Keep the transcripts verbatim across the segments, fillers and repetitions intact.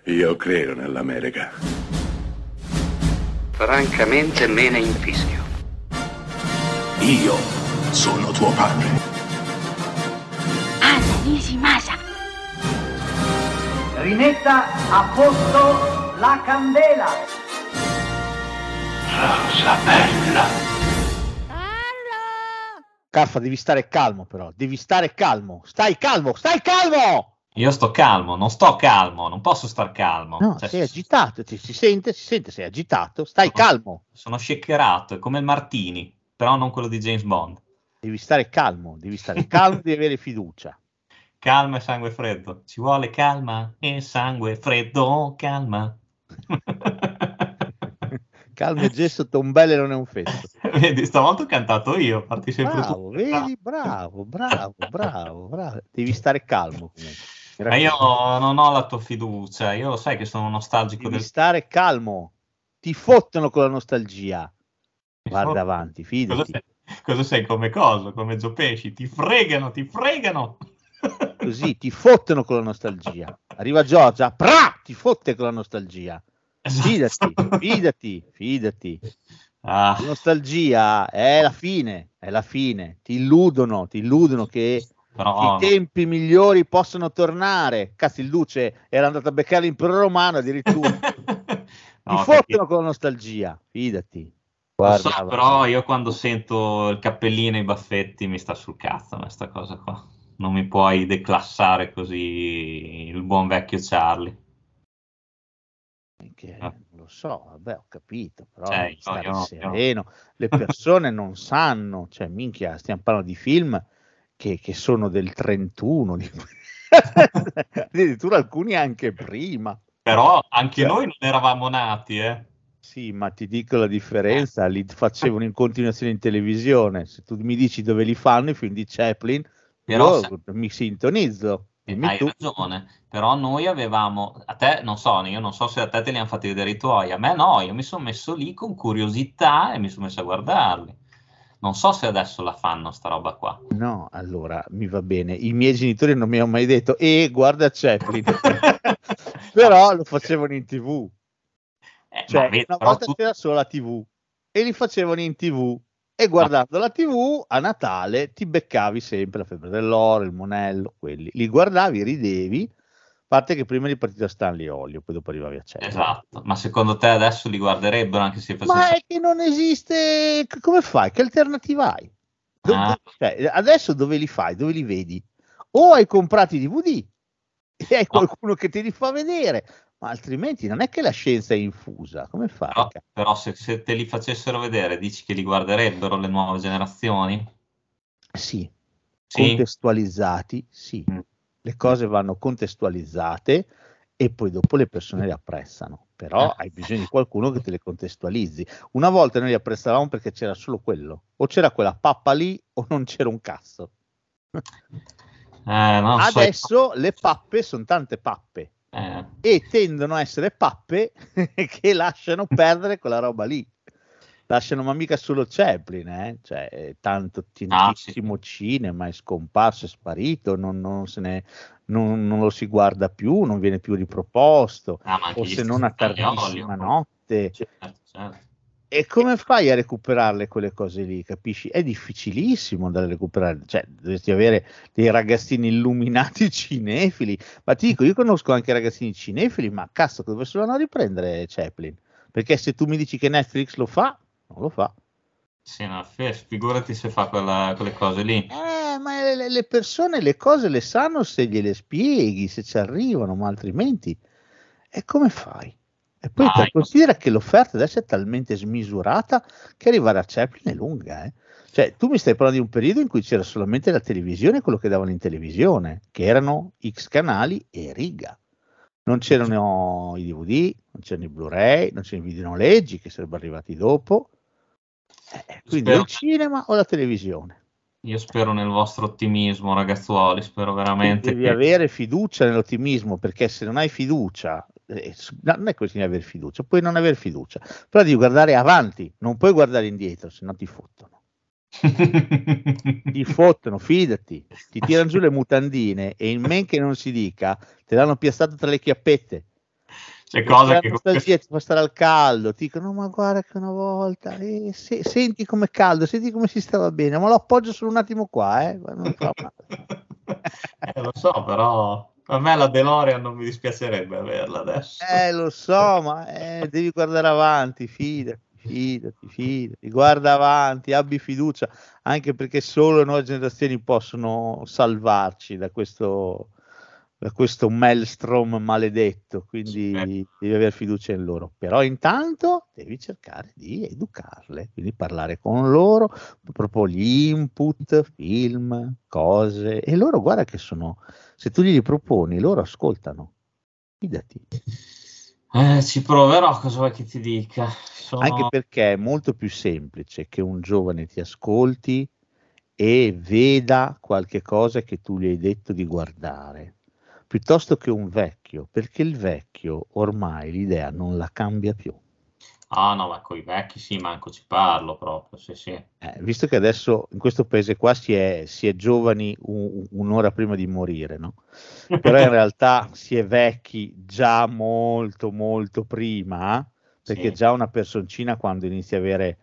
Io credo nell'America. Francamente me ne infischio. Io sono tuo padre. Anna Nishimasa. Rimetta a posto la candela. Rosa bella. Caffa, devi stare calmo però, devi stare calmo. Stai calmo, stai calmo! Io sto calmo, non sto calmo, non posso star calmo. No, Cioè, sei agitato, ti, si sente, si sente, sei agitato, stai sono, calmo. Sono shakerato, è come il Martini, però non quello di James Bond. Devi stare calmo, devi stare calmo, devi avere fiducia. Calma e sangue freddo. Ci vuole calma e sangue freddo, calma. Calmo e gesso, tombelle non è un fesso. Vedi, stavolta ho cantato io, parti sempre Bravo, tu. vedi, bravo, bravo, bravo, bravo. Devi stare calmo comunque. Ma io non ho la tua fiducia, io lo sai che sono nostalgico Devi del... stare calmo, ti fottono con la nostalgia. Guarda avanti, fidati. Cosa sei? Cosa sei come cosa? Come Gio Pesci? Ti fregano, ti fregano! Così, ti fottono con la nostalgia. Arriva Giorgia, pra, ti fotte con la nostalgia. Esatto. Fidati, fidati, fidati. Ah. La nostalgia è la fine, è la fine. Ti illudono, ti illudono che Però, i tempi migliori possono tornare. Cazzo, il Duce era andato a beccare l'impero romano addirittura. no, Ti fottono perché... con la nostalgia, fidati. Guarda, so, però io quando sento il cappellino e i baffetti mi sta sul cazzo questa cosa qua. Non mi puoi declassare così il buon vecchio Charlie. Che, eh. Lo so, vabbè, ho capito, però cioè, devi stare io, sereno. io. Le persone non sanno, cioè minchia, stiamo parlando di film che, che sono del trentuno, di... addirittura alcuni anche prima. Però anche cioè, noi non eravamo nati, eh. Sì, ma ti dico la differenza, li facevano in continuazione in televisione. Se tu mi dici dove li fanno i film di Chaplin, però io se... mi sintonizzo. Hai tu. ragione, però noi avevamo, a te non so, io non so se a te te li hanno fatti vedere i tuoi, a me no, io mi sono messo lì con curiosità e mi sono messo a guardarli. Non so se adesso la fanno sta roba qua. No, allora mi va bene. I miei genitori non mi hanno mai detto e guarda Chaplin, però lo facevano in tivù. Eh, cioè, vedi, una volta tu... c'era solo la tivù e li facevano in tivù. E guardando no. la tivù a Natale ti beccavi sempre la Febbre dell'Oro, il Monello, quelli. Li guardavi, ridevi. A parte che prima eri partito a Stanley Olio, poi dopo arrivavi a Chaplin. Esatto, ma secondo te adesso li guarderebbero anche se facessero... Ma è che non esiste... Come fai? Che alternativa hai? Do- ah. cioè, adesso dove li fai? Dove li vedi? O hai comprato i D V D e hai qualcuno no. che te li fa vedere, ma altrimenti non è che la scienza è infusa. Come fai? Però, però se, se te li facessero vedere, dici che li guarderebbero le nuove generazioni? Sì, sì? contestualizzati, sì. Mm. Le cose vanno contestualizzate e poi dopo le persone le apprezzano, però eh. hai bisogno di qualcuno che te le contestualizzi. Una volta noi li apprezzavamo perché c'era solo quello, o c'era quella pappa lì o non c'era un cazzo. Eh, non Adesso so. le pappe sono tante pappe eh. e tendono a essere pappe che lasciano perdere quella roba lì. Lasciano ma mica solo Chaplin, eh? Cioè, tanto tantissimo ah, sì. cinema è scomparso, è sparito, non, non, se ne, non, non lo si guarda più, non viene più riproposto, ah, o se non a tardissima olio. notte. Certo, certo. E come fai a recuperarle quelle cose lì, capisci? È difficilissimo da recuperare, cioè dovresti avere dei ragazzini illuminati cinefili, ma ti dico, io conosco anche ragazzini cinefili, ma cazzo, dove se lo vanno a riprendere Chaplin? Perché se tu mi dici che Netflix lo fa, non lo fa. Sì, no, figurati se fa quella, quelle cose lì. Eh, ma le, le persone le cose le sanno se gliele spieghi, se ci arrivano, ma altrimenti... E come fai? E poi ah, considera che l'offerta adesso è talmente smisurata che arrivare a Chaplin è lunga, eh? Cioè, tu mi stai parlando di un periodo in cui c'era solamente la televisione e quello che davano in televisione, che erano X canali e riga. Non c'erano i D V D, non c'erano i Blu-ray, non c'erano i videonoleggi che sarebbero arrivati dopo. Eh, quindi spero, il cinema o la televisione? Io spero nel vostro ottimismo, ragazzuoli, spero veramente. Devi che... avere fiducia nell'ottimismo, perché se non hai fiducia, eh, non è così avere fiducia, puoi non avere fiducia, però devi guardare avanti, non puoi guardare indietro, se no ti fottono. Ti fottono, fidati, ti tirano giù le mutandine e in men che non si dica, te l'hanno piazzato tra le chiappette. c'è cose che nostalgia ti fa stare al caldo, ti dicono ma guarda che una volta eh, se, senti com'è caldo, senti come si stava bene, ma lo appoggio solo un attimo qua, eh, non fa male. eh, lo so, però a me la DeLorean non mi dispiacerebbe averla adesso. Eh, lo so, ma eh, devi guardare avanti, fidati, fidati, fidati, guarda avanti, abbi fiducia, anche perché solo le nuove generazioni possono salvarci da questo, da questo maelstrom maledetto, quindi sì, devi avere fiducia in loro. Però intanto devi cercare di educarle, quindi parlare con loro, proprio gli input, film, cose, e loro guarda che sono, se tu gli proponi, loro ascoltano, fidati. Eh, ci proverò, cosa vuoi che ti dica? Sono... Anche perché è molto più semplice che un giovane ti ascolti e veda qualche cosa che tu gli hai detto di guardare, piuttosto che un vecchio, perché il vecchio ormai l'idea non la cambia più. Ah no, ma con i vecchi sì, manco ci parlo proprio, sì sì. Eh, visto che adesso in questo paese qua si è, si è giovani un, un'ora prima di morire, no? Però in realtà si è vecchi già molto molto prima, perché sì. Già una personcina quando inizia a avere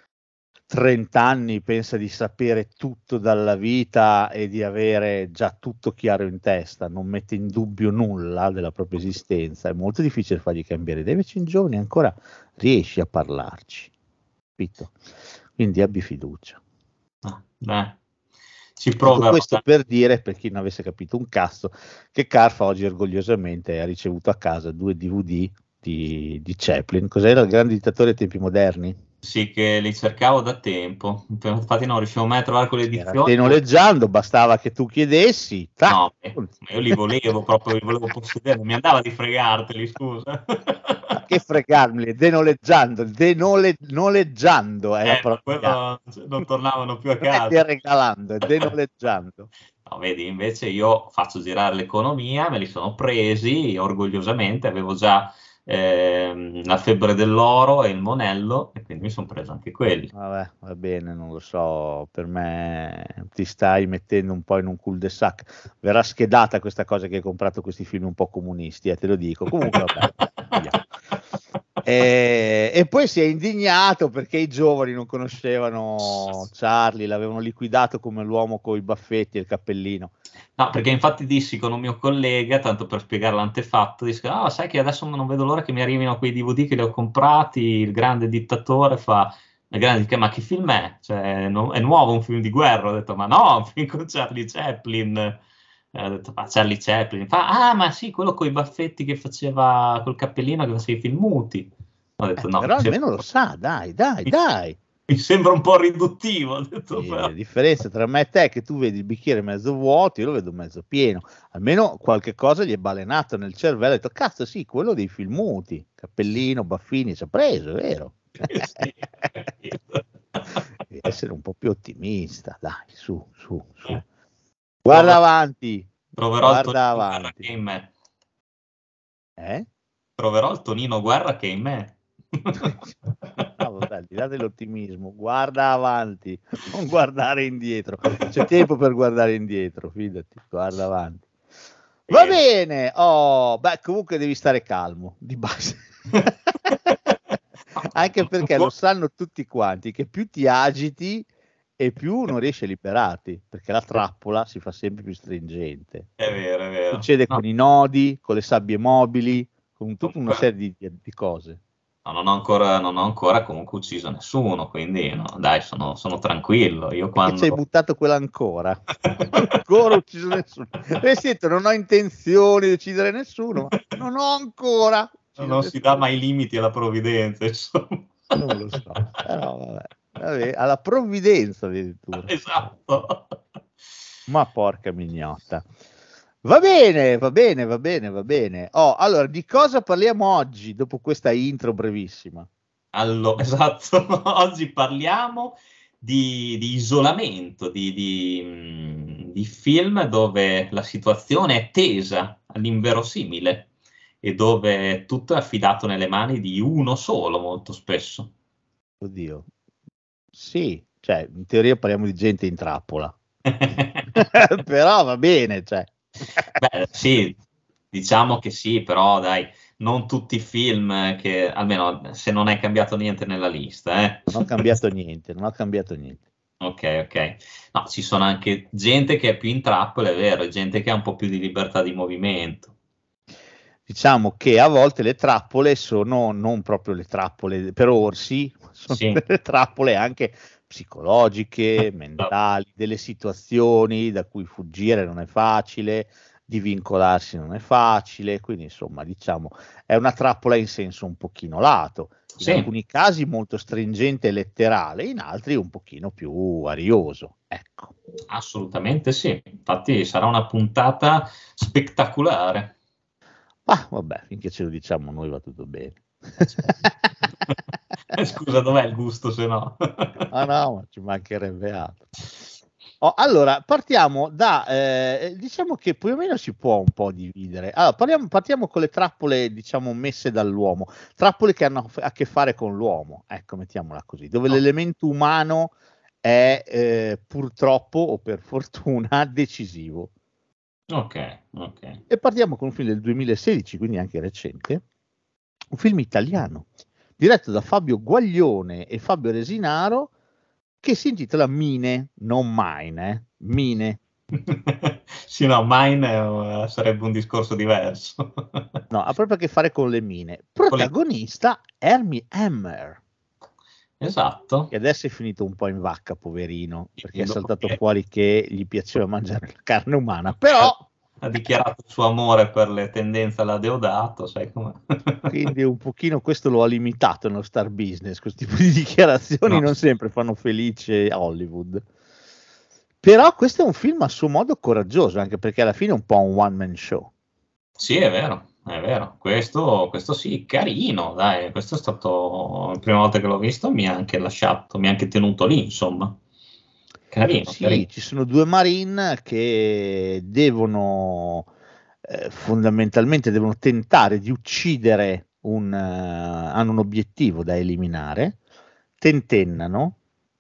trenta anni pensa di sapere tutto dalla vita e di avere già tutto chiaro in testa, non mette in dubbio nulla della propria esistenza, è molto difficile fargli cambiare idea, invece in giovani ancora riesci a parlarci, capito? Quindi abbi fiducia. Ah, beh, ci proverò. Tutto questo per dire, per chi non avesse capito un cazzo, che Carfa oggi orgogliosamente ha ricevuto a casa due D V D di, di Chaplin. Cos'era il grande dittatore ai tempi moderni? Sì, che li cercavo da tempo, infatti non riuscivo mai a trovare quelle edizioni. Era noleggiando, bastava che tu chiedessi. Tac. No, eh, io li volevo proprio, li volevo possedere, mi andava di fregarteli, scusa. Ma che fregarmeli, denoleggiando, denole, noleggiando è eh, la propria. Non tornavano più a non casa. È regalando, è denoleggiando. No, vedi, invece io faccio girare l'economia, me li sono presi orgogliosamente, avevo già ehm, la febbre dell'oro e il monello e quindi mi sono preso anche quelli. Vabbè, va bene, non lo so, per me ti stai mettendo un po' in un cul-de-sac. Verrà schedata questa cosa che hai comprato questi film un po' comunisti, eh, te lo dico. Comunque vabbè, e, e poi si è indignato perché i giovani non conoscevano Charlie, l'avevano liquidato come l'uomo con i baffetti e il cappellino. No, perché infatti dissi con un mio collega, tanto per spiegare l'antefatto, dissi, ah, sai che adesso non vedo l'ora che mi arrivino quei D V D che li ho comprati, il grande dittatore fa, il grande, ma che film è? Cioè, no, è nuovo un film di guerra? Ho detto, ma no, un film con Charlie Chaplin. E ho detto, ma Charlie Chaplin? Fa, ah, ma sì, quello con i baffetti che faceva, col cappellino che faceva i film muti. Ho detto, eh, no. Però almeno lo sa, dai, dai, dai. Mi sembra un po' riduttivo. Ho detto, sì, la differenza tra me e te è che tu vedi il bicchiere mezzo vuoto, io lo vedo mezzo pieno. Almeno qualche cosa gli è balenato nel cervello. Ha detto, cazzo sì, quello dei film muti, cappellino, baffini, ci ha preso, è vero? Sì, devi essere un po' più ottimista, dai, su, su, su. Guarda avanti. Troverò guarda il Tonino avanti. Guerra che è in me. Eh? Troverò il Tonino Guerra che è in me. Bravo, dai, date l'ottimismo, guarda avanti, non guardare indietro, c'è tempo per guardare indietro, fidati, guarda avanti. Va bene, oh, beh, comunque devi stare calmo, di base. Anche perché lo sanno tutti quanti che più ti agiti e più non riesci a liberarti, perché la trappola si fa sempre più stringente. È vero, è vero. Succede no. con i nodi, con le sabbie mobili, con tutta una serie di, di cose. No, non ho ancora, non ho ancora comunque ucciso nessuno, quindi no, dai, sono, sono tranquillo. Io quando... ci hai buttato quella ancora? ancora ucciso nessuno. E sento, non ho intenzione di uccidere nessuno, ma non ho ancora. Non nessuno. Si dà mai limiti alla provvidenza, insomma. Non lo so, però vabbè. Vabbè, alla provvidenza addirittura. Esatto. Ma porca mignotta. Va bene, va bene, va bene, va bene. Oh, allora, di cosa parliamo oggi dopo questa intro brevissima? Allora, esatto, oggi parliamo di, di isolamento, di, di, di film dove la situazione è tesa all'inverosimile e dove tutto è affidato nelle mani di uno solo molto spesso. Oddio. Sì, cioè, in teoria parliamo di gente in trappola. Però va bene, cioè. Beh, sì, diciamo che sì, però dai, non tutti i film che, almeno se non è cambiato niente nella lista, eh. Non ho cambiato niente, non ho cambiato niente. Ok, ok. No, ci sono anche gente che è più in trappola, è vero, e gente che ha un po' più di libertà di movimento. Diciamo che a volte le trappole sono non proprio le trappole per orsi, sono Sì. delle trappole anche psicologiche, mentali, delle situazioni da cui fuggire non è facile, di vincolarsi non è facile, quindi insomma diciamo è una trappola in senso un pochino lato, in Sì. alcuni casi molto stringente e letterale, in altri un pochino più arioso, ecco. Assolutamente sì, infatti sarà una puntata spettacolare. Ah, vabbè, finché ce lo diciamo noi va tutto bene. Scusa, dov'è il gusto se no? Ah no, ma ci mancherebbe altro. Oh, allora, partiamo da, eh, diciamo che più o meno si può un po' dividere. Allora, parliamo, partiamo con le trappole, diciamo, messe dall'uomo, trappole che hanno a che fare con l'uomo, ecco, mettiamola così, dove No. l'elemento umano è eh, purtroppo o per fortuna decisivo. Ok, ok. E partiamo con un film del duemilasedici, quindi anche recente, un film italiano, diretto da Fabio Guaglione e Fabio Resinaro, che si intitola Mine, non Mine, eh? Mine. Sì, no, mine è, sarebbe un discorso diverso. No, ha proprio a che fare con le mine. Protagonista Armie Hammer. Esatto. Che adesso è finito un po' in vacca, poverino, perché è Dopo saltato che- fuori che gli piaceva mangiare la carne umana, però ha dichiarato il suo amore per le tendenze alla Deodato, sai com'è? quindi un pochino questo lo ha limitato nello star business, questo tipo di dichiarazioni No. non sempre fanno felice Hollywood. Però questo è un film a suo modo coraggioso, anche perché alla fine è un po' un one man show. Sì, è vero, è vero. Questo, questo sì, carino, dai, questo è stato la prima volta che l'ho visto, mi ha anche lasciato, mi ha anche tenuto lì, insomma. Carino, Sì, carino. ci sono due Marine che devono eh, fondamentalmente devono tentare di uccidere un, eh, hanno un obiettivo da eliminare, tentennano,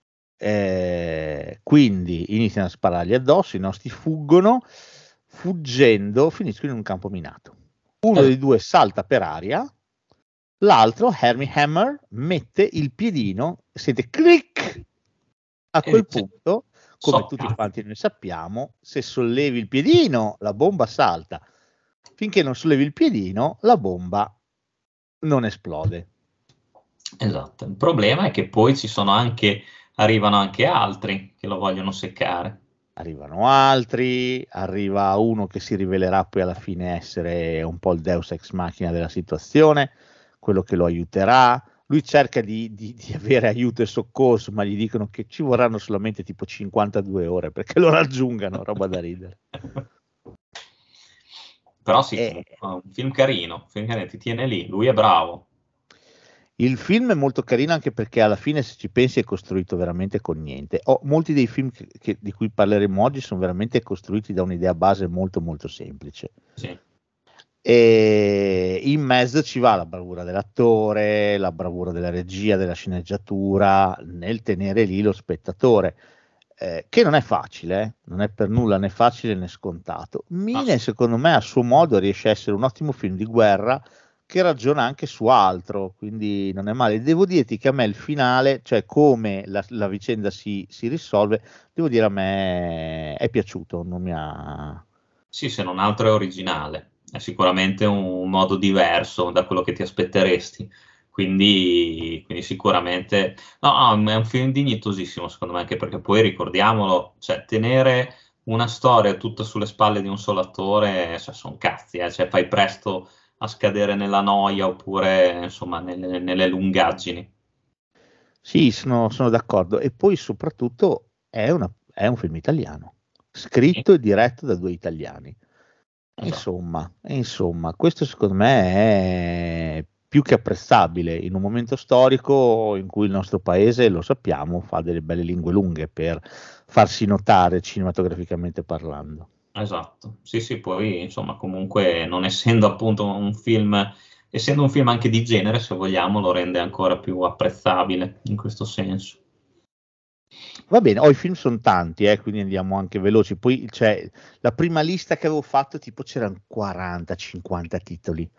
eh, quindi iniziano a sparargli addosso, i nostri fuggono, fuggendo finiscono in un campo minato. Uno Eh. dei due salta per aria, l'altro, Armie Hammer, mette il piedino, sente click. A E quel dice, punto, come so, tutti cazzo. quanti noi sappiamo, se sollevi il piedino, la bomba salta. Finché non sollevi il piedino, la bomba non esplode. Esatto, il problema è che poi ci sono anche, arrivano anche altri che lo vogliono seccare. Arrivano altri, arriva uno che si rivelerà poi alla fine essere un po' il Deus ex machina della situazione, quello che lo aiuterà. Lui cerca di, di, di avere aiuto e soccorso, ma gli dicono che ci vorranno solamente tipo cinquantadue ore perché lo raggiungano, roba da ridere. Però sì, Eh. comunque, è un film carino, un film carino, ti tiene lì, lui è bravo. Il film è molto carino anche perché alla fine, se ci pensi, è costruito veramente con niente. Oh, molti dei film che, che, di cui parleremo oggi sono veramente costruiti da un'idea base molto molto semplice. Sì. E in mezzo ci va la bravura dell'attore, la bravura della regia, della sceneggiatura, nel tenere lì lo spettatore, eh, che non è facile, eh? Non è per nulla né facile né scontato. Mine, secondo me, a suo modo riesce a essere un ottimo film di guerra che ragiona anche su altro, quindi non è male. Devo dirti che a me il finale, cioè come la, la vicenda si, si risolve, devo dire a me è piaciuto, non mi ha... Sì, se non altro è originale, è sicuramente un modo diverso da quello che ti aspetteresti, quindi, quindi sicuramente no, no, è un film dignitosissimo secondo me, anche perché poi ricordiamolo, cioè tenere una storia tutta sulle spalle di un solo attore, cioè, sono cazzi, eh, cioè fai presto a scadere nella noia oppure insomma nelle, nelle lungaggini. Sì, sono, sono d'accordo, e poi soprattutto è, una, è un film italiano, scritto e diretto da due italiani. Esatto. Insomma, insomma, questo secondo me è più che apprezzabile in un momento storico in cui il nostro paese, lo sappiamo, fa delle belle lingue lunghe per farsi notare cinematograficamente parlando. Esatto, sì sì, poi insomma comunque non essendo appunto un film, essendo un film anche di genere, se vogliamo, lo rende ancora più apprezzabile in questo senso. Va bene, oh, i film sono tanti, eh, quindi andiamo anche veloci. Poi cioè, la prima lista che avevo fatto, tipo c'erano quaranta cinquanta titoli,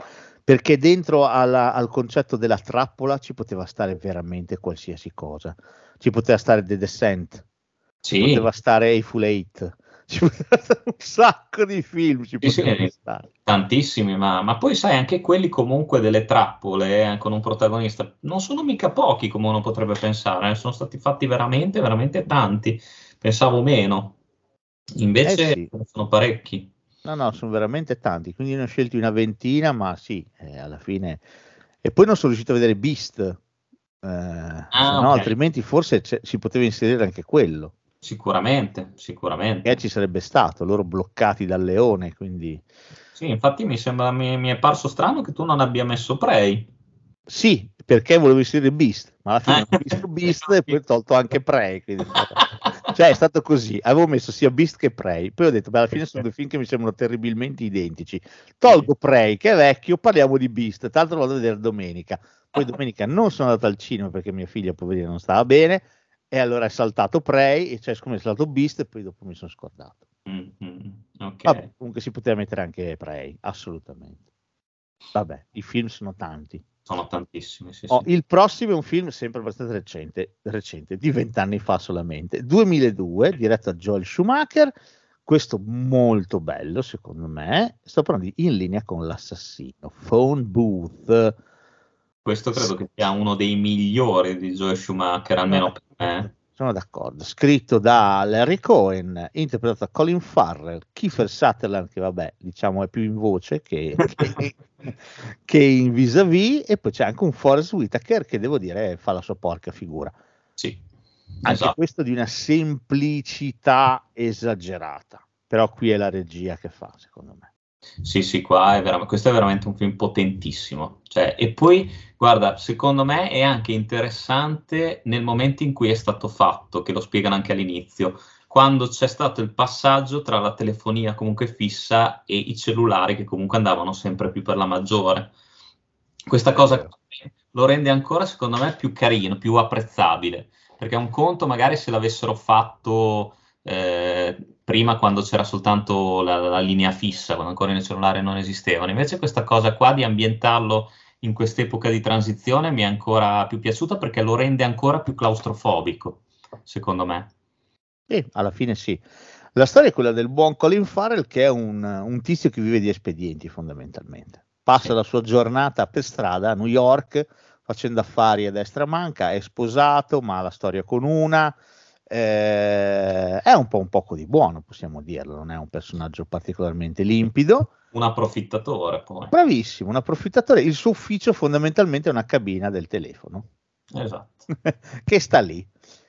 perché dentro alla, al concetto della trappola ci poteva stare veramente qualsiasi cosa. Ci poteva stare The Descent, Sì. ci poteva stare Hateful Eight, ci poteva stare un sacco di film, ci Sì, poteva sì, stare. tantissimi, ma, ma poi sai, anche quelli comunque delle trappole eh, con un protagonista, non sono mica pochi come uno potrebbe pensare, eh, sono stati fatti veramente, veramente tanti, pensavo meno, invece Eh sì. sono parecchi. No, no, sono veramente tanti, quindi ne ho scelti una ventina, ma sì, eh, alla fine. E poi non sono riuscito a vedere Beast, eh, Ah, se no ok. altrimenti forse c'è- si poteva inserire anche quello, Sicuramente, che sicuramente. ci sarebbe stato, loro bloccati dal leone, quindi. Sì, infatti mi sembra, mi, mi è parso strano che tu non abbia messo Prey. Sì, perché volevo inserire Beast, ma alla fine Eh. ho visto Beast e poi ho tolto anche Prey, quindi cioè è stato così, avevo messo sia Beast che Prey, poi ho detto, beh, alla fine sono due film che mi sembrano terribilmente identici, tolgo Prey che è vecchio, parliamo di Beast, tra l'altro lo vado a vedere domenica, poi domenica non sono andato al cinema perché mia figlia poverina non stava bene, e allora è saltato Prey, e cioè siccome è saltato Beast e poi dopo mi sono scordato. Mm, mm, ok. Vabbè, comunque si poteva mettere anche Prey, assolutamente. Vabbè, i film sono tanti. Sono tantissimi, sì, Oh, sì. il prossimo è un film sempre abbastanza recente, recente, di vent'anni fa solamente, duemiladue, diretto da Joel Schumacher, questo molto bello secondo me, sto parlando di In linea con l'assassino, Phone Booth. Questo credo che sia uno dei migliori di Joel Schumacher, almeno per me. Sono d'accordo, scritto da Larry Cohen, interpretato da Colin Farrell, Kiefer Sutherland, che vabbè, diciamo è più in voce che, che, che in vis-à-vis, e poi c'è anche un Forrest Whitaker che devo dire fa la sua porca figura. Sì, Anche esatto. questo di una semplicità esagerata, però qui è la regia che fa, secondo me. Sì, sì, qua è veramente, questo è veramente un film potentissimo. Cioè, e poi, guarda, secondo me è anche interessante nel momento in cui è stato fatto, che lo spiegano anche all'inizio, quando c'è stato il passaggio tra la telefonia comunque fissa e i cellulari che comunque andavano sempre più per la maggiore. Questa cosa lo rende ancora, secondo me, più carino, più apprezzabile, perché un conto magari se l'avessero fatto eh, prima quando c'era soltanto la, la linea fissa, quando ancora i cellulari non esistevano. Invece questa cosa qua di ambientarlo in quest'epoca di transizione mi è ancora più piaciuta perché lo rende ancora più claustrofobico, secondo me. Sì, alla fine sì. La storia è quella del buon Colin Farrell, che è un, un tizio che vive di espedienti fondamentalmente. Passa Sì. la sua giornata per strada a New York facendo affari a destra e manca, è sposato ma ha la storia con una, eh, è un po' un poco di buono, possiamo dirlo, non è un personaggio particolarmente limpido. Un approfittatore poi. Bravissimo, un approfittatore. Il suo ufficio fondamentalmente è una cabina del telefono. Esatto. Che sta lì.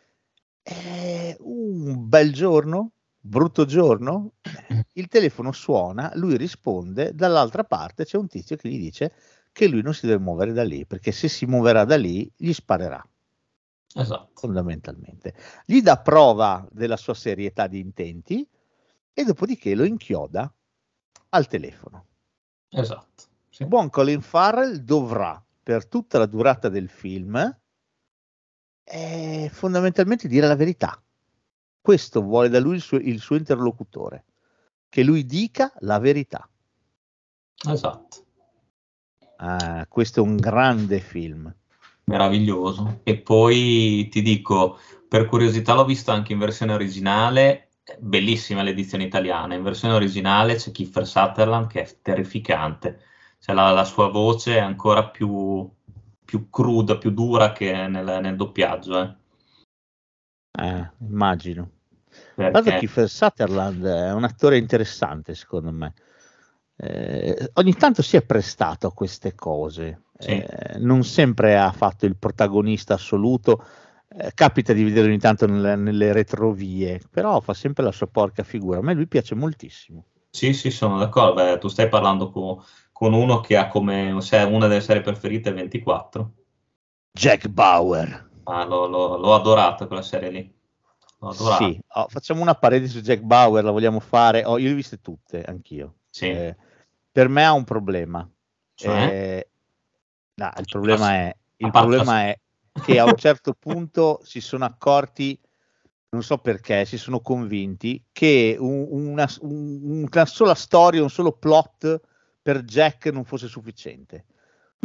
Eh, un bel giorno, brutto giorno, il telefono suona, lui risponde, dall'altra parte c'è un tizio che gli dice che lui non si deve muovere da lì, perché se si muoverà da lì gli sparerà. Esatto. Fondamentalmente. Gli dà prova della sua serietà di intenti e dopodiché lo inchioda al telefono. Esatto. Sì. Buon Colin Farrell dovrà, per tutta la durata del film, eh, fondamentalmente dire la verità. Questo vuole da lui il suo, il suo interlocutore, che lui dica la verità. Esatto. Ah, questo è un grande film. Meraviglioso. E poi ti dico, per curiosità l'ho visto anche in versione originale, bellissima l'edizione italiana, in versione originale c'è Kiefer Sutherland che è terrificante, cioè la, la sua voce è ancora più, più cruda, più dura che nel, nel doppiaggio. Eh. Eh, immagino. Perché... Guarda, Kiefer Sutherland è un attore interessante, secondo me. Eh, ogni tanto si è prestato a queste cose, Sì. eh, non sempre ha fatto il protagonista assoluto, eh, capita di vederlo ogni tanto nelle, nelle retrovie, però fa sempre la sua porca figura. A me lui piace moltissimo. Sì, sì, sono d'accordo. Beh, tu stai parlando con, con uno che ha come se una delle serie preferite ventiquattro. Jack Bauer. Ah, l'ho, l'ho, l'ho adorata quella serie lì. L'ho adorata. Sì, oh, facciamo una parete su Jack Bauer, la vogliamo fare? Oh, io le ho viste tutte, anch'io. Sì. Eh, per me ha un problema. Cioè? Eh, no, il problema è, il A parte problema la- è che a un certo punto si sono accorti, non so perché, si sono convinti che un- una, un- una sola storia, un solo plot per Jack non fosse sufficiente.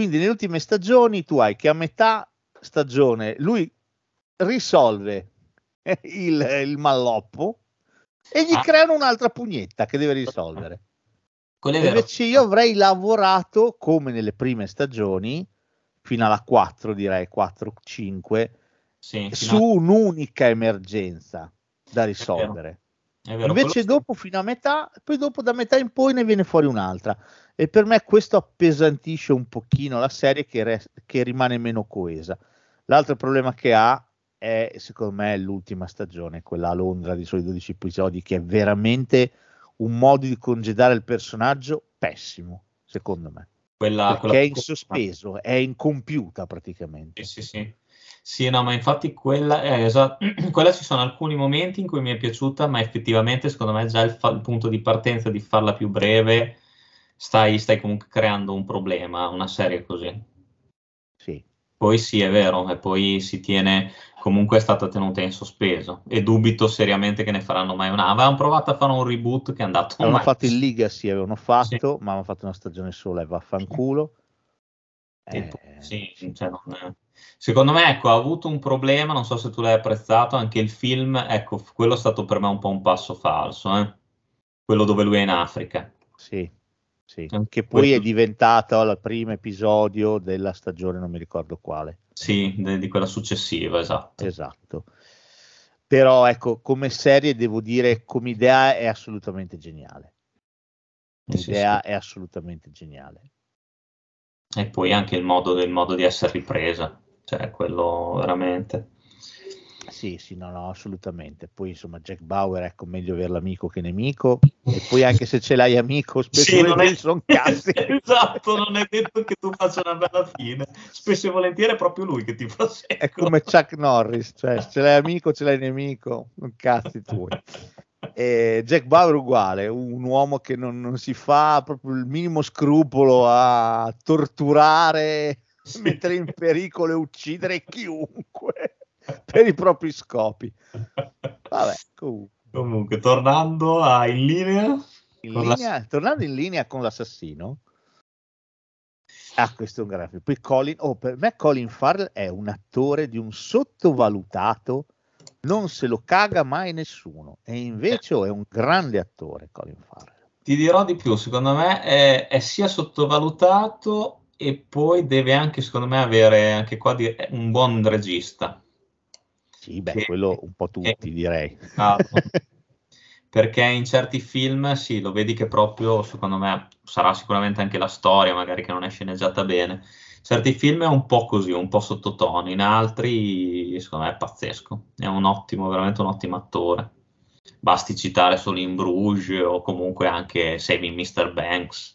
Quindi nelle ultime stagioni tu hai che a metà stagione lui risolve il, il malloppo e gli Ah. creano un'altra pugnetta che deve risolvere. Quello è vero. Invece io avrei lavorato come nelle prime stagioni, fino alla quattro direi, quattro cinque, Sì, fino su a- un'unica emergenza da risolvere. è vero, Invece quello- dopo fino a metà, poi dopo da metà in poi ne viene fuori un'altra. E per me questo appesantisce un pochino la serie che, res- che rimane meno coesa. L'altro problema che ha è, secondo me, l'ultima stagione, quella a Londra di soli dodici episodi, che è veramente un modo di congedare il personaggio pessimo, secondo me. quella, Perché quella- è in sospeso, è incompiuta praticamente. Sì, sì, sì. Sì, no, ma infatti quella, eh, esatto, quella ci sono alcuni momenti in cui mi è piaciuta, ma effettivamente secondo me già il, fa- il punto di partenza di farla più breve, stai, stai comunque creando un problema, una serie così. Sì. Poi sì, è vero, e poi si tiene, comunque è stata tenuta in sospeso e dubito seriamente che ne faranno mai una. Avevano provato a fare un reboot che è andato Avevano male. fatto il Legacy, avevano fatto, Sì. ma avevano fatto una stagione sola e vaffanculo. E Eh, poi- sì, sì. cioè non è- Secondo me, ecco, ha avuto un problema, non so se tu l'hai apprezzato, anche il film, ecco, f- quello è stato per me un po' un passo falso, eh? Quello dove lui è in Africa. Sì, sì. Eh, Che poi quello- è diventato il primo episodio della stagione, non mi ricordo quale. Sì, de- di quella successiva, esatto. Esatto. Però ecco, come serie devo dire, come idea è assolutamente geniale. Eh, sì, L'idea sì. è assolutamente geniale. E poi anche il modo, del modo di essere ripresa, cioè quello veramente. Sì, sì, no, no, assolutamente. Poi insomma, Jack Bauer, ecco, meglio averlo amico che nemico. E poi anche se ce l'hai amico, spesso Sì, e non volentieri è... sono cazzi. Esatto, non è detto che tu faccia una bella fine. Spesso e volentieri è proprio lui che ti fa È secco. come Chuck Norris, cioè se ce l'hai amico, ce l'hai nemico, non cazzi tuoi. E Jack Bauer uguale, un uomo che non, non si fa proprio il minimo scrupolo a torturare, Sì. mettere in pericolo e uccidere chiunque per i propri scopi. Vabbè, comunque. Comunque, tornando a In linea, In con la- linea, tornando in linea con l'assassino, ah, questo è un gran film. Poi Colin, oh, per me Colin Farrell è un attore di un sottovalutato, non se lo caga mai nessuno, e invece oh, è un grande attore Colin Farrell. ti dirò di più, secondo me è, è sia sottovalutato e poi deve anche, secondo me, avere anche qua di- un buon regista. Sì, beh, Che- quello un po' tutti, che- direi. Ah, perché in certi film sì, lo vedi che proprio, secondo me, sarà sicuramente anche la storia, magari che non è sceneggiata bene. In certi film è un po' così, un po' sottotono, in altri, secondo me, è pazzesco. È un ottimo, veramente un ottimo attore. Basti citare solo In Bruges o comunque anche Saving mister Banks.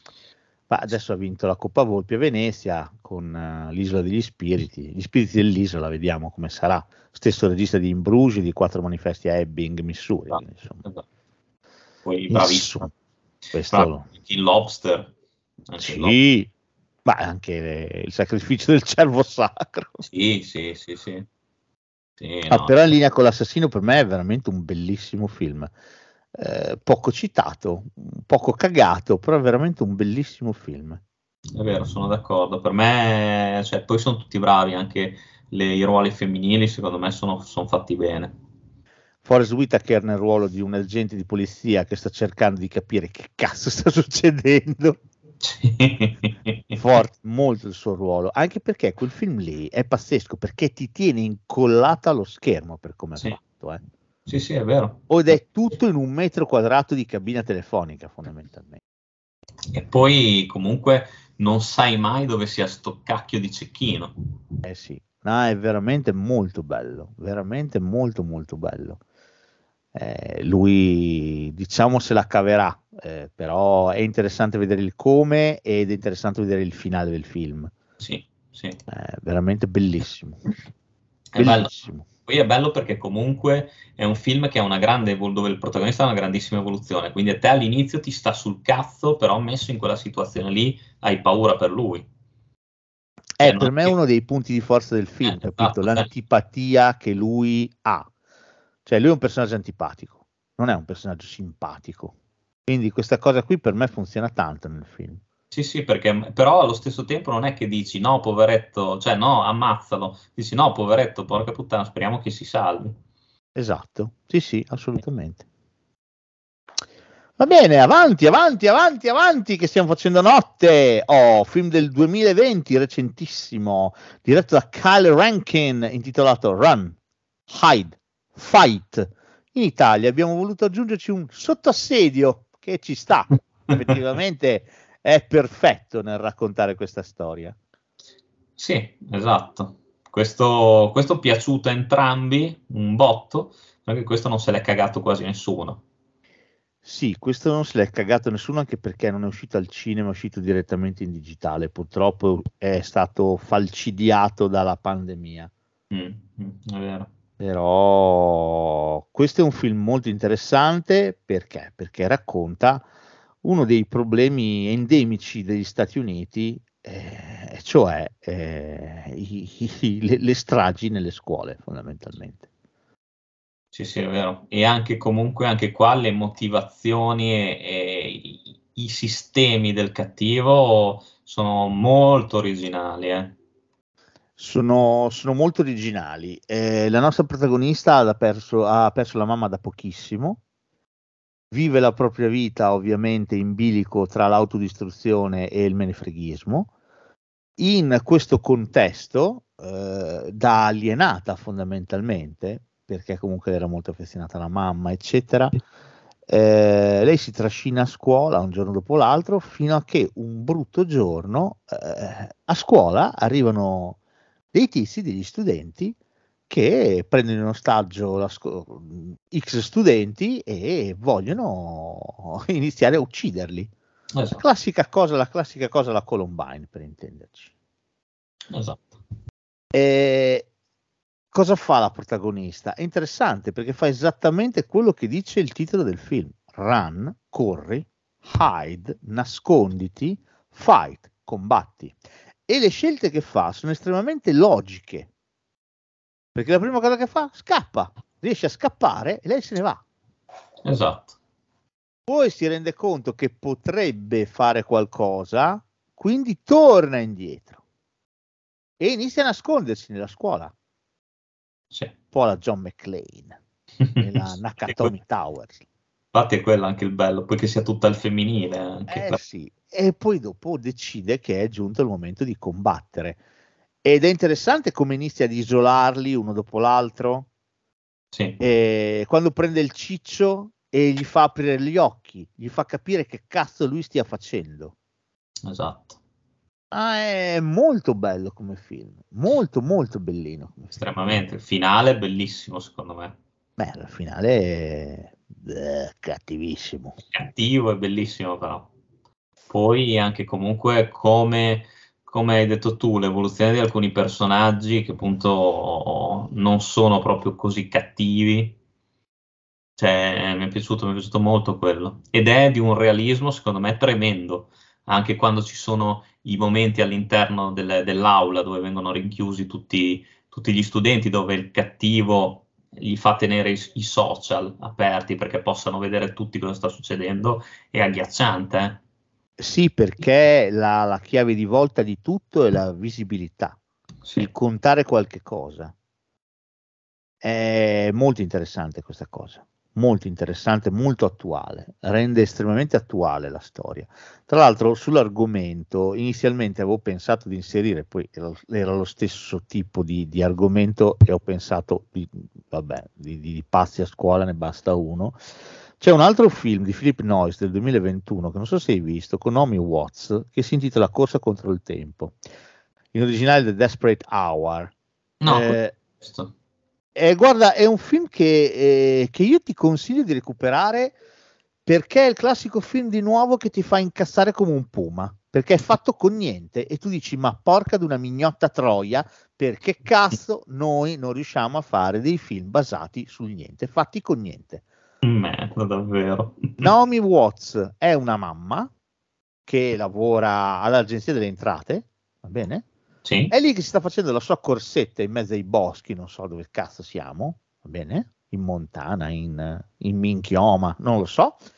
Ma adesso ha vinto la Coppa Volpi a Venezia con uh, l'Isola degli Spiriti, gli Spiriti dell'Isola, vediamo come sarà. Stesso regista di In Bruges, di Quattro manifesti a Ebbing, Missouri. Esatto, Insomma. esatto. Poi Insomma, bravissimo. questo Bravo. Il Lobster. Anche il Lobster. sì, ma anche il sacrificio del cervo sacro. Sì, sì, sì, sì. Sì, Ah, no. però In linea con l'assassino per me è veramente un bellissimo film. Eh, poco citato, poco cagato, però è veramente un bellissimo film. È vero, sono d'accordo. Per me, cioè, poi sono tutti bravi, anche le- i ruoli femminili, secondo me, sono, sono fatti bene. Forrest Whitaker nel ruolo di un agente di polizia che sta cercando di capire che cazzo sta succedendo. Sì. Forte molto il suo ruolo, anche perché quel film lì è pazzesco, perché ti tiene incollata allo schermo per come è Sì. fatto, eh. Sì, sì, è vero. Ed è tutto in un metro quadrato di cabina telefonica fondamentalmente. E poi comunque non sai mai dove sia sto cacchio di cecchino. Eh sì, no, è veramente molto bello, veramente molto molto bello. Eh, lui diciamo se la caverà, eh, però è interessante vedere il come ed è interessante vedere il finale del film. Sì, sì. È veramente bellissimo. È bello. Bellissimo. Poi è bello perché comunque è un film che ha una grande evol- dove il protagonista ha una grandissima evoluzione, quindi a te all'inizio ti sta sul cazzo, però messo in quella situazione lì hai paura per lui. È Cioè, per non me è che- uno dei punti di forza del film, Eh, capito? esatto, cioè- L'antipatia che lui ha. Cioè lui è un personaggio antipatico, non è un personaggio simpatico. Quindi questa cosa qui per me funziona tanto nel film. Sì, sì, perché però allo stesso tempo non è che dici no, poveretto, cioè no, ammazzalo, dici no, poveretto, porca puttana, speriamo che si salvi. Esatto, sì, sì, assolutamente. Va bene, avanti, avanti, avanti, avanti, che stiamo facendo notte. Oh, film del duemilaventi, recentissimo, diretto da Kyle Rankin, intitolato Run, Hide, Fight. In Italia abbiamo voluto aggiungerci un Sottoassedio, che ci sta, effettivamente è perfetto nel raccontare questa storia. Sì, esatto. Questo, questo è piaciuto a entrambi, un botto, perché questo non se l'è cagato quasi nessuno. Sì, questo non se l'è cagato nessuno, anche perché non è uscito al cinema, è uscito direttamente in digitale. Purtroppo è stato falcidiato dalla pandemia. Mm, mm, è vero. Però questo è un film molto interessante perché? Perché racconta uno dei problemi endemici degli Stati Uniti, eh, cioè eh, i- i- le, le stragi nelle scuole, fondamentalmente. Sì, sì, è vero. E anche comunque anche qua le motivazioni e, e i, i sistemi del cattivo sono molto originali, eh. Sono, sono molto originali. Eh, la nostra protagonista ha perso, ha perso la mamma da pochissimo, vive la propria vita ovviamente in bilico tra l'autodistruzione e il menefreghismo. In questo contesto, eh, da alienata fondamentalmente, perché comunque era molto affezionata alla mamma, eccetera, eh, lei si trascina a scuola un giorno dopo l'altro, fino a che un brutto giorno eh, a scuola arrivano dei tizi, degli studenti, che prendono in ostaggio la sco- X studenti e vogliono iniziare a ucciderli. La Esatto, classica cosa, la classica cosa, la Columbine, per intenderci. esatto. E cosa fa la protagonista? È interessante perché fa esattamente quello che dice il titolo del film: run, corri, hide, nasconditi, fight, combatti. E le scelte che fa sono estremamente logiche, perché la prima cosa che fa, scappa, riesce a scappare e lei se ne va. Esatto. Poi si rende conto che potrebbe fare qualcosa, quindi torna indietro e inizia a nascondersi nella scuola. Sì. Un po' la John McClane, nella Nakatomi Towers. Infatti è quello anche il bello, poi che sia tutta al femminile anche. Eh sì, e poi dopo decide che è giunto il momento di combattere. Ed è interessante come inizia ad isolarli uno dopo l'altro. Sì. E quando prende il ciccio e gli fa aprire gli occhi, gli fa capire che cazzo lui stia facendo. Esatto. Ah, è molto bello come film, molto molto bellino come film. Estremamente. Il finale è bellissimo secondo me. Beh, al finale è bleh, cattivissimo. Cattivo e bellissimo però. Poi anche comunque come, come hai detto tu, l'evoluzione di alcuni personaggi che appunto non sono proprio così cattivi. Cioè, mi è piaciuto, mi è piaciuto molto quello. Ed è di un realismo, secondo me, tremendo. Anche quando ci sono i momenti all'interno del- dell'aula dove vengono rinchiusi tutti, tutti gli studenti, dove il cattivo gli fa tenere i, i social aperti perché possano vedere tutti cosa sta succedendo, è agghiacciante. Eh? Sì, perché la, la chiave di volta di tutto è la visibilità, Sì. il contare qualche cosa. È molto interessante questa cosa, molto interessante, molto attuale, rende estremamente attuale la storia. Tra l'altro sull'argomento, inizialmente avevo pensato di inserire, poi era, era lo stesso tipo di, di argomento e ho pensato, di, vabbè, di, di, di pazzi a scuola ne basta uno. C'è un altro film di Philip Noyce del duemilaventuno, che non so se hai visto, con Naomi Watts, che si intitola Corsa contro il tempo, in originale The Desperate Hour. No, eh, questo. Eh, guarda, è un film che, eh, che io ti consiglio di recuperare, perché è il classico film di nuovo che ti fa incassare come un puma, perché è fatto con niente e tu dici: ma porca d'una mignotta troia, perché cazzo noi non riusciamo a fare dei film basati sul niente, fatti con niente. Merda, davvero. Naomi Watts è una mamma che lavora all'Agenzia delle Entrate, va bene? Sì. È lì che si sta facendo la sua corsetta in mezzo ai boschi, non so dove cazzo siamo, va bene? In Montana, in, in Minchioma, non lo so.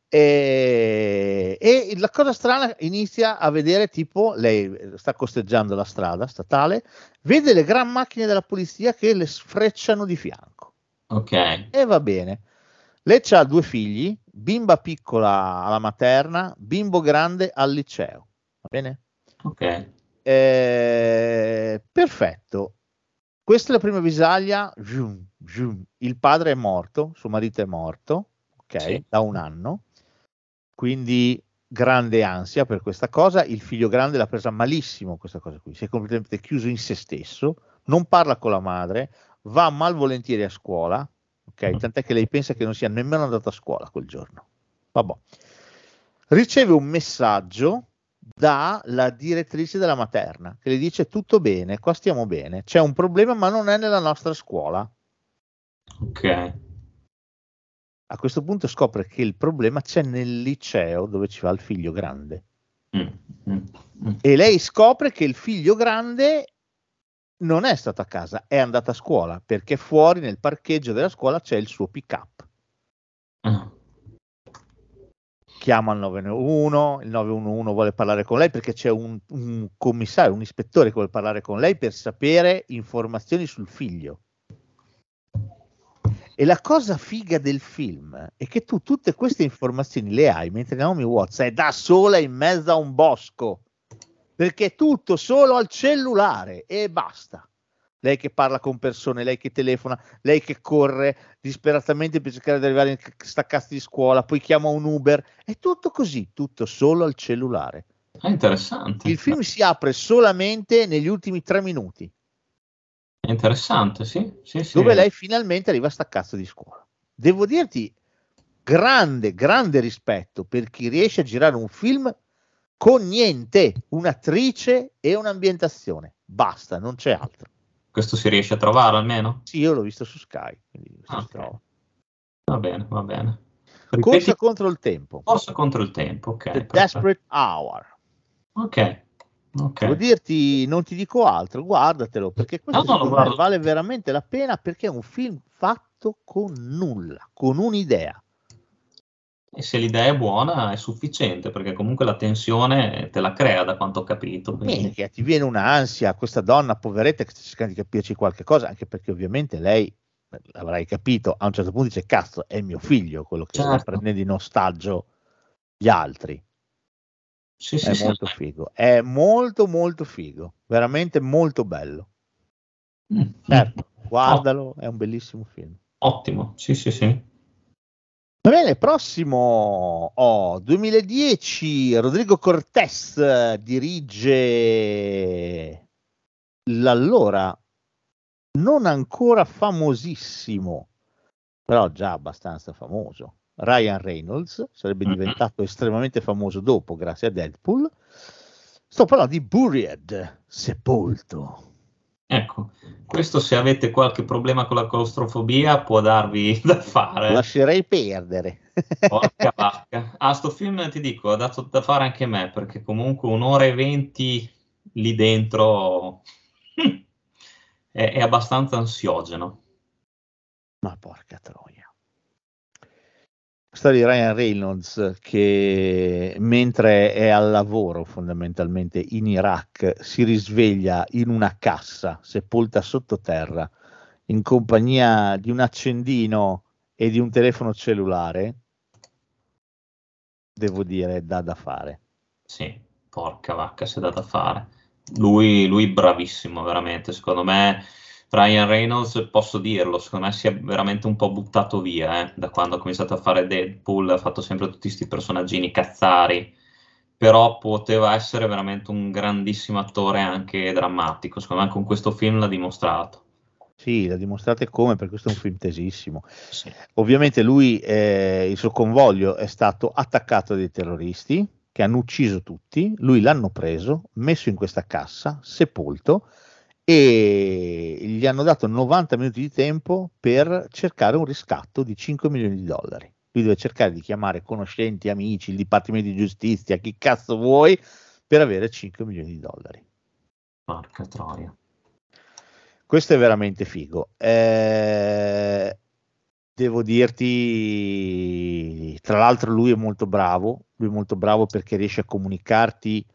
E, e la cosa strana, inizia a vedere tipo, lei sta costeggiando la strada statale, vede le gran macchine della polizia che le sfrecciano di fianco. Ok. E va bene. Lei ha due figli, bimba piccola alla materna, bimbo grande al liceo. Va bene? Ok. Eh, perfetto. Questa è la prima visaglia. Zoom, zoom. Il padre è morto, suo marito è morto, ok, Sì. da un anno. Quindi grande ansia per questa cosa. Il figlio grande l'ha presa malissimo questa cosa qui. Si è completamente chiuso in se stesso, non parla con la madre, va malvolentieri a scuola. Ok, tant'è che lei pensa che non sia nemmeno andato a scuola quel giorno. Vabbè. Riceve un messaggio dalla direttrice della materna che le dice: tutto bene, qua stiamo bene, c'è un problema ma non è nella nostra scuola. Ok. A questo punto scopre che il problema c'è nel liceo dove ci va il figlio grande. Mm, mm, mm. E lei scopre che il figlio grande non è stato a casa, è andato a scuola, perché fuori nel parcheggio della scuola c'è il suo pick up. Ah. Chiama il nove uno uno, il nove uno uno vuole parlare con lei perché c'è un, un commissario, un ispettore che vuole parlare con lei per sapere informazioni sul figlio. E la cosa figa del film è che tu tutte queste informazioni le hai mentre Naomi Watts è da sola in mezzo a un bosco, perché è tutto solo al cellulare e basta. Lei che parla con persone, lei che telefona, lei che corre disperatamente per cercare di arrivare in sta cazzo di scuola, poi chiama un Uber, è tutto così, tutto solo al cellulare. È interessante. Il film si apre solamente negli ultimi tre minuti. È interessante, sì, sì, sì. Dove lei finalmente arriva a sta cazzo di scuola. Devo dirti, grande, grande rispetto per chi riesce a girare un film con niente, un'attrice e un'ambientazione. Basta, non c'è altro. Questo si riesce a trovare almeno? Sì, io l'ho visto su Sky. Quindi Ah, si trova. Va bene, va bene. Corsa Ripeti, contro il tempo. corsa contro il tempo, ok. The perfetto. Desperate Hour. Ok, ok. Devo dirti, non ti dico altro, guardatelo, perché questo No, no, lo secondo me guardo. vale veramente la pena, perché è un film fatto con nulla, con un'idea. E se l'idea è buona è sufficiente, perché comunque la tensione te la crea, da quanto ho capito. Quindi... Minchia, ti viene un'ansia, questa donna poveretta che sta cercando di capirci qualche cosa, anche perché ovviamente lei, avrai capito, a un certo punto dice: cazzo, è mio figlio quello che Certo. sta prendendo in ostaggio gli altri. Sì, È sì, molto sì. figo, è molto molto figo, veramente molto bello. Mm, Certo, mm. guardalo, è un bellissimo film. Ottimo, sì, sì, sì. Va bene, prossimo oh, duemiladieci, Rodrigo Cortés dirige l'allora non ancora famosissimo, però già abbastanza famoso, Ryan Reynolds, sarebbe Mm-hmm. diventato estremamente famoso dopo grazie a Deadpool. Sto parlando di Buried, Sepolto. Ecco, questo, se avete qualche problema con la claustrofobia, può darvi da fare. Lascerei perdere. Porca vacca. Ah, sto film, ti dico, ha dato da fare anche me, perché comunque un'ora e venti lì dentro è, è abbastanza ansiogeno. Ma porca troia. Storia di Ryan Reynolds che mentre è al lavoro fondamentalmente in Iraq si risveglia in una cassa sepolta sottoterra in compagnia di un accendino e di un telefono cellulare. Devo dire, dà da fare. Sì, porca vacca, se dà da fare. Lui, lui bravissimo, veramente. Secondo me Ryan Reynolds, posso dirlo, secondo me si è veramente un po' buttato via, eh, da quando ha cominciato a fare Deadpool, ha fatto sempre tutti questi personaggini cazzari, però poteva essere veramente un grandissimo attore anche drammatico, secondo me con questo film l'ha dimostrato. Sì, la dimostrate come, perché questo è un film tesissimo. Sì. Ovviamente lui, eh, il suo convoglio è stato attaccato dai terroristi che hanno ucciso tutti, lui l'hanno preso, messo in questa cassa, sepolto, e gli hanno dato novanta minuti di tempo per cercare un riscatto di cinque milioni di dollari. Lui deve cercare di chiamare conoscenti, amici, il Dipartimento di Giustizia, chi cazzo vuoi, per avere cinque milioni di dollari. Porca troia. Questo è veramente figo. Eh, devo dirti, tra l'altro lui è molto bravo, lui è molto bravo perché riesce a comunicarti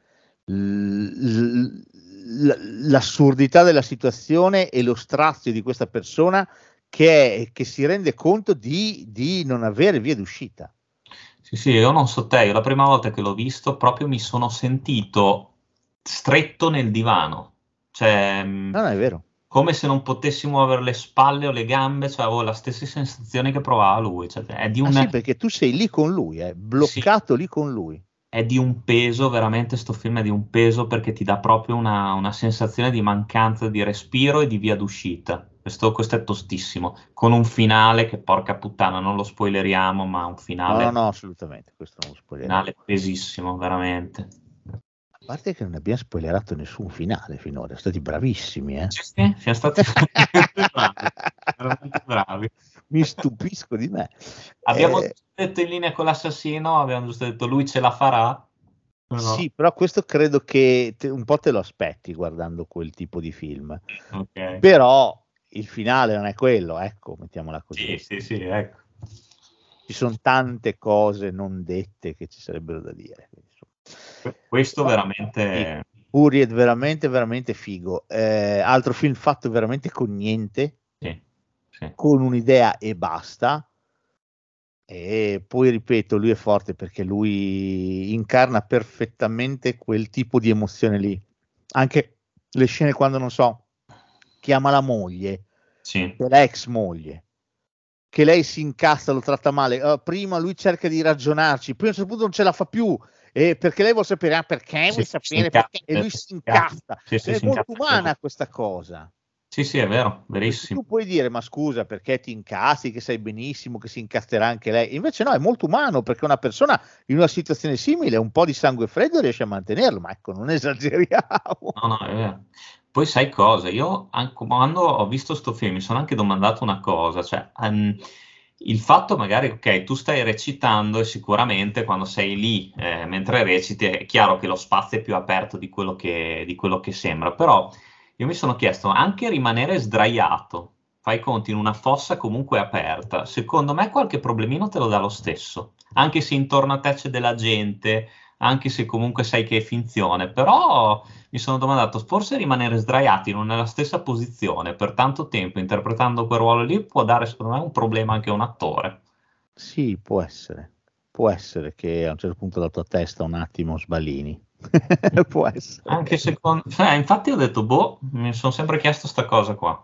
l- l- l'assurdità della situazione e lo strazio di questa persona che, è, che si rende conto di, di non avere via d'uscita. Sì, sì, io non so te, io la prima volta che l'ho visto proprio mi sono sentito stretto nel divano, cioè mh, Non è vero. come se non potessi muovere le spalle o le gambe, cioè avevo la stessa sensazione che provava lui, cioè, è di Ah un, sì, perché tu sei lì con lui, eh, sì, bloccato lì con lui. è di un peso, veramente sto film è di un peso perché ti dà proprio una, una sensazione di mancanza di respiro e di via d'uscita. Questo, questo è tostissimo, con un finale che porca puttana, non lo spoileriamo, ma un No, finale, no, no, assolutamente, questo non lo spoileriamo. finale pesissimo, veramente. A parte che non abbiamo spoilerato nessun finale finora, siamo stati bravissimi, eh? Sì, sì, siamo stati veramente bravi, veramente bravi. Mi stupisco di me. Abbiamo Eh, detto in linea con l'assassino, abbiamo giusto detto lui ce la farà. No. sì, però questo credo che te, un po' te lo aspetti guardando quel tipo di film. Okay. Però il finale non è quello, ecco, mettiamola così. Sì, sì, sì, ecco. Ci sono tante cose non dette che ci sarebbero da dire. Questo Però, veramente... sì, Fury è veramente, veramente figo. Eh, altro film fatto veramente con niente, Sì, sì. con un'idea e basta. E poi ripeto, lui è forte perché lui incarna perfettamente quel tipo di emozione lì. Anche le scene quando, non so, chiama la moglie, Sì. che è la ex moglie, che lei si incazza, lo tratta male. Uh, prima lui cerca di ragionarci, poi a un certo punto non ce la fa più, eh, perché lei vuole sapere, ah, perché Sì, vuoi si sapere incazza, perché? E lui si si incazza. incazza. Sì, sì, È si molto incazza. umana questa cosa. Sì, sì, è vero, Perché verissimo. tu puoi dire, ma scusa, perché ti incazzi, che sai benissimo che si incazzerà anche lei. Invece no, è molto umano, perché una persona in una situazione simile, un po' di sangue freddo riesce a mantenerlo, ma ecco, non esageriamo. No, no, è vero. Poi sai cosa? Io anche quando ho visto sto film mi sono anche domandato una cosa, cioè ehm, il fatto magari, ok, tu stai recitando e sicuramente quando sei lì eh, mentre reciti è chiaro che lo spazio è più aperto di quello che, di quello che sembra, però io mi sono chiesto, anche rimanere sdraiato, fai conto in una fossa comunque aperta, secondo me qualche problemino te lo dà lo stesso, anche se intorno a te c'è della gente, anche se comunque sai che è finzione, però mi sono domandato, forse rimanere sdraiati non nella stessa posizione per tanto tempo interpretando quel ruolo lì può dare secondo me un problema anche a un attore. Sì, può essere. Può essere che a un certo punto la tua testa un attimo sbalini. Può essere. Anche secondo... Cioè, infatti ho detto, boh, mi sono sempre chiesto sta cosa qua.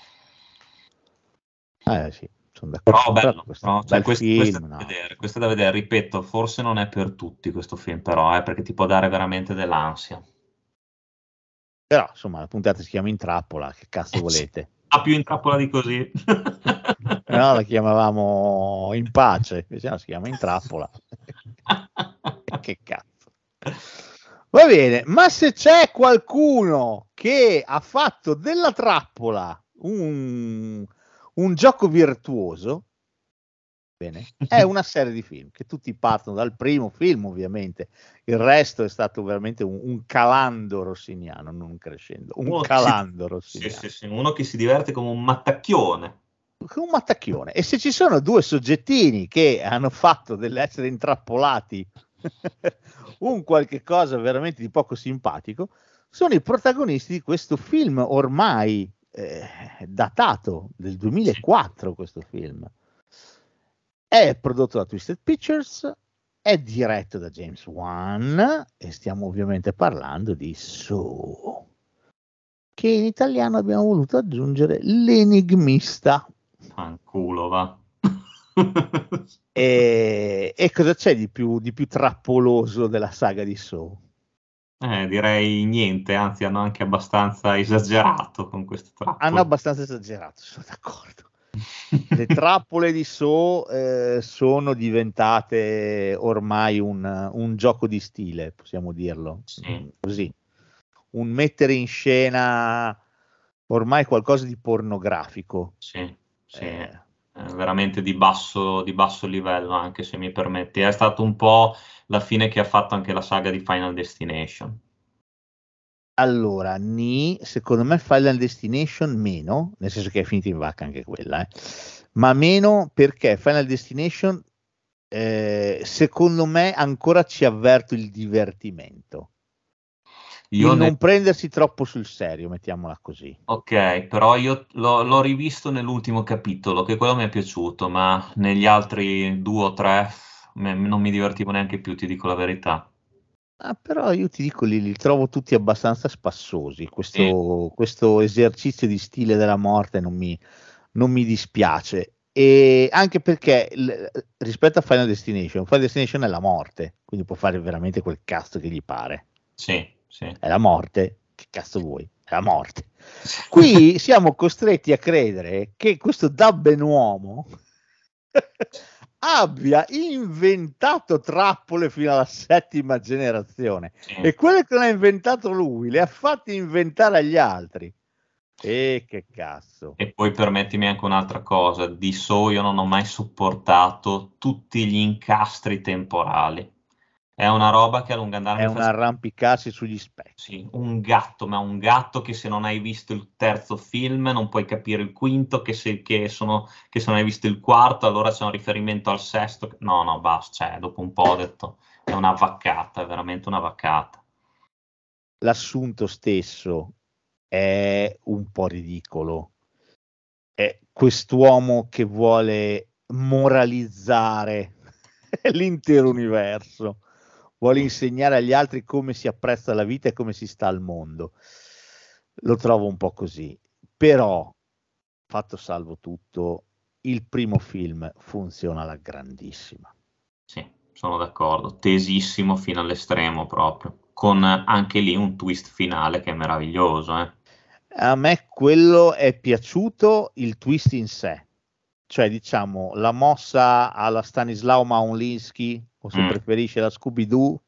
Eh sì, sono Però d'accordo. Però bello, questo è un però, cioè, bel questo, questo è film, da no? vedere, questo è da vedere, ripeto, forse non è per tutti questo film, però, eh, perché ti può dare veramente dell'ansia. Però insomma la puntata si chiama Intrappola, che cazzo volete? Ha più in trappola di così. No, la chiamavamo In Pace, invece no, si chiama Intrappola. Che cazzo. Va bene, ma se c'è qualcuno che ha fatto della trappola un, un gioco virtuoso, bene, è una serie di film che tutti partono dal primo film, ovviamente. Il resto è stato veramente un, un calando rossiniano, non crescendo, un Uno che si- calando sì, rossiniano. sì, sì, uno che si diverte come un mattacchione. Un mattacchione. E se ci sono due soggettini che hanno fatto dell'essere intrappolati un qualche cosa veramente di poco simpatico, sono i protagonisti di questo film ormai eh, datato del duemilaquattro. Questo film è prodotto da Twisted Pictures, è diretto da James Wan e stiamo ovviamente parlando di Saw, che in italiano abbiamo voluto aggiungere L'Enigmista. Fanculo, va. E, e cosa c'è di più, di più trappoloso della saga di Saw? Eh, direi niente, anzi hanno anche abbastanza esagerato con queste Hanno trappole. abbastanza esagerato, sono d'accordo. Le trappole di Saw eh, sono diventate ormai un, un gioco di stile, possiamo dirlo. Sì. Così. Un mettere in scena ormai qualcosa di pornografico. Sì, sì, Eh, è veramente di basso, di basso livello, anche se mi permetti. È stato un po' la fine che ha fatto anche la saga di Final Destination. Allora, ni, secondo me Final Destination meno, nel senso che è finita in vacca anche quella, eh. ma meno perché Final Destination eh, secondo me ancora ci avverto il divertimento. Io il ne- non prendersi troppo sul serio, mettiamola così. Ok, però io l'ho, l'ho rivisto nell'ultimo capitolo, che quello mi è piaciuto, ma negli altri due o tre me- non mi divertivo neanche più, ti dico la verità. Ah, però io ti dico, li, li trovo tutti abbastanza spassosi. Sì. Questo, questo esercizio di stile della morte non mi, non mi dispiace. E anche perché l- rispetto a Final Destination, Final Destination è la morte, quindi può fare veramente quel cazzo che gli pare. Sì, sì. È la morte, che cazzo vuoi? È la morte. Qui siamo costretti a credere che questo dabbenuomo abbia inventato trappole fino alla settima generazione, Sì. e quelle che non ha inventato lui le ha fatte inventare agli altri. E che cazzo. E poi permettimi anche un'altra cosa, di So io non ho mai sopportato tutti gli incastri temporali. È una roba che a lungo andare È mi un fa... arrampicarsi sugli specchi. Sì, un gatto, ma un gatto che se non hai visto il terzo film non puoi capire il quinto, che se, che sono, che se non hai visto il quarto allora c'è un riferimento al sesto. No, no, basta, cioè, dopo un po' ho detto, è una vaccata, è veramente una vaccata. L'assunto stesso è un po' ridicolo. È quest'uomo che vuole moralizzare l'intero universo, vuole insegnare agli altri come si apprezza la vita e come si sta al mondo. Lo trovo un po' così, però fatto salvo tutto, il primo film funziona alla grandissima. Sì, sono d'accordo, tesissimo fino all'estremo proprio, con anche lì un twist finale che è meraviglioso, eh. A me quello è piaciuto, il twist in sé, cioè diciamo la mossa alla Stanislao Maulinski, o se Mm. preferisce la Scooby-Doo,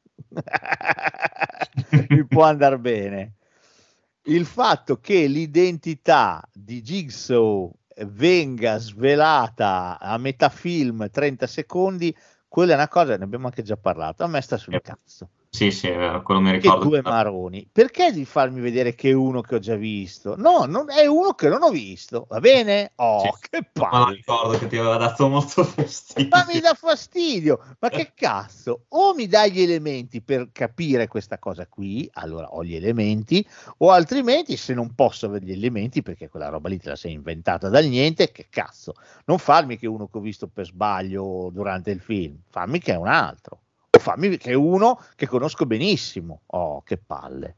mi può andare bene. Il fatto che l'identità di Jigsaw venga svelata a metà film, trenta secondi, quella è una cosa, ne abbiamo anche già parlato, a me sta sul cazzo. Sì, sì, è vero, quello mi Che ricordo. due maroni, perché di farmi vedere che è uno che ho già visto? No, non è uno che non ho visto, va bene? Oh, Sì, che non me palle! lo ricordo che ti aveva dato molto fastidio. Ma mi dà fastidio, ma che cazzo? O mi dai gli elementi per capire questa cosa qui, allora ho gli elementi, o altrimenti se non posso avere gli elementi perché quella roba lì te la sei inventata dal niente, che cazzo? Non farmi che uno che ho visto per sbaglio durante il film, fammi che è un altro, o fammi che è uno che conosco benissimo. Oh, che palle.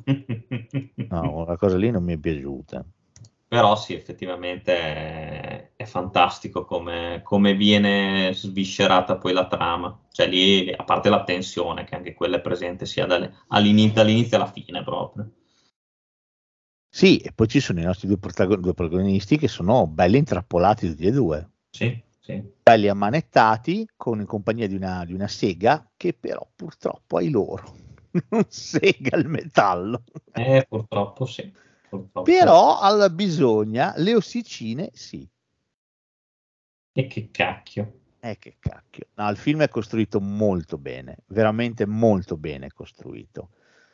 No, la cosa lì non mi è piaciuta. Però sì, effettivamente è, è fantastico come, come viene sviscerata poi la trama. Cioè lì, a parte la tensione, che anche quella è presente sia dalle- all'inizio, dall'inizio alla fine proprio. Sì, e poi ci sono i nostri due, protagon- due protagonisti che sono belli intrappolati tutti e due. Sì, sì. Belli ammanettati, con in compagnia di una, di una sega che però purtroppo ai loro non sega il metallo. Eh, purtroppo sì. Purtroppo. Però alla bisogna le ossicine sì. E che cacchio. Eh, che cacchio. No, il film è costruito molto bene, veramente molto bene costruito.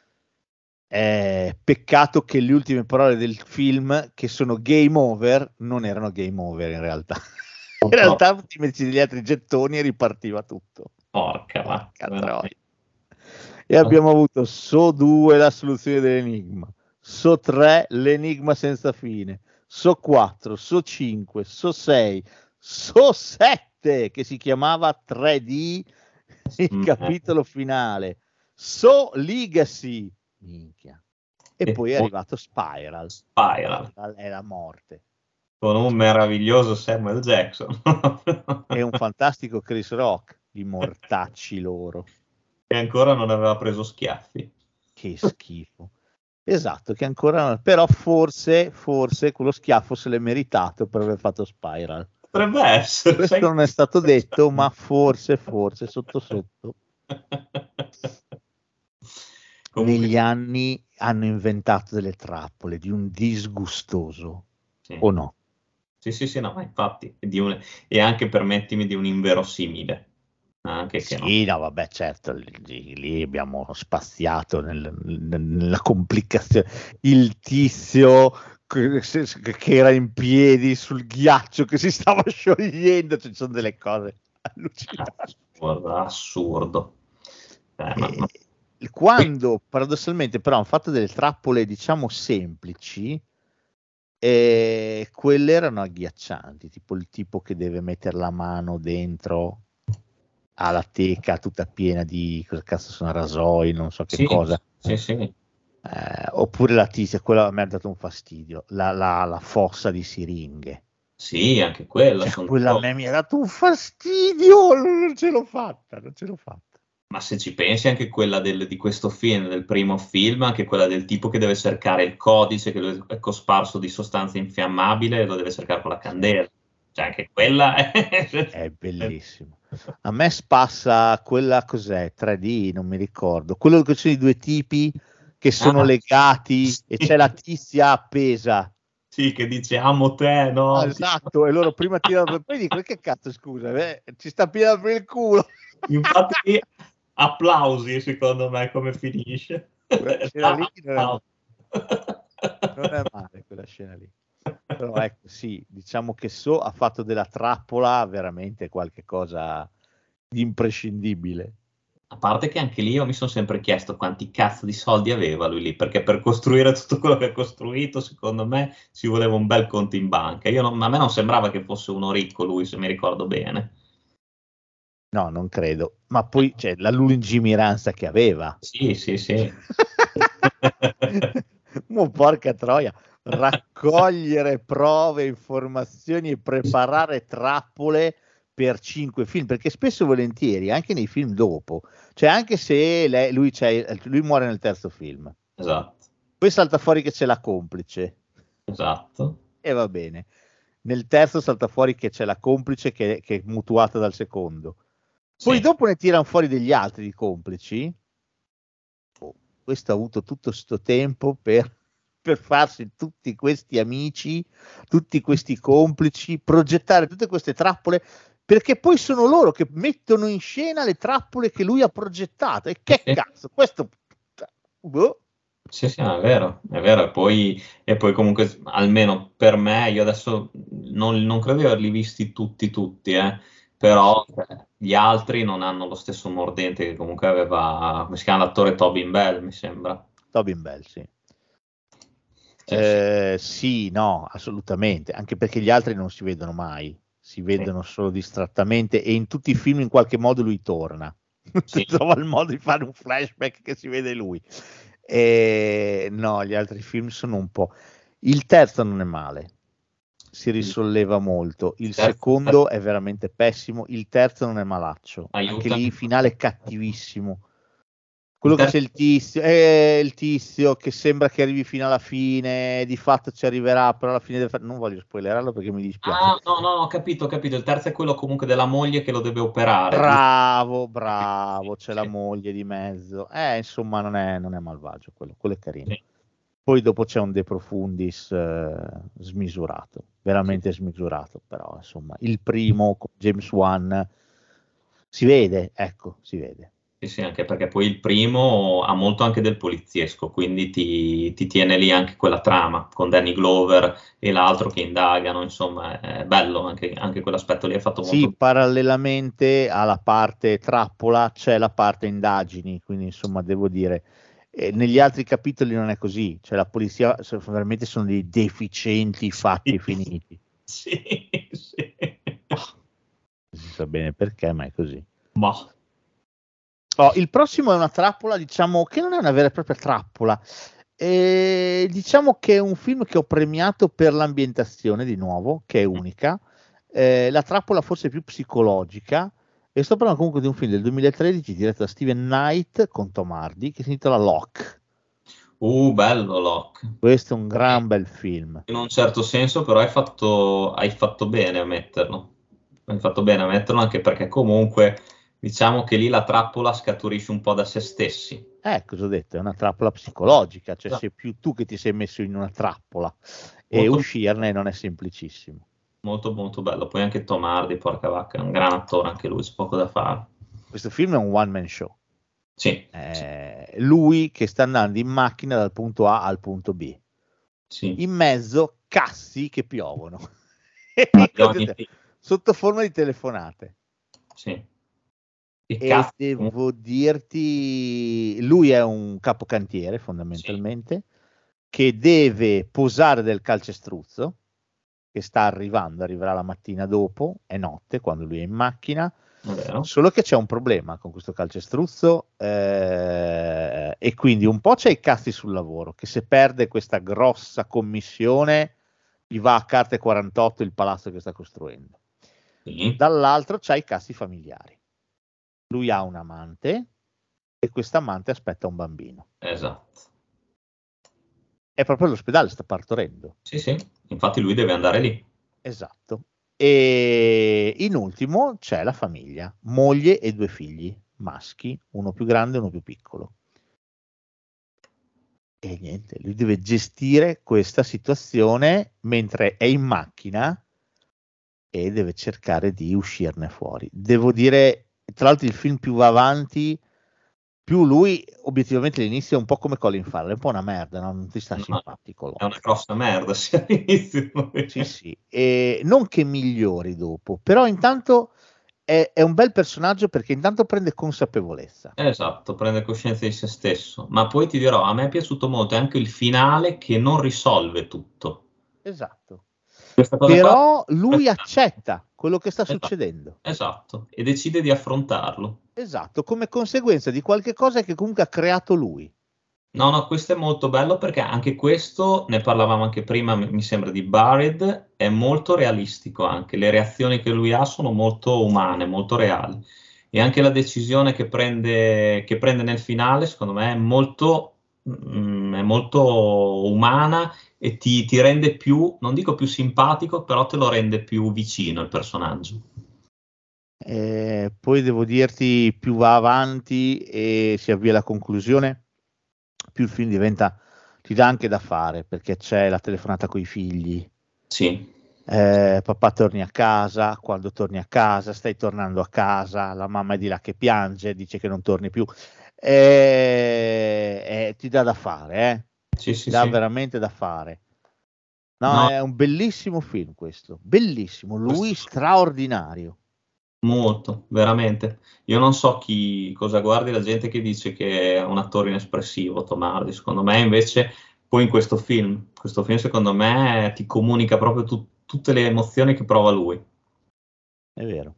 Eh, peccato che le ultime parole del film, che sono game over, non erano game over in realtà. In realtà ti metti degli altri gettoni e ripartiva tutto. Porca va. Porca troia. E abbiamo avuto So due la soluzione dell'enigma, So tre l'enigma senza fine, So quattro, So cinque, So sei, So sette che si chiamava tre D, il capitolo finale, So Legacy, minchia. E, e poi è arrivato Spiral. Spiral. Spiral è la morte. Con un meraviglioso Samuel Jackson. E un fantastico Chris Rock, i mortacci loro. Che ancora non aveva preso schiaffi. Che schifo. Esatto, che ancora però forse, forse quello schiaffo se l'è meritato per aver fatto Spiral. Potrebbe essere. Questo sai? non è stato detto, ma forse, forse, sotto sotto. Comunque, negli anni hanno inventato delle trappole di un disgustoso, sì. o no? Sì, sì, sì, no, ma infatti, di un, e anche, permettimi, di un inverosimile. Anche che Sì, no. no, vabbè, certo, lì, lì abbiamo spaziato nel, nel, nella complicazione. Il tizio che, che era in piedi sul ghiaccio che si stava sciogliendo, cioè, ci sono delle cose allucinanti. Assurdo, assurdo. Eh, ma, ma... Quando paradossalmente però hanno fatto delle trappole diciamo semplici, e quelle erano agghiaccianti, tipo il tipo che deve mettere la mano dentro alla teca tutta piena di cosa cazzo sono, rasoi, non so che sì, cosa. Sì, sì. Eh, oppure la tizia, quella mi ha dato un fastidio, la, la, la fossa di siringhe. Sì, anche quella. Cioè, quella a me mi ha dato un fastidio, non ce l'ho fatta, non ce l'ho fatta. Ma se ci pensi anche quella del, di questo film, del primo film, anche quella del tipo che deve cercare il codice che è cosparso di sostanza infiammabile e lo deve cercare con la candela. Cioè anche quella è... è bellissimo. A me spassa quella, cos'è, tre D, non mi ricordo, quello che sono i due tipi che sono ah, legati sì. E c'è la tizia appesa. Sì, che dice amo te, no? Ah, esatto, e loro prima tirano, poi dicono che cazzo scusa, eh, ci sta pieno per il culo. Infatti applausi secondo me come finisce. Quella scena lì non è, non è male quella scena lì. Però ecco sì, diciamo che So ha fatto della trappola veramente qualche cosa di imprescindibile. A parte che anche lì io mi sono sempre chiesto quanti cazzo di soldi aveva lui lì, perché per costruire tutto quello che ha costruito secondo me ci voleva un bel conto in banca. Io non, a me non sembrava che fosse uno ricco lui, se mi ricordo bene. No, non credo, ma poi c'è cioè, la lungimiranza che aveva. Sì, sì, sì. Mo porca troia, raccogliere prove, informazioni e preparare trappole per cinque film, perché spesso e volentieri, anche nei film dopo, cioè anche se lei, lui, c'è, lui muore nel terzo film. Esatto. Poi salta fuori che c'è la complice. Esatto. E va bene. Nel terzo salta fuori che c'è la complice che, che è mutuata dal secondo. Poi sì. Dopo ne tirano fuori degli altri di complici. Oh, questo ha avuto tutto sto tempo per, per farsi tutti questi amici, tutti questi complici, progettare tutte queste trappole, perché poi sono loro che mettono in scena le trappole che lui ha progettato. E che sì. Cazzo, questo... Boh. Sì, sì, è vero, è vero, e poi, e poi comunque, almeno per me, io adesso non, non credo di averli visti tutti, tutti, eh, però gli altri non hanno lo stesso mordente che comunque aveva, come si chiama l'attore Tobin Bell, mi sembra. Tobin Bell, sì. Sì, eh, sì. sì, no, assolutamente, anche perché gli altri non si vedono mai, si vedono sì. Solo distrattamente e in tutti i film in qualche modo lui torna, sì. Trova il modo di fare un flashback che si vede lui. E no, gli altri film sono un po'. Il terzo non è male, si risolleva molto. Il terzo, secondo è veramente pessimo. Il terzo non è malaccio. Aiuta. Anche lì finale cattivissimo. Quello che c'è il tizio, è il tizio che sembra che arrivi fino alla fine, di fatto ci arriverà, però alla fine deve fare... non voglio spoilerarlo perché mi dispiace. Ah, no, no, ho capito, ho capito. Il terzo è quello comunque della moglie che lo deve operare. Bravo, bravo, c'è sì. La moglie di mezzo. Eh, insomma, non è, non è malvagio quello, quello è carino. Sì. Poi dopo c'è un De Profundis eh, smisurato, veramente sì. Smisurato, però insomma, il primo con James Wan si vede, ecco, si vede. Sì, sì, anche perché poi il primo ha molto anche del poliziesco, quindi ti, ti tiene lì anche quella trama con Danny Glover e l'altro che indagano, insomma è bello, anche, anche quell'aspetto lì è fatto molto. Sì, parallelamente alla parte trappola c'è la parte indagini, quindi insomma devo dire, eh, negli altri capitoli non è così, cioè la polizia veramente sono dei deficienti fatti sì. Finiti. Sì, sì. Oh, non si sa bene perché, ma è così. Ma... Oh, il prossimo è una trappola, diciamo che non è una vera e propria trappola, e diciamo che è un film che ho premiato per l'ambientazione di nuovo, che è unica, eh, la trappola forse più psicologica, e sto parlando comunque di un film del duemilatredici diretto da Steven Knight con Tom Hardy che si intitola Locke. Uh, bello Locke. Questo è un gran bel film. In un certo senso però hai fatto, hai fatto bene a metterlo, hai fatto bene a metterlo anche perché comunque... Diciamo che lì la trappola scaturisce un po' da se stessi. Eh, cosa ho detto? È una trappola psicologica, cioè no. Sei più tu che ti sei messo in una trappola e molto, uscirne non è semplicissimo. Molto molto bello. Poi anche Tom Hardy, porca vacca, è un gran attore anche lui, c'è poco da fare. Questo film è un one man show. Sì, eh, sì. Lui che sta andando in macchina dal punto A al punto B. Sì. In mezzo cassi che piovono sotto forma di telefonate. Sì. E, e devo dirti, lui è un capocantiere fondamentalmente, sì, che deve posare del calcestruzzo, che sta arrivando, arriverà la mattina dopo, è notte quando lui è in macchina, solo che c'è un problema con questo calcestruzzo, eh, e quindi un po' c'è i casti sul lavoro, che se perde questa grossa commissione gli va a carte quarantotto il palazzo che sta costruendo. Sì. Dall'altro c'è i casti familiari. Lui ha un amante e questa amante aspetta un bambino. Esatto. È proprio all'ospedale, sta partorendo. Sì, sì, infatti lui deve andare lì. Esatto. E in ultimo c'è la famiglia, moglie e due figli maschi, uno più grande e uno più piccolo. E niente, lui deve gestire questa situazione mentre è in macchina e deve cercare di uscirne fuori. Devo dire, tra l'altro il film più va avanti, più lui obiettivamente all'inizio è un po' come Colin Farrell, è un po' una merda, no? Non ti sta no, simpatico. È una grossa merda, sì, all'inizio. Sì, sì, e non che migliori dopo, però intanto è, è un bel personaggio perché intanto prende consapevolezza. Esatto, prende coscienza di se stesso, ma poi ti dirò, a me è piaciuto molto anche il finale che non risolve tutto. Esatto. Questa cosa però qua... lui accetta quello che sta esatto, succedendo. Esatto, e decide di affrontarlo. Esatto, come conseguenza di qualche cosa che comunque ha creato lui. No, no, questo è molto bello perché anche questo, ne parlavamo anche prima, mi sembra di Buried, è molto realistico anche, le reazioni che lui ha sono molto umane, molto reali. E anche la decisione che prende, che prende nel finale, secondo me, è molto, mm, è molto umana e ti, ti rende più, non dico più simpatico, però te lo rende più vicino il personaggio. Eh, poi devo dirti, più va avanti e si avvia la conclusione, più il film diventa, ti dà anche da fare, perché c'è la telefonata coi figli. Sì. Eh, papà torni a casa, quando torni a casa, stai tornando a casa, la mamma è di là che piange, dice che non torni più. Eh, eh, ti dà da fare, eh? Sì, sì, ti dà sì. veramente da fare. No, No. È un bellissimo film questo, bellissimo, lui questo... straordinario. Molto, veramente. Io non so chi cosa guardi la gente che dice che è un attore inespressivo, Tom Hardy. Secondo me invece, poi in questo film, questo film secondo me ti comunica proprio tu, tutte le emozioni che prova lui. È vero.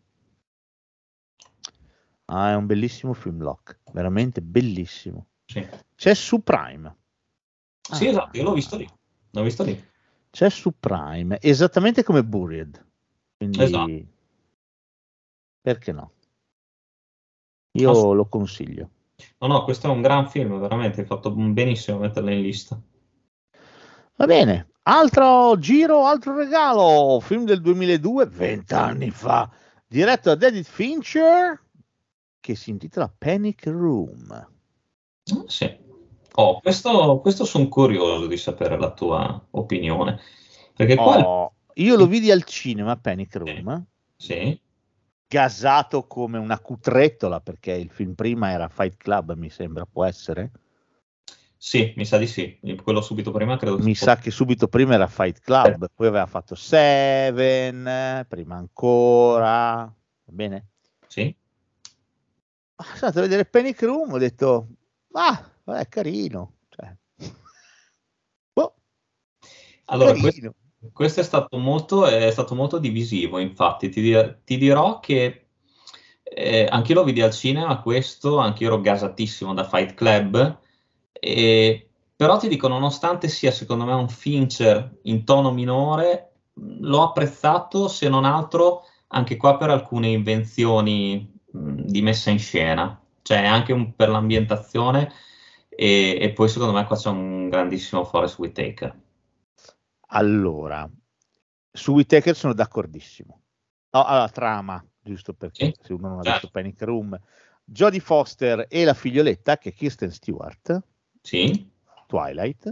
Ah, è un bellissimo film, Locke, veramente bellissimo. Sì. C'è su Prime. Sì, ah, esatto, io l'ho visto lì. L'ho visto lì. C'è su Prime, esattamente come Buried. Quindi... Esatto. Perché no? Io oh, lo consiglio. No, no, questo è un gran film, veramente, hai fatto benissimo a metterlo in lista. Va bene, altro giro, altro regalo, film del duemiladue, vent'anni fa, diretto da David Fincher, che si intitola Panic Room. Sì. Oh, questo, questo sono curioso di sapere la tua opinione. Perché qua... Oh, io lo vidi al cinema, Panic Room. Sì. Sì. Gasato come una cutrettola, perché il film prima era Fight Club, mi sembra, può essere? Sì, mi sa di sì, quello subito prima credo. Mi sa che subito prima era Fight Club, eh. Poi aveva fatto Seven, prima ancora, va bene? Sì. Sono andato a vedere Panic Room, ho detto, ah, è carino. Cioè. Boh, allora, questo, questo è stato molto, è stato molto divisivo, infatti, ti, ti dirò che eh, anche io lo vidi al cinema, questo, anche io ero gasatissimo da Fight Club, e, però ti dico, nonostante sia secondo me un Fincher in tono minore, l'ho apprezzato, se non altro, anche qua per alcune invenzioni mh, di messa in scena, cioè anche un, per l'ambientazione, e, e poi secondo me qua c'è un grandissimo Forest Whitaker. Allora, su Whitaker sono d'accordissimo. No, alla trama, giusto perché sì, se uno non ha certo. visto Panic Room, Jodie Foster e la figlioletta, che è Kirsten Stewart, sì. Twilight,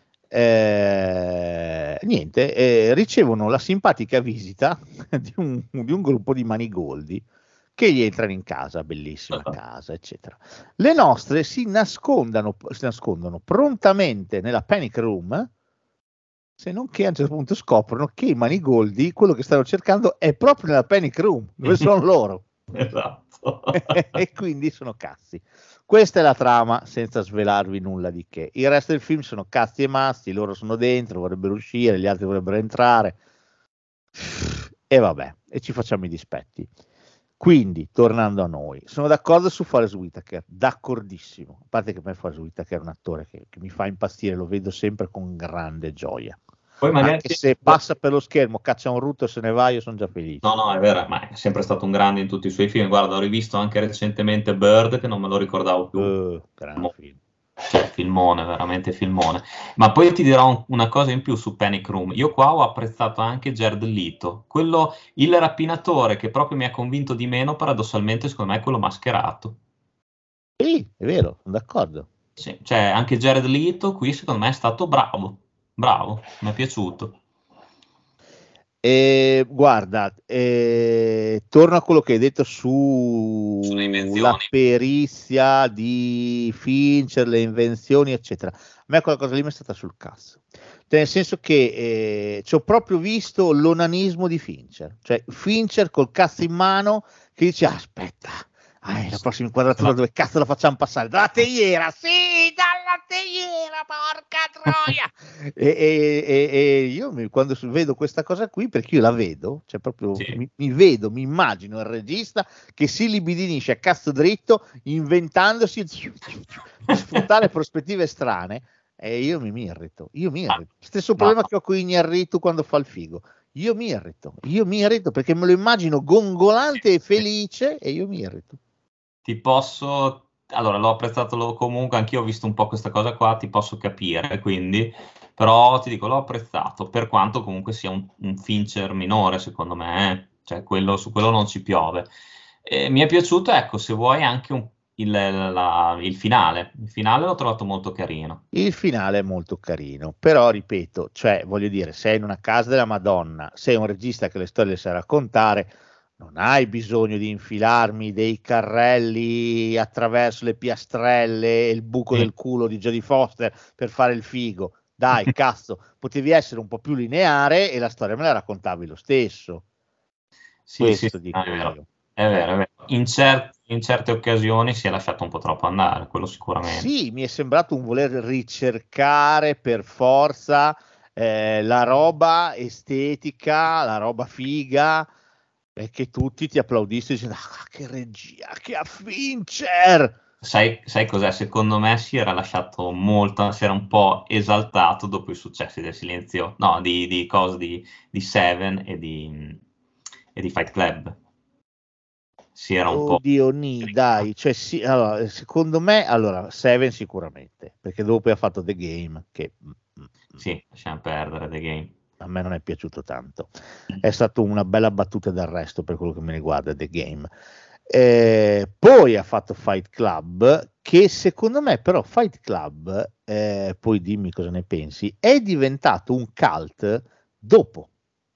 eh, niente, eh, ricevono la simpatica visita di un, di un gruppo di manigoldi che gli entrano in casa, bellissima uh-huh. casa, eccetera. Le nostre si nascondono, si nascondono prontamente nella Panic Room Se non che a un certo punto scoprono che i Manigoldi, quello che stanno cercando è proprio nella Panic Room, dove sono loro. Esatto. E quindi sono cazzi. Questa è la trama, senza svelarvi nulla di che. Il resto del film sono cazzi e masti, loro sono dentro, vorrebbero uscire, gli altri vorrebbero entrare. E vabbè, e ci facciamo i dispetti. Quindi, tornando a noi, sono d'accordo su Forest Whitaker, d'accordissimo. A parte che per me Forest Whitaker è un attore che, che mi fa impazzire, lo vedo sempre con grande gioia. Poi magari Anche se passa per lo schermo, caccia un rutto e se ne va, io sono già felice. No, no, è vero, ma è sempre stato un grande in tutti i suoi film. Guarda, ho rivisto anche recentemente Bird, che non me lo ricordavo più. Uh, grande film. Cioè, filmone, veramente filmone. Ma poi ti dirò un, una cosa in più su Panic Room. Io qua ho apprezzato anche Jared Leto, quello, il rapinatore che proprio mi ha convinto di meno, paradossalmente, secondo me è quello mascherato. Sì, è vero, sono d'accordo. Sì, cioè, anche Jared Leto qui, secondo me, è stato bravo. Bravo, mi è piaciuto. E, guarda, eh, torno a quello che hai detto sulla perizia di Fincher, le invenzioni, eccetera. A me quella cosa lì mi è stata sul cazzo. Cioè, nel senso che eh, ci ho proprio visto l'onanismo di Fincher. Cioè, Fincher col cazzo in mano che dice, ah, aspetta, ah, la prossima inquadratura dove cazzo la facciamo passare? Dalla teiera, sì, dalla teiera, porca troia! e, e, e, e io mi, quando vedo questa cosa qui, perché io la vedo, cioè proprio Sì. mi, mi vedo, mi immagino il regista che si libidinisce a cazzo dritto inventandosi di sfruttare prospettive strane, e io mi, mi irrito, io mi irrito. Stesso problema no. che ho con Iñárritu quando fa il figo. Io mi irrito, io mi irrito perché me lo immagino gongolante e felice e io mi irrito. Ti posso, allora l'ho apprezzato lo, comunque, anch'io ho visto un po' questa cosa qua, ti posso capire, quindi, però ti dico, l'ho apprezzato, per quanto comunque sia un, un Fincher minore, secondo me, eh. Cioè quello, su quello non ci piove. E mi è piaciuto, ecco, se vuoi anche un, il, la, il finale, il finale l'ho trovato molto carino. Il finale è molto carino, però ripeto, cioè voglio dire, sei in una casa della Madonna, sei un regista che le storie le sa raccontare, non hai bisogno di infilarmi dei carrelli attraverso le piastrelle e il buco Sì. del culo di Jodie Foster per fare il figo. Dai, cazzo, potevi essere un po' più lineare e la storia me la raccontavi lo stesso. Sì, Questo sì, dico è vero, io. è vero, è vero. In, cer- in certe occasioni si è lasciato un po' troppo andare, quello sicuramente. Sì, mi è sembrato un voler ricercare per forza eh, la roba estetica, la roba figa, e che tutti ti applaudissero dicendo ah, che regia, che a Fincher! Sai, sai cos'è? Secondo me si era lasciato molto, si era un po' esaltato dopo i successi del silenzio, no, di, di cose di, di Seven e di, e di Fight Club. Si era un po'. Oddio, ni, dai, cioè sì, allora, secondo me, allora, Seven sicuramente, perché dopo ha fatto The Game, che Sì, lasciamo perdere The Game. A me non è piaciuto tanto, è stata una bella battuta d'arresto per quello che me ne riguarda The Game. Eh, poi ha fatto Fight Club, che secondo me però Fight Club, eh, poi dimmi cosa ne pensi, è diventato un cult dopo.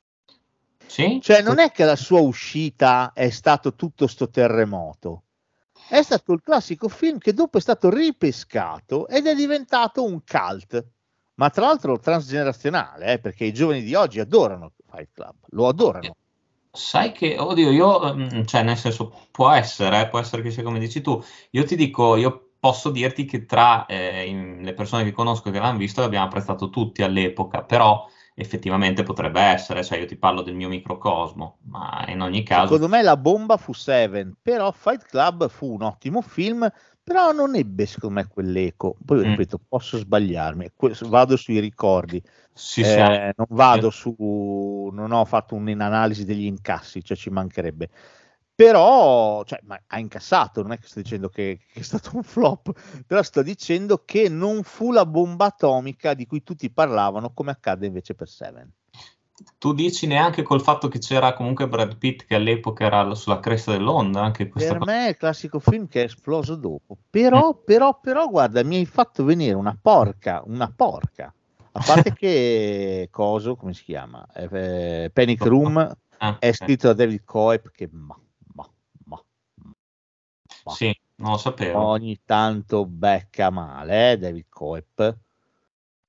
Sì? Cioè non è che la sua uscita è stato tutto sto terremoto, è stato il classico film che dopo è stato ripescato ed è diventato un cult, ma tra l'altro transgenerazionale, eh, perché i giovani di oggi adorano Fight Club, lo adorano. Sai che, oddio, io, cioè nel senso, può essere, eh, può essere che sia come dici tu, io ti dico, io posso dirti che tra eh, in, le persone che conosco che l'hanno visto l'abbiamo apprezzato tutti all'epoca, però effettivamente potrebbe essere, cioè io ti parlo del mio microcosmo, ma in ogni caso. Secondo me la bomba fu Seven, però Fight Club fu un ottimo film, però non ebbe secondo me quell'eco. Poi Mm. ripeto, posso sbagliarmi, que- vado sui ricordi, Sì, eh, sì. non vado su, non ho fatto un'analisi degli incassi, cioè ci mancherebbe. Però cioè, ma ha incassato, non è che sto dicendo che, che è stato un flop, però sto dicendo che non fu la bomba atomica di cui tutti parlavano, come accade invece per Seven. Tu dici neanche col fatto che c'era comunque Brad Pitt che all'epoca era sulla cresta dell'onda, anche questa Per cosa. me è il classico film che è esploso dopo, però, però, però, guarda, mi hai fatto venire una porca, una porca, a parte che coso, come si chiama? Eh, Panic Room Ah, è ok. scritto da David Coep che ma, ma, ma, ma, Sì, non lo sapevo. ogni tanto becca male, eh, David Coep.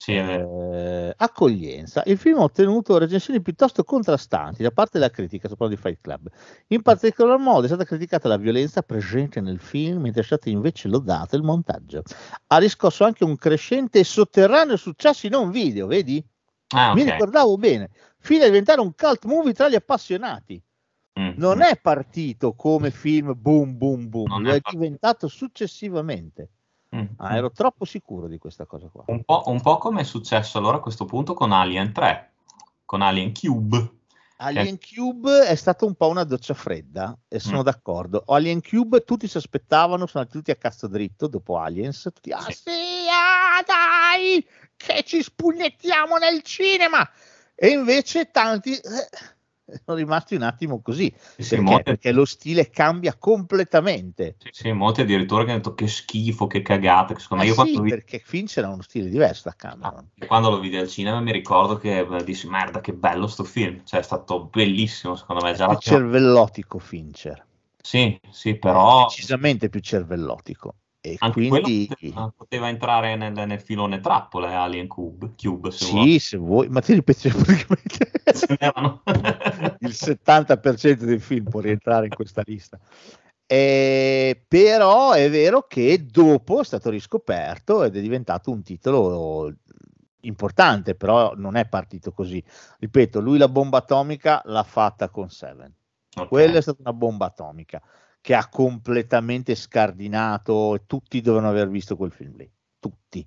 Sì, è vero. Eh, accoglienza. Il film ha ottenuto recensioni piuttosto contrastanti da parte della critica, soprattutto di Fight Club. In particolar modo è stata criticata la violenza presente nel film, mentre è stato invece lodato il montaggio. Ha riscosso anche un crescente e sotterraneo successo in home video, vedi? Ah, Mi ok. ricordavo bene. Fino a diventare un cult movie tra gli appassionati. Mm, Non mm. è partito come film boom boom boom, Non lo è è part- diventato successivamente. Mm, Ah, mm. ero troppo sicuro di questa cosa qua. Un po', un po' come è successo allora a questo punto con Alien tre, con Alien Cube. Alien Cube è stata un po' una doccia fredda e sono Mm. d'accordo. Alien Cube tutti si aspettavano, sono andati tutti a cazzo dritto dopo Aliens, tutti, ah Sì. sì, ah dai, che ci spugnettiamo nel cinema! E invece tanti eh, sono rimasti un attimo così, Sì, sì, perché? molti, Perché lo stile cambia completamente. sì, sì, molti addirittura che hanno detto che schifo, che cagata. Che secondo Eh me io quando sì, lo vidi, perché Fincher ha uno stile diverso da ah, Cameron. quando lo vidi al cinema mi ricordo che eh, dissi merda che bello sto film, cioè è stato bellissimo secondo me. È Già più la prima... cervellotico Fincher, Sì, sì, è però decisamente più cervellotico. E anche quello quindi poteva, poteva entrare nel, nel filone trappola, eh, Alien Cube, Cube se vuoi. sì, se vuoi, ma ti ripeti praticamente Ce n'erano. il settanta per cento del film può rientrare in questa lista. Eh, però è vero che dopo è stato riscoperto ed è diventato un titolo importante, però non è partito così. Ripeto, lui la bomba atomica l'ha fatta con Seven. Ok. Quella è stata una bomba atomica che ha completamente scardinato e tutti dovevano aver visto quel film lì, tutti.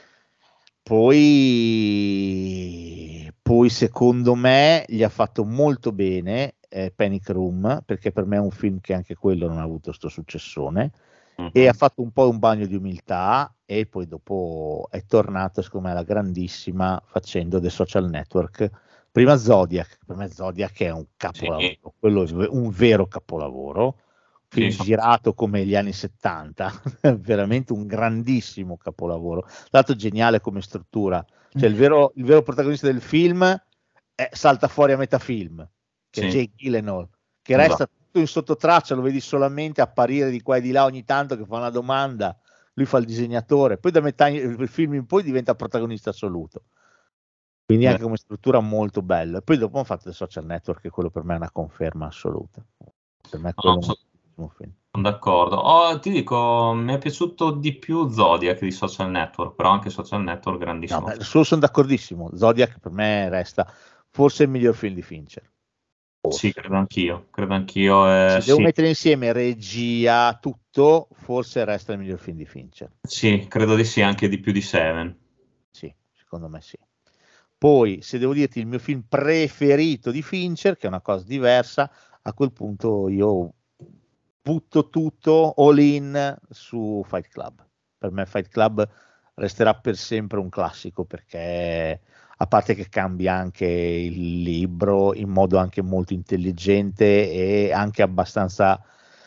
Poi, poi secondo me gli ha fatto molto bene eh, Panic Room, perché per me è un film che anche quello non ha avuto sto successone, Mhm. e ha fatto un po' un bagno di umiltà e poi dopo è tornato secondo me alla grandissima facendo The Social Network. Prima Zodiac, per me Zodiac è un capolavoro, Sì. quello è un vero capolavoro, film Sì, sono- girato come gli anni settanta, veramente un grandissimo capolavoro, tra l'altro geniale come struttura, cioè il vero, il vero protagonista del film è, salta fuori a metà film, che è Sì. Jake Gyllenhaal, che Esatto. resta tutto in sottotraccia, lo vedi solamente apparire di qua e di là ogni tanto che fa una domanda, lui fa il disegnatore, poi da metà il film in poi diventa protagonista assoluto. Quindi Beh. anche come struttura molto bello. E poi dopo hanno fatto il Social Network, che quello per me è una conferma assoluta. Per me No, quello no, è un so- bellissimo film. sono d'accordo. Oh, ti dico, mi è piaciuto di più Zodiac di Social Network, però anche Social Network No, grandissimo. beh, solo sono d'accordissimo. Zodiac per me resta forse il miglior film di Fincher. Sì, credo anch'io, credo anch'io. eh, Se devo sì. mettere insieme regia, tutto, forse resta il miglior film di Fincher. Sì, credo di sì, anche di più di Seven. Sì, secondo me sì. Poi, se devo dirti il mio film preferito di Fincher, che è una cosa diversa, a quel punto io butto tutto all in su Fight Club. Per me Fight Club resterà per sempre un classico, perché a parte che cambia anche il libro in modo anche molto intelligente e anche abbastanza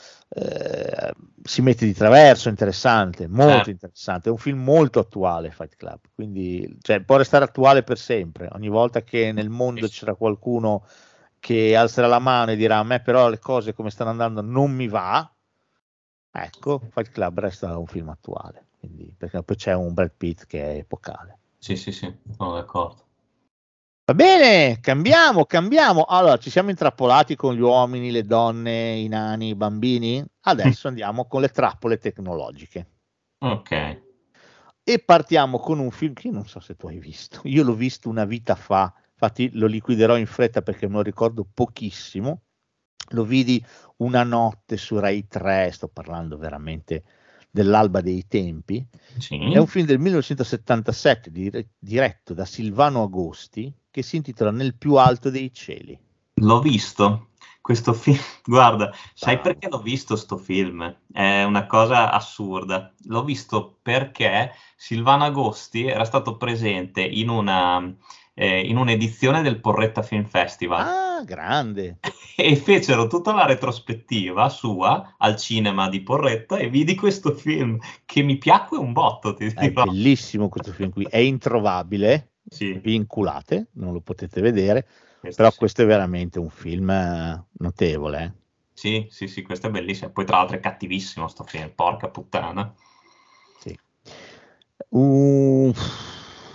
eh, si mette di traverso, interessante, molto Certo. interessante, è un film molto attuale Fight Club, quindi cioè, può restare attuale per sempre, ogni volta che nel mondo Sì. c'era qualcuno che alzerà la mano e dirà a me però le cose come stanno andando non mi va, ecco, Fight Club resta un film attuale, quindi, perché poi c'è un Brad Pitt che è epocale. Sì, sì, sì, sono d'accordo. Va bene, cambiamo, cambiamo. Allora, ci siamo intrappolati con gli uomini, le donne, i nani, i bambini. Adesso andiamo con le trappole tecnologiche. Ok. E partiamo con un film che io non so se tu hai visto. Io l'ho visto una vita fa, infatti lo liquiderò in fretta perché me lo ricordo pochissimo. Lo vidi una notte su Rai tre, sto parlando veramente dell'alba dei tempi. Sì. È un film del millenovecentosettantasette dire- diretto da Silvano Agosti che si intitola Nel più alto dei cieli. L'ho visto questo film, guarda, sai Bravo. perché l'ho visto sto film? È una cosa assurda. L'ho visto perché Silvano Agosti era stato presente in una eh, in un'edizione del Porretta Film Festival Ah, grande. e fecero tutta la retrospettiva sua al cinema di Porretta e vidi questo film che mi piacque un botto, ti È dirò. bellissimo questo film qui, è introvabile, Sì, vinculate, non lo potete vedere, questo però sì. questo è veramente un film eh, notevole. eh. Sì, sì, sì, questo è bellissimo. Poi tra l'altro è cattivissimo sto film, porca puttana. Sì. Un,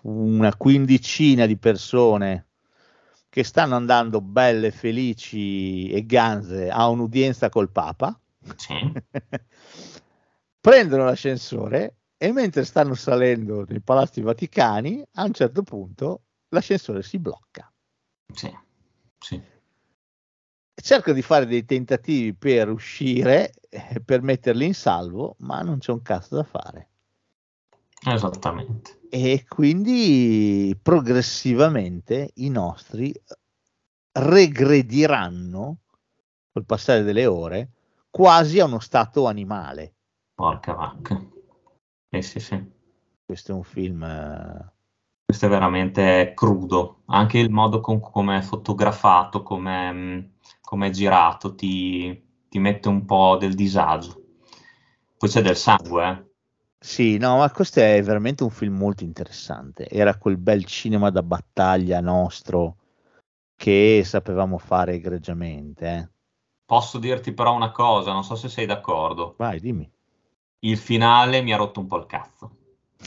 una quindicina di persone che stanno andando belle, felici e ganze a un'udienza col Papa, sì. prendono l'ascensore e mentre stanno salendo nei palazzi vaticani, a un certo punto l'ascensore si blocca. Sì, sì. Cercano di fare dei tentativi per uscire, eh, per metterli in salvo, ma non c'è un cazzo da fare. Esattamente. E quindi progressivamente i nostri regrediranno col passare delle ore quasi a uno stato animale. Porca vacca. Eh sì, sì. Questo è un film... eh, Questo è veramente crudo. Anche il modo con come è fotografato, come è girato, ti, ti mette un po' del disagio. Poi c'è del sangue, eh. Sì, no, ma questo è veramente un film molto interessante. Era quel bel cinema da battaglia nostro che sapevamo fare egregiamente. Eh. Posso dirti però una cosa, non so se sei d'accordo. Vai, dimmi. Il finale mi ha rotto un po' il cazzo.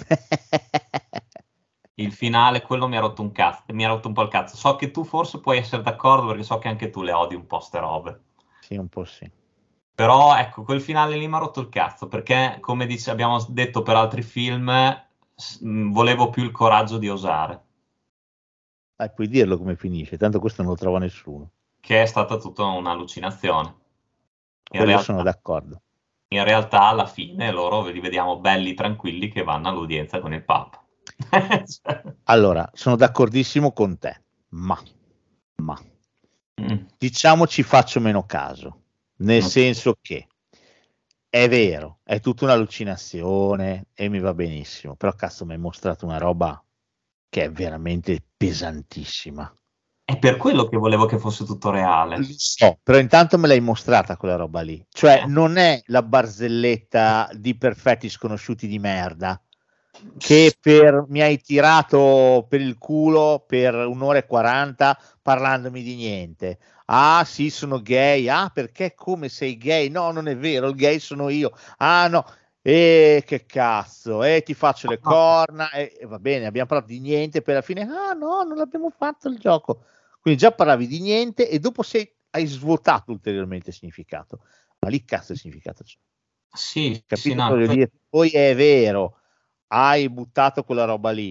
Il finale, quello mi ha rotto un cazzo, mi ha rotto un po' il cazzo. So che tu forse puoi essere d'accordo perché so che anche tu le odi un po' ste robe. Sì, un po' sì. Però ecco, quel finale lì mi ha rotto il cazzo perché, come dice, abbiamo detto per altri film, s- volevo più il coraggio di osare. Dai, puoi dirlo come finisce, tanto questo non lo trova nessuno. Che è stata tutta un'allucinazione. In Quello realtà, sono d'accordo. in realtà alla fine loro li vediamo belli tranquilli che vanno all'udienza con il Papa. Cioè, Allora, sono d'accordissimo con te, ma, ma mm, diciamo ci faccio meno caso, nel Ok. senso che è vero, è tutta un'allucinazione e mi va benissimo, però cazzo mi hai mostrato una roba che è veramente pesantissima. È per quello che volevo che fosse tutto reale. So, però intanto me l'hai mostrata quella roba lì, cioè Eh. non è la barzelletta di perfetti sconosciuti di merda che per, mi hai tirato per il culo per un'ora e quaranta parlandomi di niente. Ah sì, sono gay. Ah, perché? Come sei gay? No, non è vero, il gay sono io. Ah no, e che cazzo, e ti faccio le corna e, e va bene, abbiamo parlato di niente per la fine. Ah no, non abbiamo fatto il gioco. Quindi già parlavi di niente e dopo sei, hai svuotato ulteriormente il significato. Ma lì cazzo il significato c'è. Sì, Capito? sì, no, Voglio dire, poi è vero, hai buttato quella roba lì,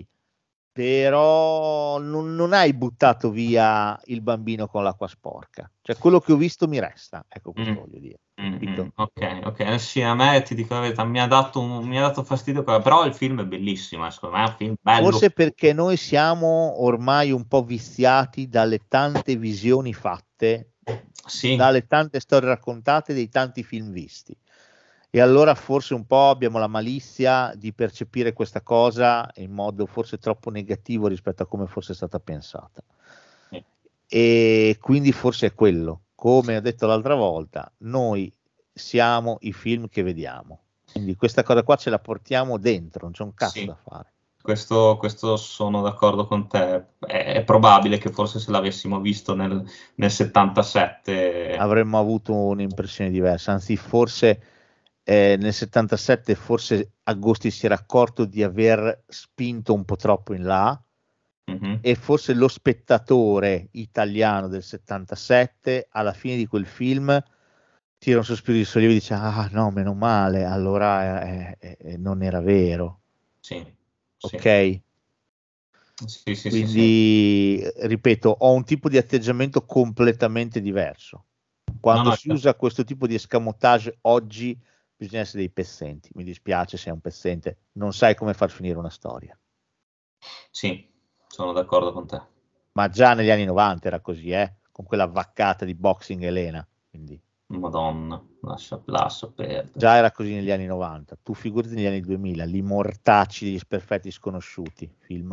però non, non hai buttato via il bambino con l'acqua sporca. Cioè, quello che ho visto mi resta. Ecco, questo Mm, voglio dire. mm, Capito? mm, ok, ok. Sì, a me ti dico la verità, mi ha dato, un- mi ha dato fastidio, quello, però il film è bellissimo, eh, secondo me è un film bello. Forse perché noi siamo ormai un po' viziati dalle tante visioni fatte, Sì, dalle tante storie raccontate, dei tanti film visti. E allora forse un po' abbiamo la malizia di percepire questa cosa in modo forse troppo negativo rispetto a come fosse stata pensata. sì. E quindi forse è quello. Come ho detto l'altra volta, noi siamo i film che vediamo. Quindi questa cosa qua ce la portiamo dentro, non c'è un cazzo Sì. da fare. Questo, questo sono d'accordo con te. È, è probabile che forse se l'avessimo visto nel, nel settantasette Avremmo avuto un'impressione diversa, anzi forse eh, nel settantasette forse Agosti si era accorto di aver spinto un po' troppo in là Mhm. e forse lo spettatore italiano del settantasette alla fine di quel film tira un sospiro di sollievo e dice ah no, meno male, allora eh, eh, eh, non era vero, Sì, sì. ok? Sì, sì, sì, sì. Quindi, ripeto, ho un tipo di atteggiamento completamente diverso. Quando No, no, si usa questo tipo di escamotage oggi bisogna essere dei pezzenti. Mi dispiace se è un pezzente, non sai come far finire una storia. sì, sono d'accordo con te. Ma già negli anni novanta era così, eh? Con quella vaccata di Boxing Elena. Quindi Madonna, lascia, lascia perdere. già era così negli anni novanta. Tu figurati negli anni duemila, Gli mortacci degli sperfetti sconosciuti. Film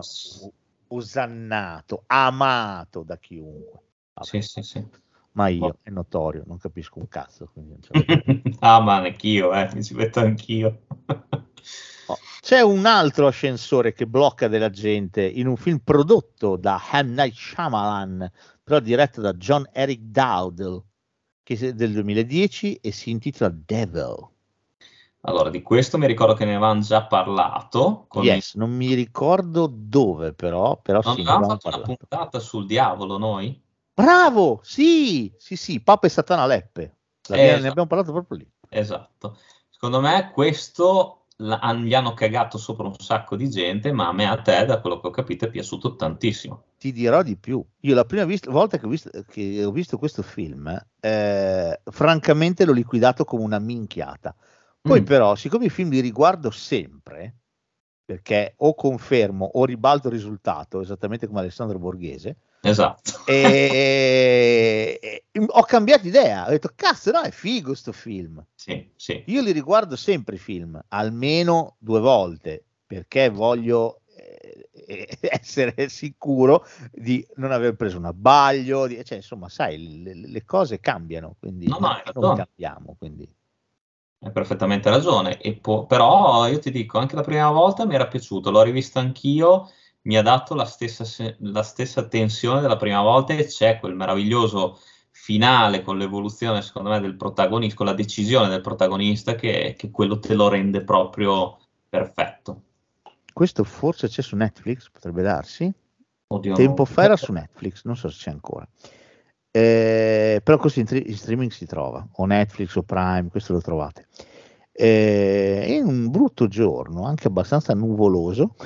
osannato, amato da chiunque. Vabbè. Sì, sì, sì. Ma io, Boh. è notorio, non capisco un cazzo. Quindi non ce Ah, ma anch'io, eh, mi ci metto anch'io. Oh, c'è un altro ascensore che blocca della gente in un film prodotto da M. Night Shyamalan, però diretto da John Eric Dowdle, che è del duemiladieci e si intitola Devil. Allora, di questo mi ricordo che ne avevamo già parlato. Con Yes, il... non mi ricordo dove però, però Non sì, ne avevamo avevamo fatto una parlato. puntata sul diavolo noi? Bravo, sì, sì, sì, Papa e Satana Leppe. L'abbiamo- Ne Esatto. abbiamo parlato proprio lì. Esatto. Secondo me questo la- gli hanno cagato sopra un sacco di gente, ma a me, a te, da quello che ho capito, è piaciuto tantissimo. Ti dirò di più. Io la prima vist- volta che ho visto, che ho visto questo film, eh, francamente l'ho liquidato come una minchiata. Poi Mm, però, siccome i film li riguardo sempre, perché o confermo o ribalto il risultato, esattamente come Alessandro Borghese, esatto. e, e- ho cambiato idea. Ho detto, cazzo, no, è figo sto film. Sì, sì. Io li riguardo sempre i film, almeno due volte, perché voglio eh, essere sicuro di non aver preso un abbaglio, di- cioè, insomma, sai, le, le cose cambiano, quindi No, no, noi hai non ragione. cambiamo, quindi Hai perfettamente ragione. E po- però io ti dico, anche la prima volta mi era piaciuto, l'ho rivisto anch'io, mi ha dato la stessa, se- la stessa tensione della prima volta e c'è quel meraviglioso finale con l'evoluzione, secondo me, del protagonista, con la decisione del protagonista che, che quello te lo rende proprio perfetto. questo forse c'è su Netflix, potrebbe darsi. Oddio, Tempo no. fa era su Netflix, non so se c'è ancora. Eh, però così in, tri- in streaming si trova, o Netflix o Prime, questo lo trovate. Eh, in un brutto giorno, anche abbastanza nuvoloso,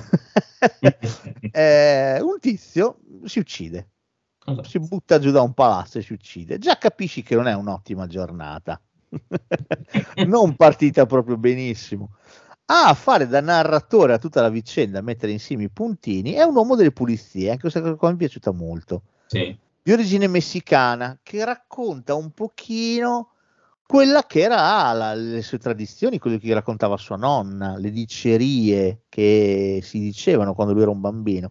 eh, un tizio si uccide, si butta giù da un palazzo e si uccide. Già capisci che non è un'ottima giornata, non partita proprio benissimo. A fare da narratore a tutta la vicenda, a mettere insieme i puntini, è un uomo delle pulizie, anche questa cosa qua mi è piaciuta molto, Sì, di origine messicana, che racconta un pochino quella che era ah, la- le sue tradizioni, quello che raccontava sua nonna, le dicerie che si dicevano quando lui era un bambino.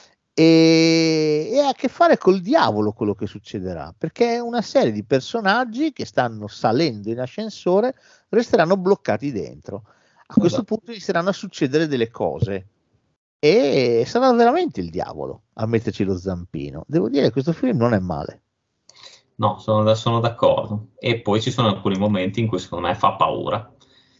E, e ha a che fare col diavolo quello che succederà, perché è una serie di personaggi che stanno salendo in ascensore, resteranno bloccati dentro. A questo esatto. punto inizieranno a succedere delle cose e sarà veramente il diavolo a metterci lo zampino. Devo dire che questo film non è male. No, sono, sono d'accordo. E poi ci sono alcuni momenti in cui secondo me fa paura.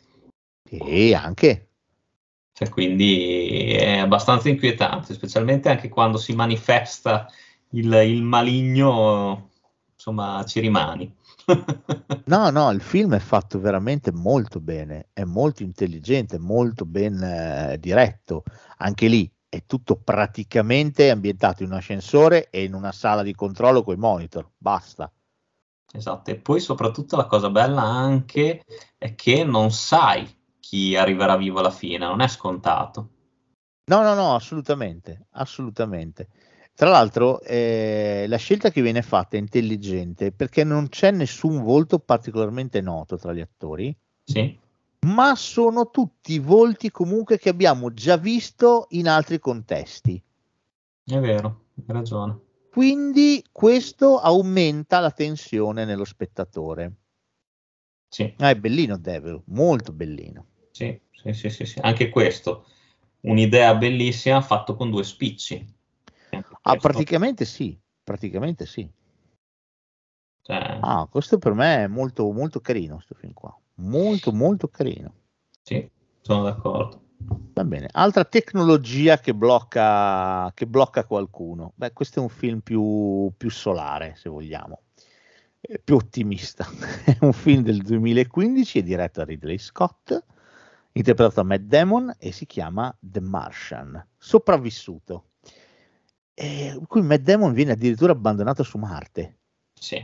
E anche, Cioè, quindi è abbastanza inquietante, specialmente anche quando si manifesta il, il maligno, insomma, ci rimani. no, no, il film è fatto veramente molto bene, è molto intelligente, molto ben eh, diretto. Anche lì è tutto praticamente ambientato in un ascensore e in una sala di controllo con i monitor, basta. Esatto, e poi soprattutto la cosa bella anche è che non sai chi arriverà vivo alla fine, non è scontato. No, no, no, assolutamente, assolutamente. Tra l'altro, eh, la scelta che viene fatta è intelligente perché non c'è nessun volto particolarmente noto tra gli attori, Sì, ma sono tutti volti comunque che abbiamo già visto in altri contesti. è vero, hai ragione. Quindi questo aumenta la tensione nello spettatore. Sì, Ah, è bellino Devil, molto bellino. sì, sì, sì, sì, sì. Anche questo, un'idea bellissima fatto con due spicci. Anche Ah, questo, praticamente sì, praticamente sì. cioè, Ah, questo per me è molto, molto carino, questo film qua. Molto, molto carino. sì, sono d'accordo. Va bene. Altra tecnologia che blocca, che blocca qualcuno. Beh, questo è un film più, più solare, se vogliamo, eh, più ottimista. È un film del duemilaquindici, è diretto da Ridley Scott, interpretato da Matt Damon e si chiama The Martian, sopravvissuto. E in cui Matt Damon viene addirittura abbandonato su Marte. Sì,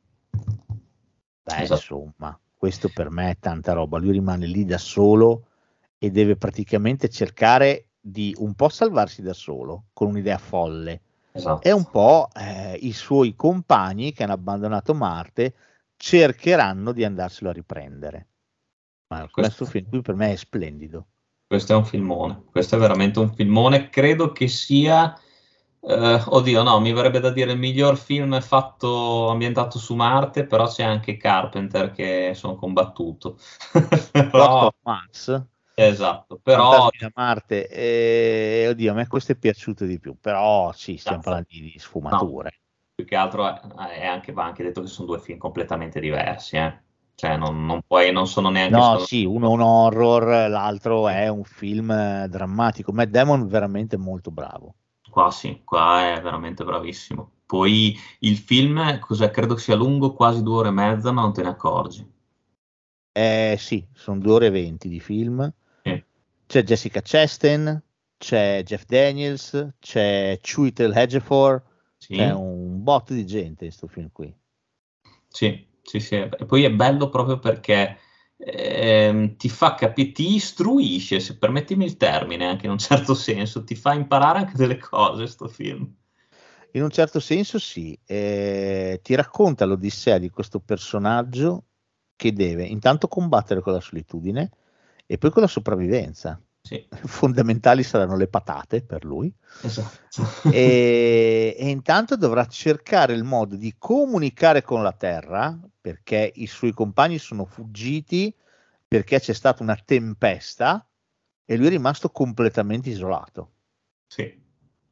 Beh, esatto, insomma, questo per me è tanta roba. Lui rimane lì da solo e deve praticamente cercare di un po' salvarsi da solo, con un'idea folle, e un esatto. po' eh, i suoi compagni che hanno abbandonato Marte cercheranno di andarselo a riprendere. Ma questo Questo, film qui per me è splendido. questo è un filmone, questo è veramente un filmone, credo che sia, eh, oddio no, mi verrebbe da dire il miglior film fatto ambientato su Marte, però c'è anche Carpenter che sono combattuto. Ghost Però, of Mars, esatto, però Fantasmi da Marte, e oddio, a me questo è piaciuto di più, però sì, stiamo cazzo, parlando di no, sfumature. più che altro è, è anche, va anche detto che sono due film completamente diversi, eh. Cioè, non, non puoi, non sono neanche No, solo... sì, uno è un horror, l'altro è un film eh, drammatico. Matt Damon veramente molto bravo. Qua sì, qua è veramente bravissimo. Poi il film, cos'è? Credo sia lungo quasi due ore e mezza, ma non te ne accorgi. Eh sì, sono due ore e venti di film. Sì, C'è Jessica Chastain, c'è Jeff Daniels, c'è Chiwetel Ejiofor, c'è sì, un botto di gente in questo film qui. sì, sì, sì. E poi è bello proprio perché ehm, ti fa capire, ti istruisce, se permettimi il termine, anche in un certo senso, ti fa imparare anche delle cose, sto film. In un certo senso sì, eh, ti racconta l'odissea di questo personaggio che deve intanto combattere con la solitudine e poi con la sopravvivenza. Sì, Fondamentali saranno le patate per lui. esatto. E, e intanto dovrà cercare il modo di comunicare con la Terra perché i suoi compagni sono fuggiti perché c'è stata una tempesta e lui è rimasto completamente isolato. Sì.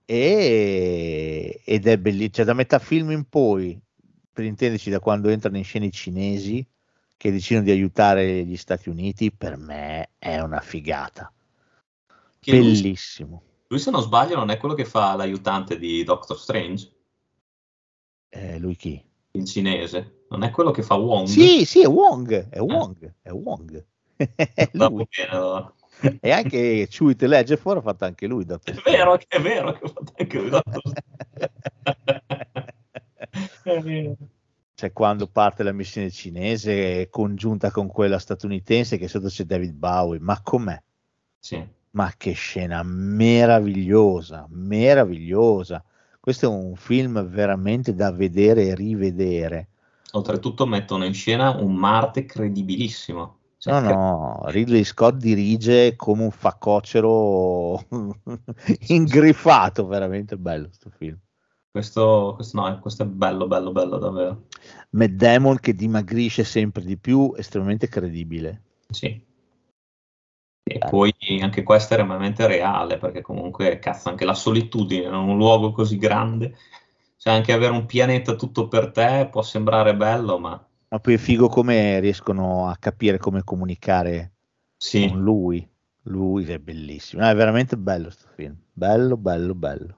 E, ed è bellissimo, cioè da metà film in poi, per intenderci da quando entrano in scena i cinesi che decidono di aiutare gli Stati Uniti, per me è una figata. Che lui, Bellissimo. lui, se non sbaglio, non è quello che fa l'aiutante di Doctor Strange, Eh, lui chi? il cinese. Non è quello che fa Wong? Sì, sì, è Wong, è Eh, Wong, è Wong. È va lui. bene, allora. E anche Chiwetel Ejiofor ha fatto anche lui È Doctor Strange. vero, è vero che ho fatto anche lui Doctor Strange. È vero. Cioè quando parte la missione cinese congiunta con quella statunitense che sotto c'è David Bowie, ma com'è? Sì. Ma che scena meravigliosa, meravigliosa. Questo è un film veramente da vedere e rivedere. Oltretutto mettono in scena un Marte credibilissimo. No, Cioè, cre- no, Ridley Scott dirige come un facocero ingriffato, veramente bello questo film. questo, questo, no, questo è bello, bello, bello davvero. Matt Damon che dimagrisce sempre di più, estremamente credibile. Sì. E Bello. poi anche questo è estremamente reale, perché comunque, cazzo, anche la solitudine in un luogo così grande, cioè anche avere un pianeta tutto per te può sembrare bello, ma Ma poi è figo come riescono a capire come comunicare con sì, lui. Lui è bellissimo. No, è veramente bello questo film. Bello, bello, bello.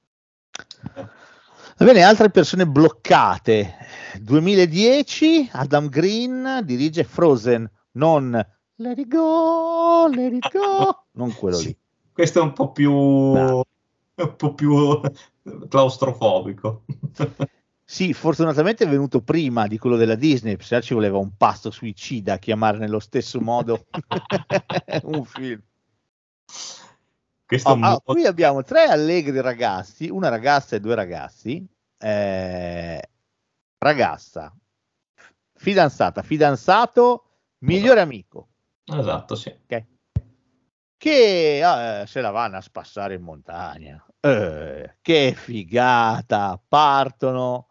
Va bene, altre persone bloccate. duemiladieci, Adam Green dirige Frozen, non Let it go, let it go, non quello sì, lì. questo è un po' più, No. un po' più claustrofobico. Sì, fortunatamente è venuto prima di quello della Disney, se no ci voleva un pasto suicida a chiamare nello stesso modo un film. Questo è Oh, ah, molto... qui abbiamo tre allegri ragazzi, una ragazza e due ragazzi. Eh, ragazza, fidanzata, fidanzato, migliore Esatto, amico, esatto, sì. ok? Che ah, se la vanno a spassare in montagna. Eh, che figata! Partono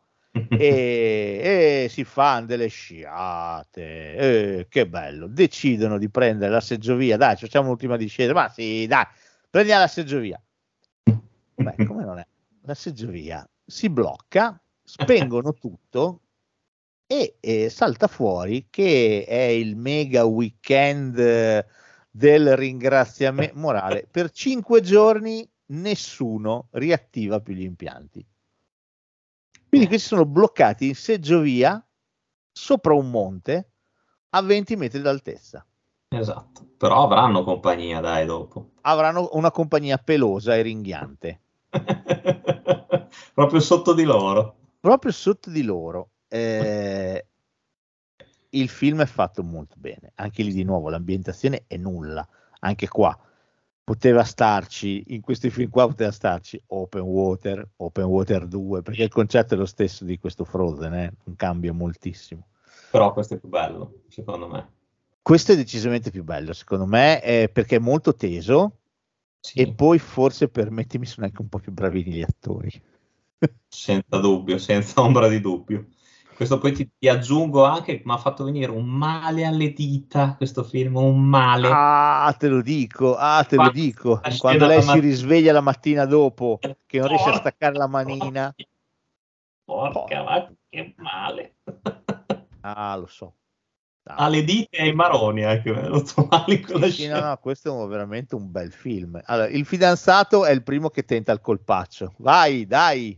e, e si fanno delle sciate. Eh, che bello! Decidono di prendere la seggiovia. Dai, facciamo l'ultima discesa. Ma sì, dai, prendiamo la seggiovia. Beh, come non è? La seggiovia si blocca, spengono tutto e, e salta fuori che è il mega weekend eh, del ringraziamento morale. Per cinque giorni nessuno riattiva più gli impianti. Quindi questi sono bloccati in seggiovia sopra un monte a venti metri d'altezza. Esatto, però avranno compagnia, dai, dopo. Avranno una compagnia pelosa e ringhiante. Proprio sotto di loro. Proprio sotto di loro. Eh, il film è fatto molto bene. Anche lì di nuovo l'ambientazione è nulla. Anche qua poteva starci, in questi film qua poteva starci Open Water, Open Water due, perché il concetto è lo stesso di questo Frozen, eh? Non cambia moltissimo. Però questo è più bello, secondo me. Questo è decisamente più bello, secondo me, eh, perché è molto teso Sì, e poi forse, permettimi, sono anche un po' più bravini gli attori. senza dubbio, senza ombra di dubbio. Questo poi ti, ti aggiungo anche che mi ha fatto venire un male alle dita, questo film, un male. Ah, te lo dico, ah, te lo Quando dico. la Quando scena lei la si mattina- risveglia la mattina dopo, che non riesce a Porca, staccare la manina. porca, Porca. va, che male. Ah, lo so. Ha le dita e i maroni, eh, che lo male con la sì, no, no, questo è veramente un bel film. Allora, il fidanzato è il primo che tenta il colpaccio. Vai, dai!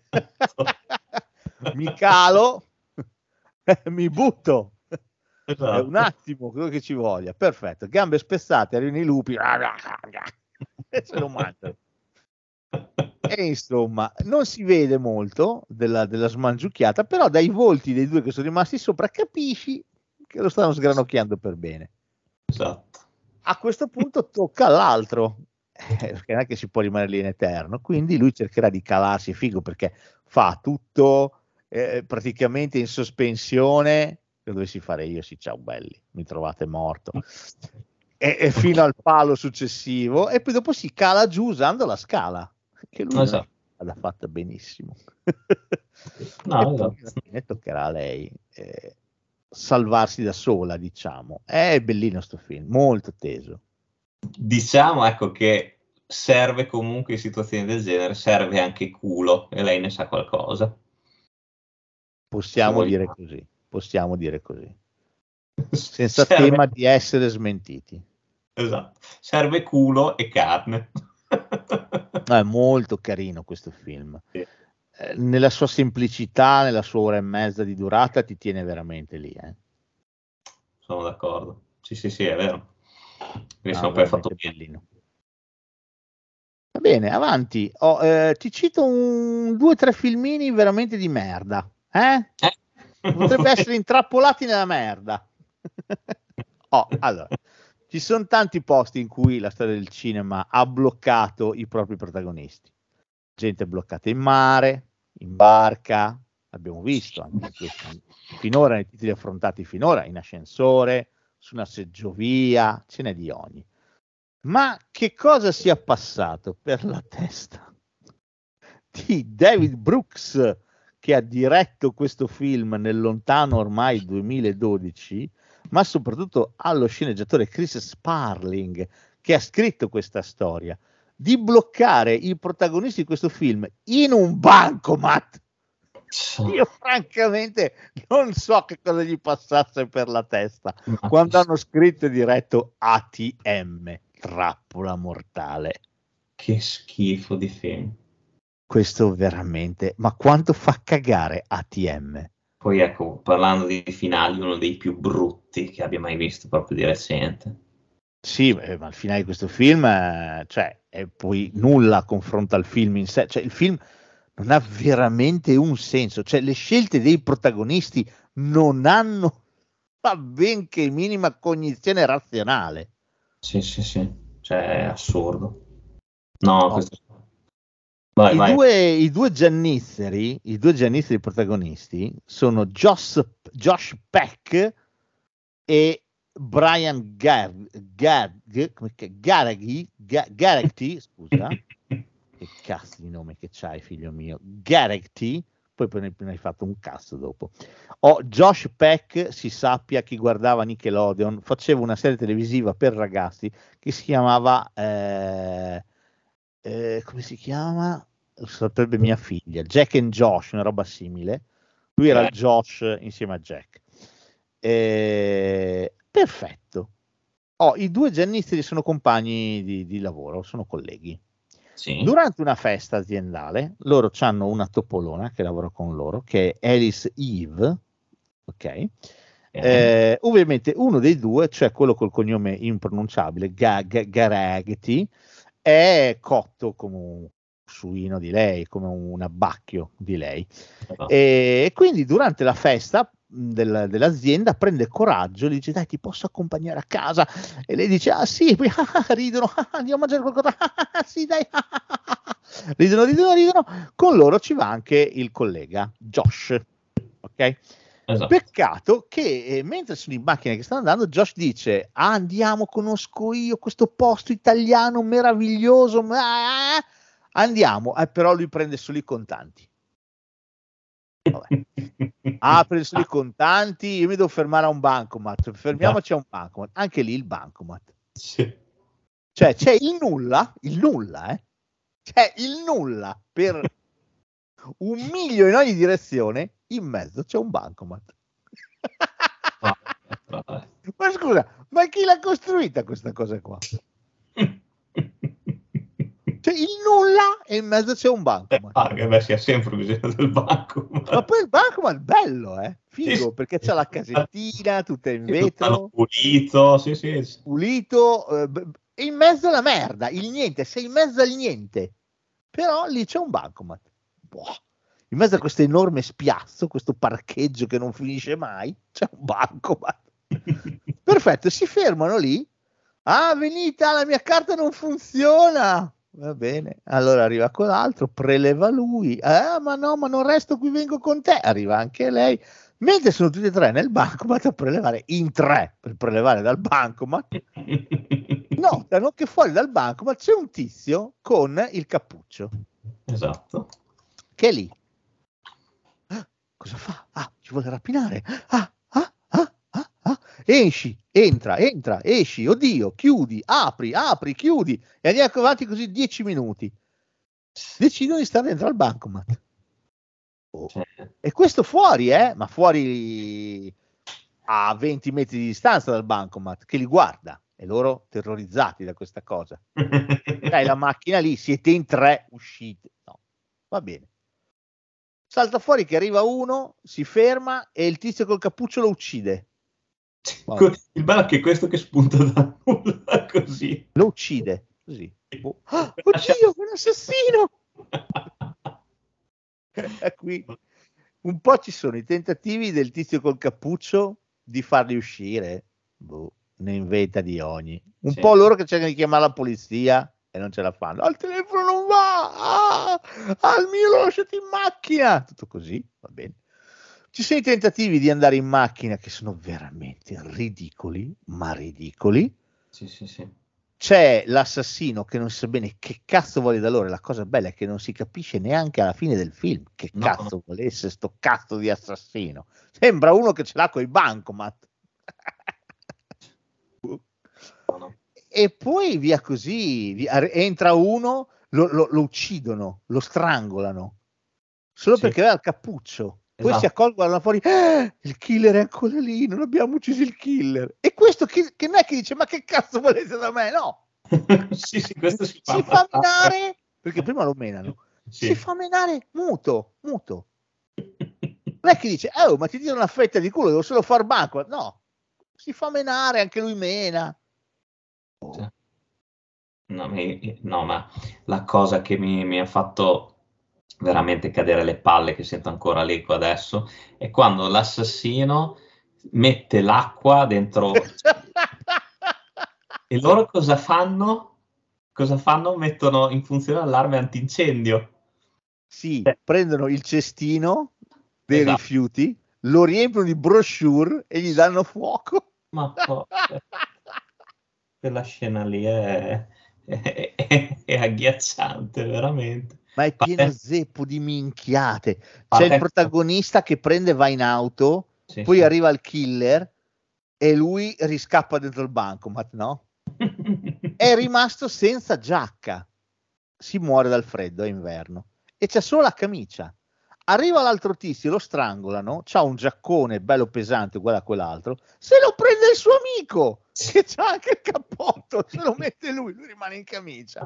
Mi calo, mi butto. Esatto. È un attimo quello che ci voglia. Perfetto, gambe spessate, arrivano i lupi e se lo mangiano. E insomma, non si vede molto della, della smangiucchiata, però dai volti dei due che sono rimasti sopra capisci che lo stanno sgranocchiando per bene. Esatto. A questo punto tocca all'altro, eh, perché non è che si può rimanere lì in eterno, quindi lui cercherà di calarsi figo perché fa tutto eh, praticamente in sospensione. Che dovessi fare io, sì, ciao belli, mi trovate morto, e, e fino al palo successivo, e poi dopo si cala giù usando la scala, che lui esatto. l'ha fatta benissimo. No, E poi esatto. alla fine toccherà a lei eh, salvarsi da sola, diciamo. È bellino sto film, molto teso. Diciamo, ecco, che serve comunque in situazioni del genere, serve anche culo, e lei ne sa qualcosa. Possiamo dire così, possiamo dire così. Senza serve... tema di essere smentiti. Esatto, serve culo e carne. È molto carino questo film. Sì. Eh, nella sua semplicità, nella sua ora e mezza di durata, ti tiene veramente lì. Eh. Sono d'accordo. Sì, sì, sì, è vero. Quindi No, poi fatto bellino. Va bene, avanti. Oh, eh, ti cito un due o tre filmini veramente di merda. Eh? Eh? Potrebbe essere intrappolati nella merda. Oh, allora, ci sono tanti posti in cui la storia del cinema ha bloccato i propri protagonisti. Gente bloccata in mare, in barca, abbiamo visto anche questo, finora nei titoli affrontati finora, in ascensore, su una seggiovia, ce n'è di ogni. Ma che cosa sia passato per la testa di David Brooks, che ha diretto questo film nel lontano ormai duemiladodici, ma soprattutto allo sceneggiatore Chris Sparling, che ha scritto questa storia, di bloccare i protagonisti di questo film in un bancomat? Io francamente non so che cosa gli passasse per la testa quando hanno scritto e diretto A T M, Trappola mortale. Che schifo di film. Questo veramente, ma quanto fa cagare A T M? Poi ecco, parlando di finali, uno dei più brutti che abbia mai visto proprio di recente. Sì, ma il finale di questo film, eh, cioè, è poi nulla confronto al film in sé, cioè il film non ha veramente un senso, cioè le scelte dei protagonisti non hanno la benché minima cognizione razionale. Sì, sì, sì, cioè è assurdo. No, Oh. questo... vai, I, vai. Due, I due Giannizzeri, i due Giannizzeri protagonisti sono Josh, Josh Peck e Brian Garg, Garg, come che, Garaghi, Garaghi, scusa, che cazzo di nome che c'hai, figlio mio, Garaghi, poi ne hai fatto un cazzo dopo. Oh, Josh Peck, si sappia, chi guardava Nickelodeon, faceva una serie televisiva per ragazzi che si chiamava eh, eh, come si chiama? Lo saprebbe mia figlia, Jack and Josh, una roba simile. Lui era il Josh insieme a Jack. Eh, perfetto. Oh, i due Giannizzeri sono compagni di, di lavoro, sono colleghi. Sì. Durante una festa aziendale, loro hanno una topolona che lavora con loro, che è Alice Eve, ok? Eh. Eh, ovviamente uno dei due, cioè quello col cognome impronunciabile, Garaghi, è cotto come un suino di lei, come un abbacchio di lei. Oh. E quindi durante la festa del, dell'azienda prende coraggio, gli dice dai ti posso accompagnare a casa, e lei dice ah sì, poi ah, ridono, ah, andiamo a mangiare qualcosa, ah, sì dai, ah, ridono, ridono, ridono, con loro ci va anche il collega Josh, ok? Esatto. Peccato che eh, mentre sono in macchina che stanno andando, Josh dice ah, andiamo, conosco io questo posto italiano meraviglioso, ah, andiamo, eh, però lui prende solo i contanti. Vabbè. Ah, prende solo i contanti, io mi devo fermare a un bancomat, fermiamoci a un bancomat, anche lì il bancomat. Sì. Cioè c'è il nulla, il nulla, eh? C'è il nulla per un miglio in ogni direzione, in mezzo c'è un bancomat. Ah, Ma scusa, ma chi l'ha costruita questa cosa qua? Cioè il nulla e in mezzo c'è un bancomat. Ah, che beh, sia sempre bisogno del banco. Ma poi il bancomat è bello, eh? Figo, Sì, sì. perché c'ha la casettina, tutta in Sì, vetro. pulito, sì, sì. Pulito, eh, b- e in mezzo alla merda, il niente, sei in mezzo al niente. Però lì c'è un bancomat. Boh. In mezzo a questo enorme spiazzo, questo parcheggio che non finisce mai, c'è un bancomat. Perfetto, si fermano lì. Ah, venita, la mia carta non funziona. Va bene, allora arriva quell'altro, preleva lui. Ah, ma no, ma non resto qui, vengo con te. Arriva anche lei. Mentre sono tutti e tre nel bancomat a prelevare, in tre per prelevare dal bancomat, notano che fuori dal bancomat c'è un tizio con il cappuccio. Esatto. Che è lì. Ah, cosa fa? Ah, ci vuole rapinare. Ah, ah, ah, ah, ah. Esci, entra, entra, esci, oddio, chiudi, apri, apri, chiudi. E andiamo avanti così dieci minuti. Decidono di stare dentro al bancomat. Oh. E questo fuori, eh? Ma fuori a venti metri di distanza dal bancomat, che li guarda. E loro terrorizzati da questa cosa. Hai la macchina lì, siete in tre, uscite. No, va bene. Salta fuori che arriva uno, si ferma e il tizio col cappuccio lo uccide. Vabbè. Il bello è che questo che spunta da nulla così. Lo uccide. Così. Oh, oh, oddio, un assassino! Qui un po' ci sono i tentativi del tizio col cappuccio di farli uscire. Boh, ne inventa di ogni. Un sì. po' loro che cercano di chiamare la polizia e non ce la fanno. Al telefono non va! Ah, al mio l'ho lasciato in macchina! Tutto così, va bene. Ci sono i tentativi di andare in macchina che sono veramente ridicoli, ma ridicoli. Sì, sì, sì. C'è l'assassino che non si sa bene che cazzo vuole da loro. La cosa bella è che non si capisce neanche alla fine del film che no, cazzo no. volesse sto cazzo di assassino. Sembra uno che ce l'ha coi bancomat. No. E poi via così, via, entra uno, lo, lo, lo uccidono, lo strangolano, solo sì. perché aveva il cappuccio. Poi esatto. si accolgono fuori, eh, il killer è ancora lì, non abbiamo ucciso il killer. E questo che, che non è che dice, ma che cazzo volete da me? No. sì, sì, questo si fa, si fa menare, perché prima lo menano, sì. si fa menare muto, muto. Non è che dice, oh, ma ti tiro una fetta di culo, devo solo far banco. No, si fa menare, anche lui mena. Oh. No, mi, no, ma la cosa che mi, mi ha fatto veramente cadere le palle, che sento ancora l'eco adesso, è quando l'assassino mette l'acqua dentro e loro cosa fanno? Cosa fanno? Mettono in funzione l'allarme antincendio. Sì, eh. prendono il cestino dei esatto. rifiuti, lo riempiono di brochure e gli danno fuoco. Ma quella scena lì è, è, è, è agghiacciante, veramente. Ma è pieno Parte... zeppo di minchiate. C'è Parte... il protagonista che prende, va in auto, sì, poi sì. arriva il killer e lui riscappa dentro il bancomat, no? È rimasto senza giacca. Si muore dal freddo, è inverno. E c'ha solo la camicia. Arriva l'altro tizio, lo strangolano, c'ha un giaccone bello pesante uguale a quell'altro, se lo prende il suo amico, che c'ha anche il cappotto, se lo mette lui, lui rimane in camicia.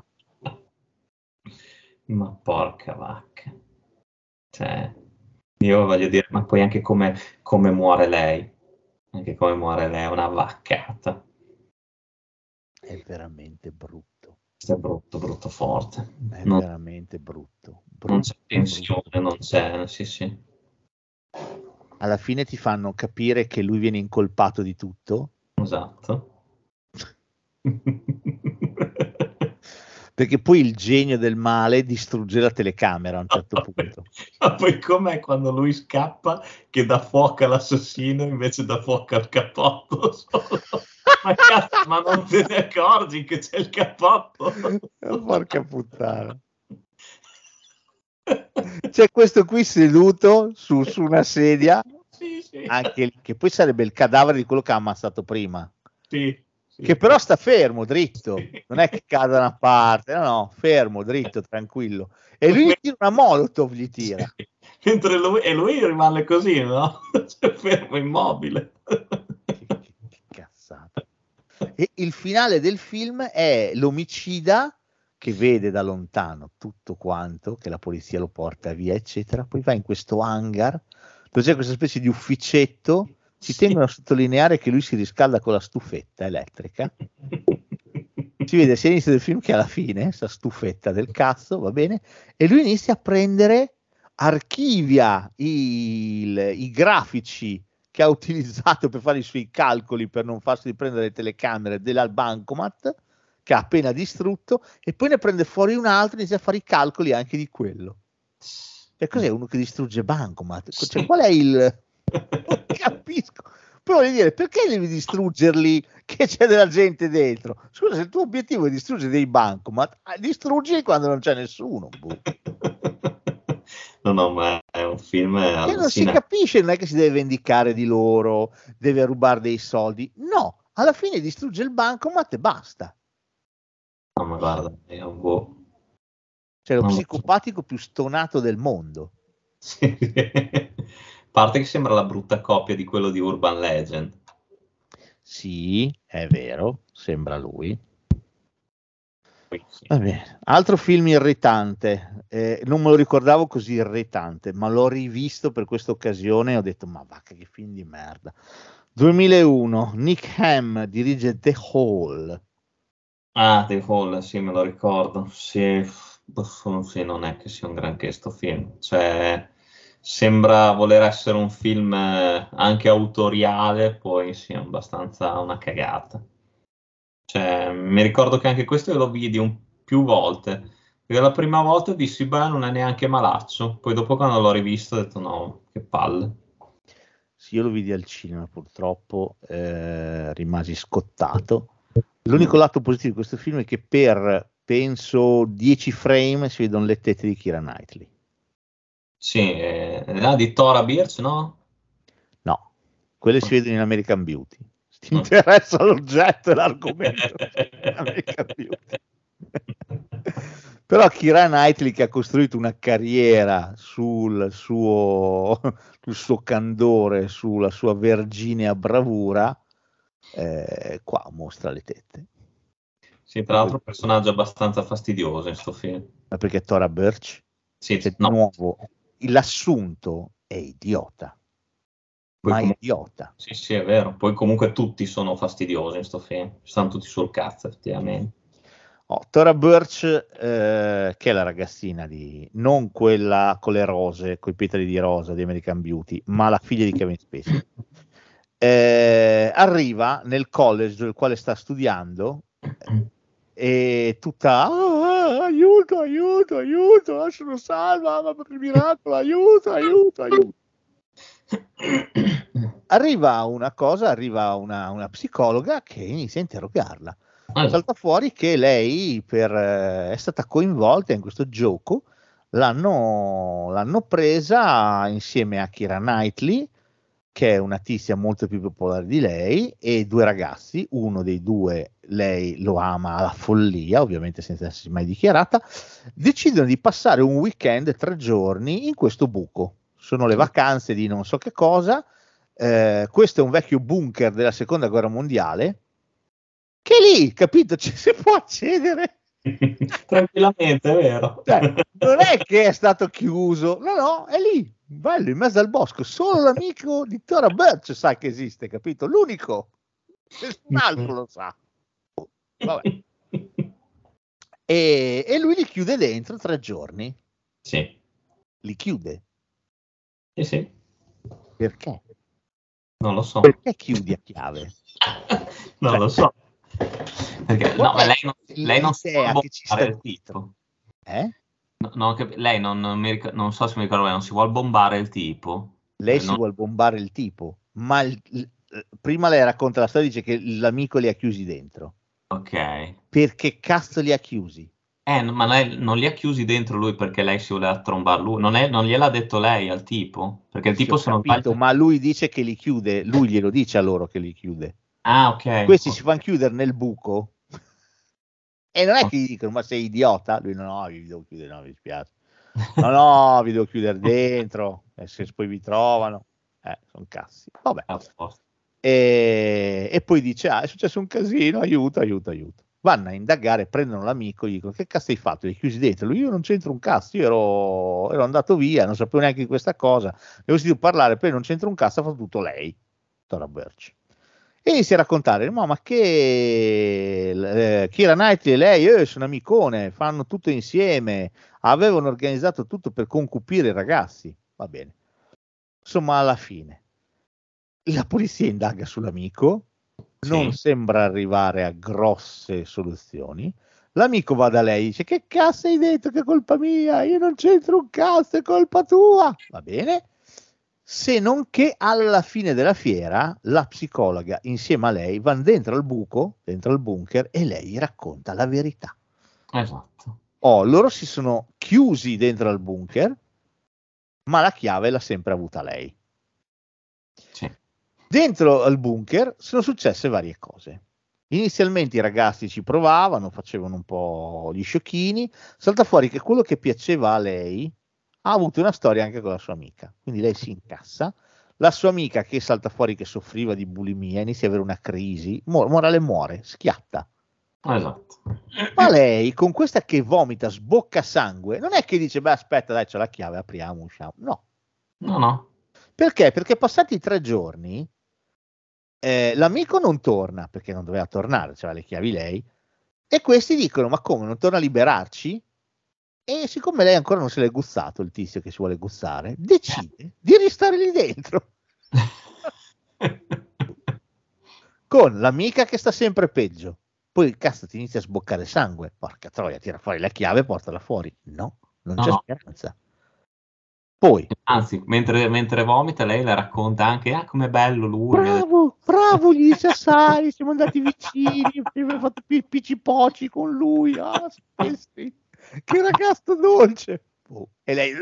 Ma porca vacca, cioè io voglio dire, ma poi anche come, come muore lei, anche come muore lei è una vaccata, è veramente brutto, è brutto, brutto forte, è non, veramente brutto, brutto, non c'è tensione, brutto. non c'è, sì sì. Alla fine ti fanno capire che lui viene incolpato di tutto. Esatto. Perché poi il genio del male distrugge la telecamera a un certo punto. Ma poi com'è quando lui scappa che dà fuoco all'assassino invece dà fuoco al cappotto solo? Ma cazzo, ma non te ne accorgi che c'è il cappotto? Porca puttana. C'è questo qui seduto su, su una sedia, sì, sì. Anche lì, che poi sarebbe il cadavere di quello che ha ammazzato prima. Sì. Sì. Che però sta fermo, dritto, non è che cade da una parte, no, no, fermo, dritto, tranquillo. E lui gli tira una molotov, gli tira. Sì. Mentre lui, e lui rimane così, no? Cioè, fermo, immobile. E il finale del film è l'omicida che vede da lontano tutto quanto, che la polizia lo porta via, eccetera. Poi va in questo hangar, dove c'è questa specie di ufficetto. Ci tengono a sottolineare che lui si riscalda con la stufetta elettrica. Si vede sia all'inizio del film che alla fine, sta stufetta del cazzo, va bene? E lui inizia a prendere, archivia il, i grafici che ha utilizzato per fare i suoi calcoli per non farsi riprendere le telecamere della bancomat che ha appena distrutto, e poi ne prende fuori un altro e inizia a fare i calcoli anche di quello. Cioè, cos'è uno che distrugge bancomat? Cioè, qual è il... Non capisco. Però voglio dire, perché devi distruggerli che c'è della gente dentro? Scusa, se il tuo obiettivo è distruggere dei bancomat, distruggili quando non c'è nessuno. Boh. No, no, ma è un film E non si capisce, non è che si deve vendicare di loro, deve rubare dei soldi. No, alla fine distrugge il bancomat e basta. No, ma guarda, è un boh. Cioè, lo No, psicopatico più stonato del mondo. Sì. A parte che sembra la brutta copia di quello di Urban Legend. Sì, è vero, sembra lui. Sì. Va bene. Altro film irritante, eh, non me lo ricordavo così irritante, ma l'ho rivisto per questa occasione e ho detto, ma vacca, che film di merda. duemilauno, Nick Hamm dirige The Hall. Ah, The Hall, sì, me lo ricordo. Sì, sì, non è che sia un granché sto film. Cioè, sembra voler essere un film anche autoriale, poi sì, è abbastanza una cagata. Cioè, mi ricordo che anche questo io lo vidi un, più volte, perché la prima volta dissi, beh, non è neanche malaccio, poi dopo quando l'ho rivisto ho detto, no, che palle. Sì, io lo vidi al cinema, purtroppo eh, rimasi scottato. L'unico lato positivo di questo film è che per, penso, dieci frame si vedono le tette di Keira Knightley. Sì, eh, ah, di Thora Birch, no? No, quelle si vedono in American Beauty. Se ti interessa l'oggetto e l'argomento, American Beauty. Però Keira Knightley, che ha costruito una carriera sul suo, sul suo candore, sulla sua verginea bravura, eh, qua mostra le tette. Sì, tra l'altro un personaggio abbastanza fastidioso in sto film. Ma perché Thora Birch? Sì, cioè, no. di nuovo, l'assunto è idiota. Poi Ma comunque, idiota. sì, sì, è vero. Poi comunque tutti sono fastidiosi in sto film. Stanno tutti sul cazzo, effettivamente. Oh, Thora Birch, eh, che è la ragazzina di, non quella con le rose, con i petali di rosa di American Beauty, ma la figlia di Kevin Spacey. Eh, arriva nel college del quale sta studiando e tutta ah, aiuto, aiuto, aiuto, sono salva, ma per il miracolo, aiuto, aiuto, aiuto. Arriva una cosa, arriva una, una psicologa che inizia a interrogarla. Salta fuori che lei per, eh, è stata coinvolta in questo gioco, l'hanno, l'hanno presa insieme a Keira Knightley, che è una tizia molto più popolare di lei, e due ragazzi, uno dei due lei lo ama alla follia, ovviamente senza essersi mai dichiarata, decidono di passare un weekend, tre giorni, in questo buco. Sono le vacanze di non so che cosa, eh, questo è un vecchio bunker della seconda guerra mondiale, che lì, capito, ci si può accedere tranquillamente, è vero. Cioè, non è che è stato chiuso, no, no, è lì, bello, in mezzo al bosco. Solo l'amico di Thora Birch sa che esiste, capito? L'unico, nessun altro lo sa. Vabbè. E, e lui li chiude dentro tre giorni. Sì. Li chiude. Sì, sì. Perché? Non lo so. Perché chiudi a chiave? non cioè, lo so. Perché, no, ma lei non, lei non si può che ci sta bombare il tipo. Eh? No, no, che, lei non, non, mi ric- non so se mi ricordo bene, non si vuole bombare il tipo. Lei eh, si non... vuole bombare il tipo, ma il, il, prima lei racconta la storia, dice che l'amico li ha chiusi dentro. Ok. Perché cazzo li ha chiusi? Eh, ma lei non li ha chiusi dentro lui perché lei si voleva trombar lui. Non, è, non gliel'ha detto lei al tipo? Perché il tipo, sì, se non capito, sbaglio... ma lui dice che li chiude, lui glielo dice a loro che li chiude. Ah, ok. Questi okay. si fanno chiudere nel buco e non è che gli dicono, ma sei idiota? Lui no, no, vi devo chiudere, no, mi dispiace. No, no, vi devo chiudere dentro, e se poi vi trovano, eh, sono cazzi. Vabbè. e, e poi dice ah è successo un casino, aiuto, aiuto, aiuto. Vanno a indagare, prendono l'amico, gli dicono che cazzo hai fatto? Li hai chiusi dentro? Lui io non c'entro un cazzo, io ero, ero andato via, non sapevo neanche di questa cosa, avevo sentito parlare, poi non c'entro un cazzo, ha fatto tutto lei, Tora Birch. E inizia a raccontare, no, ma che eh, Keira Knightley e lei eh, sono amicone, fanno tutto insieme, avevano organizzato tutto per concupire i ragazzi, va bene. Insomma, alla fine la polizia indaga sull'amico, sì. Non sembra arrivare a grosse soluzioni. L'amico va da lei, dice che cazzo hai detto, che è colpa mia, io non c'entro un cazzo, è colpa tua, va bene. Se non che alla fine della fiera la psicologa insieme a lei vanno dentro al buco, dentro al bunker, e lei racconta la verità. Esatto. Oh, loro si sono chiusi dentro al bunker, ma la chiave l'ha sempre avuta lei. Sì. Dentro al bunker sono successe varie cose. Inizialmente i ragazzi ci provavano, facevano un po' gli sciocchini, salta fuori che quello che piaceva a lei ha avuto una storia anche con la sua amica, quindi lei si incassa, la sua amica che salta fuori che soffriva di bulimia inizia ad avere una crisi, Mor- morale muore, schiatta. Esatto. Ma lei con questa che vomita, sbocca sangue, non è che dice beh aspetta dai c'è la chiave, apriamo, usciamo, no. No, no. Perché? Perché passati tre giorni eh, l'amico non torna, perché non doveva tornare, c'aveva le chiavi lei, e questi dicono ma come non torna a liberarci? E siccome lei ancora non se l'è guzzato, il tizio che si vuole guzzare, decide di restare lì dentro con l'amica che sta sempre peggio. Poi il cazzo ti inizia a sboccare sangue, porca troia, tira fuori la chiave e portala fuori. No, non no, c'è no. speranza. Poi anzi, mentre, mentre vomita lei le racconta anche ah com'è bello lui, bravo, bravo, gli dice assai, siamo andati vicini, abbiamo fatto pi- pici poci con lui, ah, sì. Che ragazzo dolce. Oh. E lei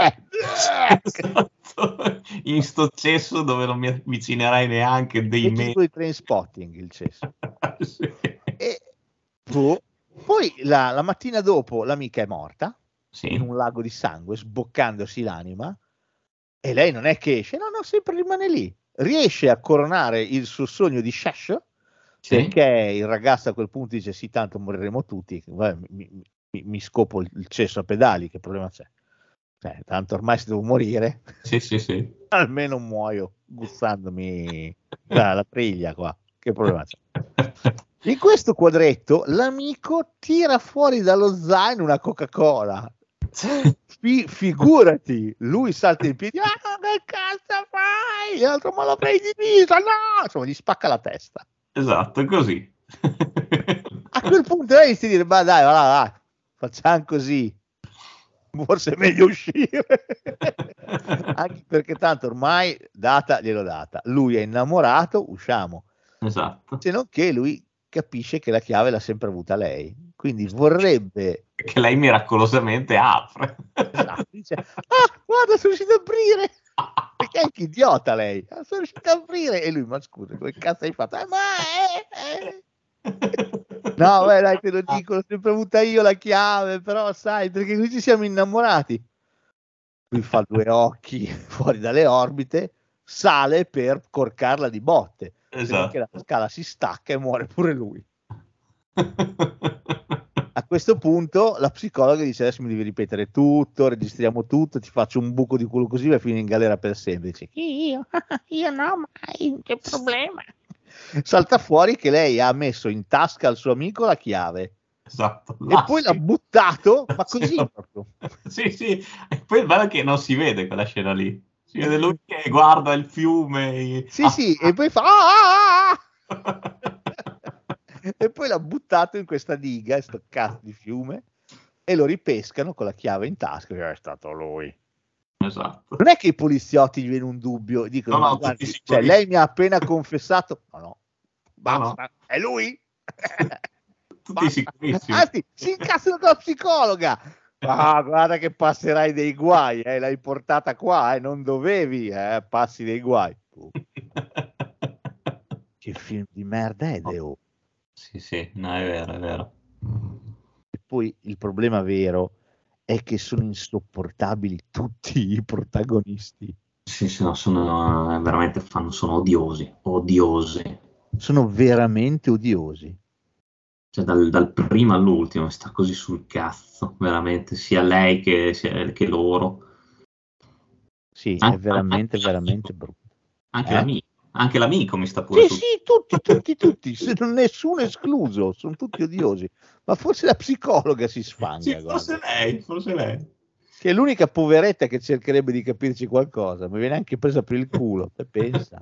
esatto. In sto cesso dove non mi avvicinerai neanche dei metri di Trainspotting il cesso. Sì. E oh. Poi la, la mattina dopo l'amica è morta, sì. In un lago di sangue, sboccandosi l'anima, e lei non è che esce, no no, sempre rimane lì, riesce a coronare il suo sogno di Shash, sì. Perché il ragazzo a quel punto dice sì tanto moriremo tutti, mi, mi, mi, mi scopo il, il cesso a pedali, che problema c'è? Eh, tanto ormai se devo morire, sì, sì, sì. almeno muoio guzzandomi la, la triglia qua, che problema c'è? In questo quadretto l'amico tira fuori dallo zaino una Coca-Cola. Fi- figurati, lui salta in piedi, ah che cazzo fai? L'altro ma lo prendi di vita, no! Insomma, gli spacca la testa. Esatto, così. A quel punto lei si dire, ma dai, va, va, facciamo così. Forse è meglio uscire. Anche perché tanto ormai data gliel'ho data. Lui è innamorato, usciamo. Esatto. Se non che lui capisce che la chiave l'ha sempre avuta lei, quindi vorrebbe che lei miracolosamente apre. Esatto, dice ah guarda sono riuscito ad aprire, perché è anche idiota lei, ah, sono riuscito ad aprire, e lui ma scusa come cazzo hai fatto? Eh, ma eh, eh. No beh dai te lo dico, l'ho sempre avuta io la chiave, però sai perché qui ci siamo innamorati. Lui fa due occhi fuori dalle orbite, sale per corcarla di botte. Esatto. Che la scala si stacca e muore pure lui. A questo punto la psicologa dice adesso mi devi ripetere tutto, registriamo tutto, ti faccio un buco di culo così vai a finire in galera per sempre. Dice io, io no mai, che problema. Salta fuori che lei ha messo in tasca al suo amico la chiave. Esatto. E poi l'ha buttato, ma così sì, proprio. Sì, sì, e poi il bello è che non si vede quella scena lì. Si vede lui che guarda il fiume. Sì, ah, sì, ah. E poi fa ah, ah, ah. E poi l'ha buttato in questa diga, sto cazzo di fiume, e lo ripescano con la chiave in tasca, che è stato lui. Esatto. Non è che i poliziotti gli viene un dubbio, dicono, no, no, guardi, cioè, lei mi ha appena confessato, no, no, basta, no, no. È lui? Tutti sicurissimi. Anzi, si incazzano con la psicologa. Ah, guarda che passerai dei guai, eh, l'hai portata qua, eh, non dovevi, eh, passi dei guai. Che film di merda è, Deo? Sì, sì, no, è vero, è vero. E poi il problema vero è che sono insopportabili tutti i protagonisti. Sì, sì, no, sono eh, veramente fanno, sono odiosi, odiosi. Sono veramente odiosi. Cioè, dal, dal primo all'ultimo sta così sul cazzo, veramente, sia lei che, sia- che loro. Sì, è Anche, veramente, anche veramente l'amico, brutto. anche Eh? l'amico, anche l'amico mi sta pure Sì, sul sì, tutti, tutti, tutti, se non nessuno escluso, sono tutti odiosi. Ma forse la psicologa si Sì, sfanga, forse guarda. lei, forse lei. Che è l'unica poveretta che cercherebbe di capirci qualcosa, mi viene anche presa per il culo, te pensa.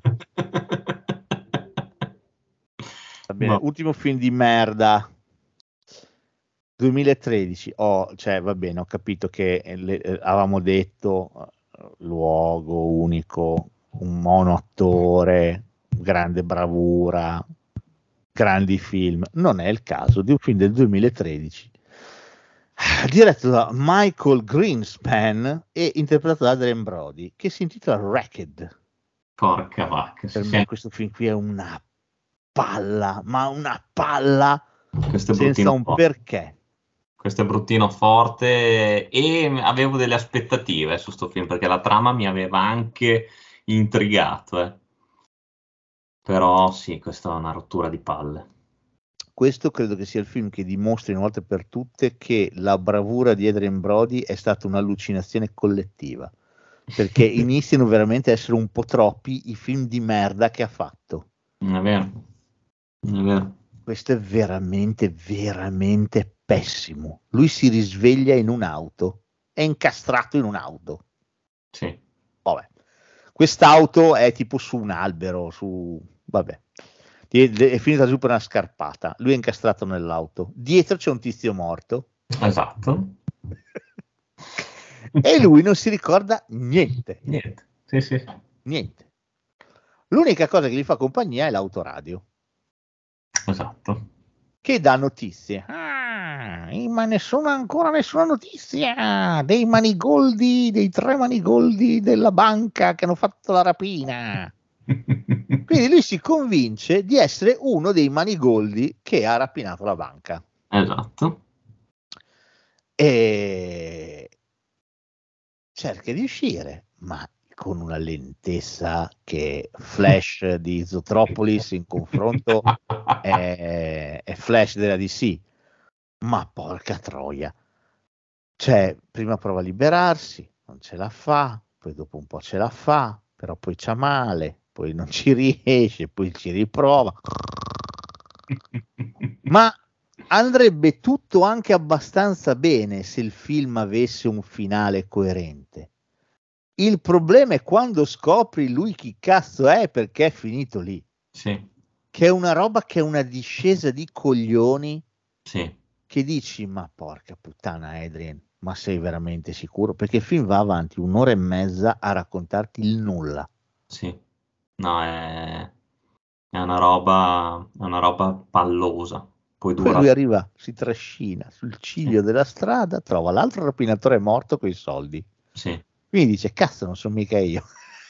Va bene, Ma ultimo film di merda. duemilatredici, oh, cioè va bene, ho capito che eh, le- eh, avevamo detto eh, luogo unico, un monoattore, grande bravura, grandi film. Non è il caso di un film del duemilatredici diretto da Michael Greenspan e interpretato da Adrien Brody, che si intitola Wrecked. porca vacca, Per sì, me sì. questo film qui è una palla, ma una palla Questo è senza bruttino un forte. perché. Questo è bruttino forte e avevo delle aspettative su sto film perché la trama mi aveva anche intrigato, eh. Però sì, questa è una rottura di palle. Questo credo che sia il film che dimostri una volta per tutte che la bravura di Adrien Brody è stata un'allucinazione collettiva, perché iniziano veramente a essere un po' troppi i film di merda che ha fatto. Non è vero, non è vero. Questo è veramente, veramente pessimo. Lui si risveglia in un'auto, è incastrato in un'auto. Sì. Vabbè. Quest'auto è tipo su un albero, su... vabbè. È finita giù per una scarpata. Lui è incastrato nell'auto. Dietro c'è un tizio morto. Esatto. E lui non si ricorda niente. Niente. Sì, sì. Niente. L'unica cosa che gli fa compagnia è l'autoradio, Esatto. che dà notizie. Ah, ma nessuna, ancora nessuna notizia dei manigoldi, dei tre manigoldi della banca che hanno fatto la rapina. Quindi lui si convince di essere uno dei manigoldi che ha rapinato la banca. Esatto. E cerca di uscire, ma con una lentezza che Flash di Zootropolis in confronto è, è Flash della D C. Ma porca troia. Cioè, prima prova a liberarsi, non ce la fa, poi dopo un po' ce la fa, però poi c'ha male, poi non ci riesce, poi ci riprova. Ma andrebbe tutto anche abbastanza bene se il film avesse un finale coerente. Il problema è quando scopri lui chi cazzo è, perché è finito lì. Sì. Che è una roba che è una discesa di coglioni. Sì. Che dici, ma porca puttana Adrien, ma sei veramente sicuro? Perché il film va avanti un'ora e mezza a raccontarti il nulla. Sì. No, è, è una roba, è una roba pallosa. Poi Poi dura. lui arriva, si trascina sul ciglio Sì. della strada, trova l'altro rapinatore morto con i soldi. Sì. Quindi dice, cazzo, non sono mica io.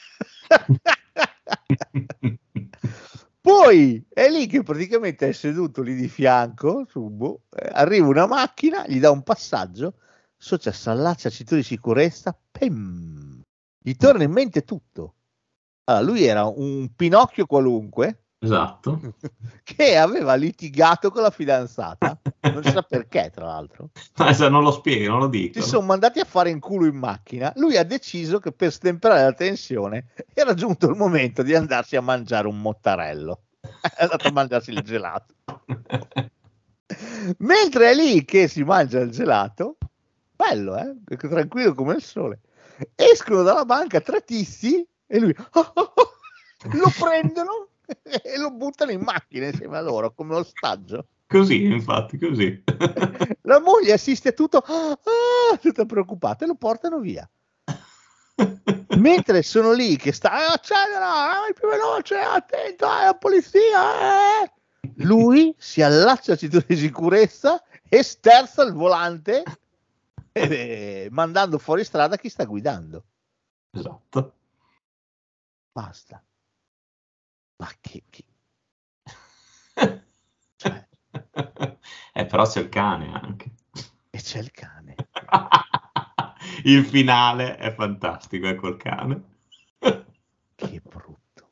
Poi è lì che praticamente è seduto lì di fianco, su, boh, eh, arriva una macchina, gli dà un passaggio, Socia s'allaccia al cinturino di sicurezza, pem, gli torna in mente tutto. Allora, lui era un Pinocchio qualunque Esatto. che aveva litigato con la fidanzata, non si sa perché tra l'altro. Adesso non lo spieghi, non lo Si dicono. sono mandati a fare in culo in macchina. Lui ha deciso che per stemperare la tensione era giunto il momento di andarsi a mangiare un mottarello. È andato a mangiarsi il gelato. Mentre è lì che si mangia il gelato, bello, eh? Tranquillo come il sole. Escono dalla banca tre tizi e lui oh, oh, oh, lo prendono e lo buttano in macchina insieme a loro come ostaggio. Così, infatti, così. La moglie assiste a tutto, ah, tutta preoccupata, e lo portano via. Mentre sono lì che sta, accelera, vai più veloce, attento, è la polizia. Eh. Lui si allaccia al cinturino di sicurezza e sterza il volante, eh, mandando fuori strada chi sta guidando. Esatto. Basta. Ma che... che... Cioè... Eh, però c'è il cane anche. E c'è il cane. Il finale è fantastico, è col cane. Che brutto.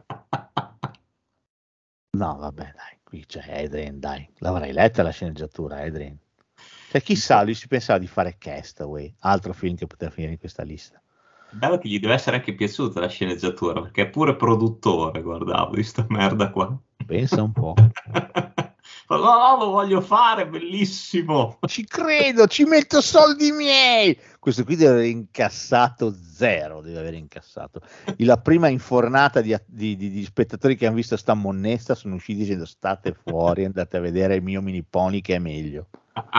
No, vabbè, dai, qui c'è Adrian, dai, l'avrai letta la sceneggiatura, Adrian. Cioè, chissà, lui si pensava di fare Castaway, altro film che poteva finire in questa lista. Bello che gli deve essere anche piaciuta la sceneggiatura, perché è pure produttore, guardavo, di sta merda qua. Pensa un po'. No, no, lo voglio fare, bellissimo. Ci credo, ci metto soldi miei. Questo qui deve aver incassato zero, deve aver incassato. E la prima infornata di, di, di, di spettatori che hanno visto sta monnessa sono usciti dicendo state fuori, andate a vedere il mio mini pony che è meglio.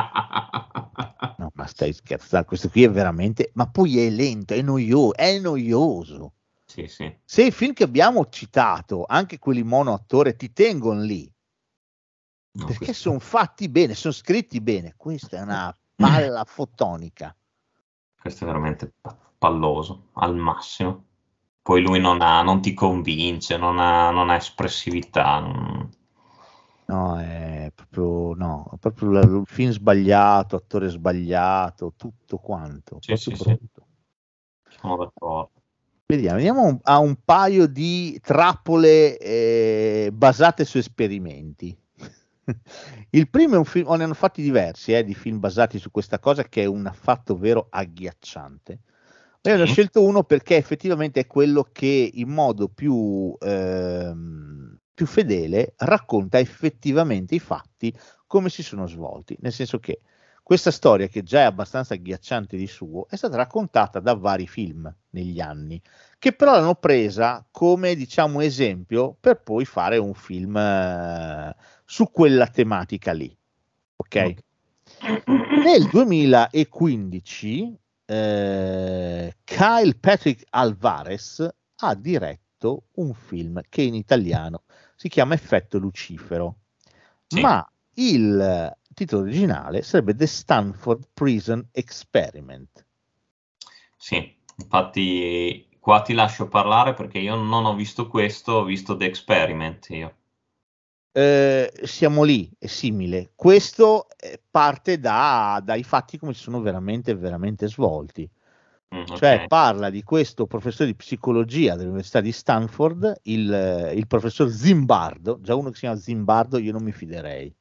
No, ma stai scherzando, questo qui è veramente, ma poi è lento, è noioso, è noioso. Sì, sì. Se i film che abbiamo citato, anche quelli mono attore, ti tengono lì, no, perché questo... sono fatti bene, sono scritti bene, questa è una palla fotonica. Questo è veramente palloso, al massimo. Poi lui non ha, non ti convince, non ha, non ha espressività. Non... No, è proprio, no, è proprio il film sbagliato, attore sbagliato, tutto quanto. Sì, sì, sì. Sono d'accordo. Vediamo, vediamo a un paio di trappole eh, basate su esperimenti. Il primo è un film, o ne hanno fatti diversi eh, di film basati su questa cosa che è un fatto vero agghiacciante. Io ne ho scelto uno perché effettivamente è quello che in modo più, ehm, più fedele racconta effettivamente i fatti come si sono svolti, nel senso che questa storia, che già è abbastanza agghiacciante di suo, è stata raccontata da vari film negli anni, che però l'hanno presa come, diciamo, esempio per poi fare un film eh, su quella tematica lì. Ok? Nel duemilaquindici eh, Kyle Patrick Alvarez ha diretto un film che in italiano si chiama Effetto Lucifero, sì. Ma il titolo originale sarebbe The Stanford Prison Experiment. Sì, infatti qua ti lascio parlare perché io non ho visto questo, ho visto The Experiment io. Eh, siamo lì, è simile. Questo eh, parte da, dai fatti come si sono veramente, veramente svolti. Mm, okay. Cioè parla di questo professore di psicologia dell'Università di Stanford, il, il professor Zimbardo, già uno che si chiama Zimbardo io non mi fiderei.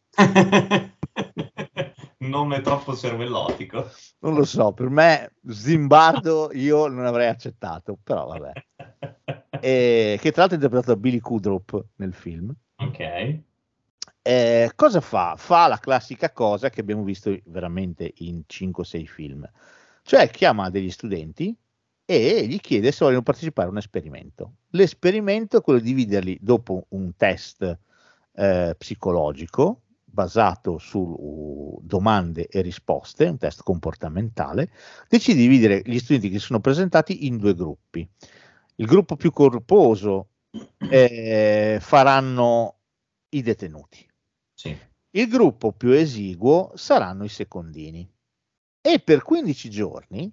Nome troppo cervellotico. Non lo so, per me Zimbardo io non avrei accettato, però vabbè. E, che tra l'altro è interpretato da Billy Kudrup nel film. Ok. Eh, cosa fa? Fa la classica cosa che abbiamo visto veramente in cinque o sei film, cioè chiama degli studenti e gli chiede se vogliono partecipare a un esperimento. L'esperimento è quello di dividerli dopo un test eh, psicologico basato su uh, domande e risposte, un test comportamentale, decide di dividere gli studenti che sono presentati in due gruppi. Il gruppo più corposo eh, faranno i detenuti. Sì. Il gruppo più esiguo saranno i secondini. E per quindici giorni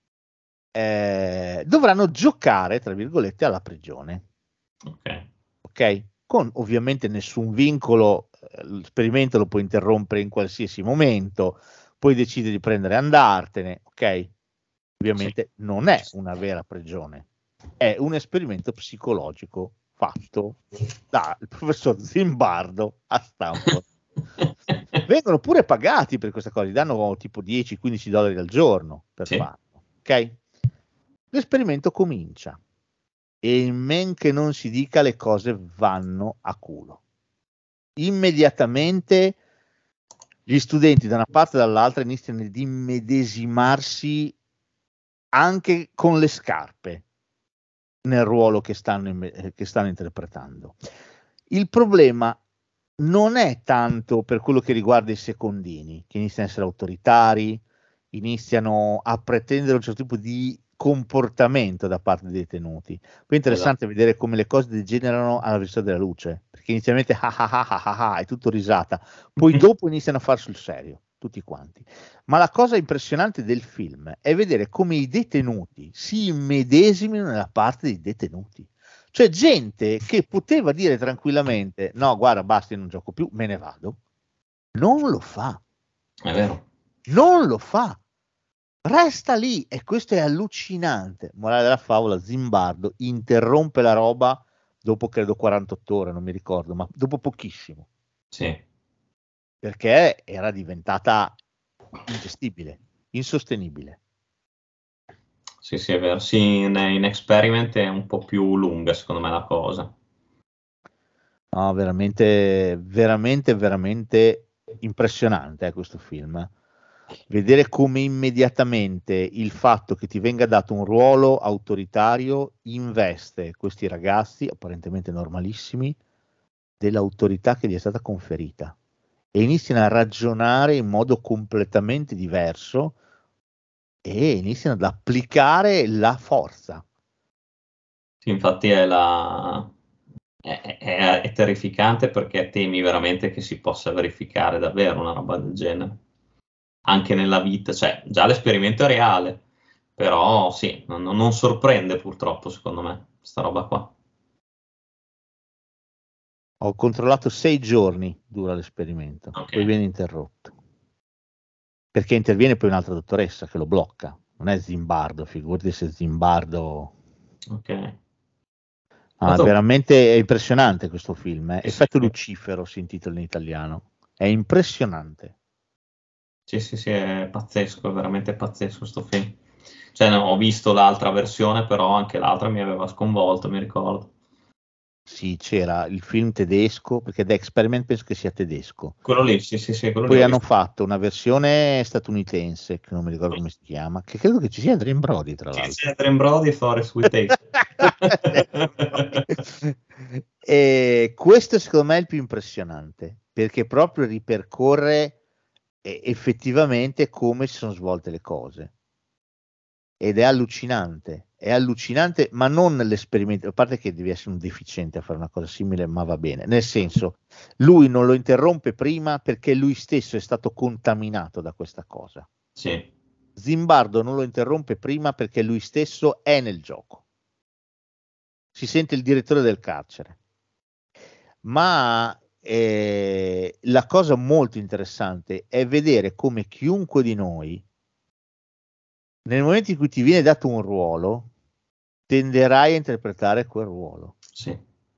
eh, dovranno giocare, tra virgolette, alla prigione. Ok. Ok? Con ovviamente nessun vincolo, eh, l'esperimento lo puoi interrompere in qualsiasi momento, puoi decidere di prendere e andartene, ok? Ovviamente sì. Non è una vera prigione, è un esperimento psicologico fatto dal professor Zimbardo a Stanford. Vengono pure pagati per questa cosa, gli danno tipo dieci quindici dollari al giorno per sì. farlo, ok? L'esperimento comincia e in men che non si dica le cose vanno a culo. Immediatamente gli studenti da una parte e dall'altra iniziano ad immedesimarsi anche con le scarpe nel ruolo che stanno, che stanno interpretando. Il problema non è tanto per quello che riguarda i secondini, che iniziano a essere autoritari, iniziano a pretendere un certo tipo di comportamento da parte dei detenuti. Poi è interessante esatto. vedere come le cose degenerano alla velocità della luce, perché inizialmente ah ah ah ah ah è tutto risata, poi dopo iniziano a far sul serio tutti quanti. Ma la cosa impressionante del film è vedere come i detenuti si immedesimino nella parte dei detenuti. Cioè gente che poteva dire tranquillamente no guarda basta, io non gioco più, me ne vado, non lo fa. È vero. Non lo fa. resta lì, e questo è allucinante. Morale della favola, Zimbardo interrompe la roba dopo credo quarantotto ore, non mi ricordo, ma dopo pochissimo. Sì. Perché era diventata ingestibile, insostenibile. Sì, sì, è vero. Sì, in, in Experiment è un po' più lunga, secondo me, la cosa. No, veramente, veramente, veramente impressionante eh, questo film. Vedere come immediatamente il fatto che ti venga dato un ruolo autoritario investe questi ragazzi, apparentemente normalissimi, dell'autorità che gli è stata conferita e iniziano a ragionare in modo completamente diverso e iniziano ad applicare la forza. Sì, infatti è la... È, è, è terrificante perché temi veramente che si possa verificare davvero una roba del genere. Anche nella vita, cioè già l'esperimento è reale, però sì, non, non sorprende purtroppo secondo me, sta roba qua. Ho controllato sei giorni dura l'esperimento, Okay. poi viene interrotto. Perché interviene poi un'altra dottoressa che lo blocca, non è Zimbardo, figurati se Zimbardo... Ok. Ah, veramente è impressionante questo film, eh? Sì, Effetto sì. Lucifero si intitola in italiano, è impressionante. Sì, sì, sì, è pazzesco, è veramente pazzesco questo film. Cioè, no, ho visto l'altra versione, però anche l'altra mi aveva sconvolto, mi ricordo. Sì, c'era il film tedesco, perché The Experiment penso che sia tedesco. Quello lì, sì, sì, sì, quello Poi lì ho hanno visto. fatto una versione statunitense, che non mi ricordo come si chiama, che credo che ci sia Adrien Brody, tra Sì, l'altro. c'è Adrien Brody e Forest Whitaker. E questo secondo me è il più impressionante, perché proprio ripercorre eh, effettivamente come si sono svolte le cose. Ed è allucinante, è allucinante, ma non l'esperimento, a parte che devi essere un deficiente a fare una cosa simile, ma va bene, nel senso, lui non lo interrompe prima perché lui stesso è stato contaminato da questa cosa. Sì. Zimbardo non lo interrompe prima perché lui stesso è nel gioco. Si sente il direttore del carcere. Ma eh, la cosa molto interessante è vedere come chiunque di noi, nel momento in cui ti viene dato un ruolo, tenderai a interpretare quel ruolo. Sì.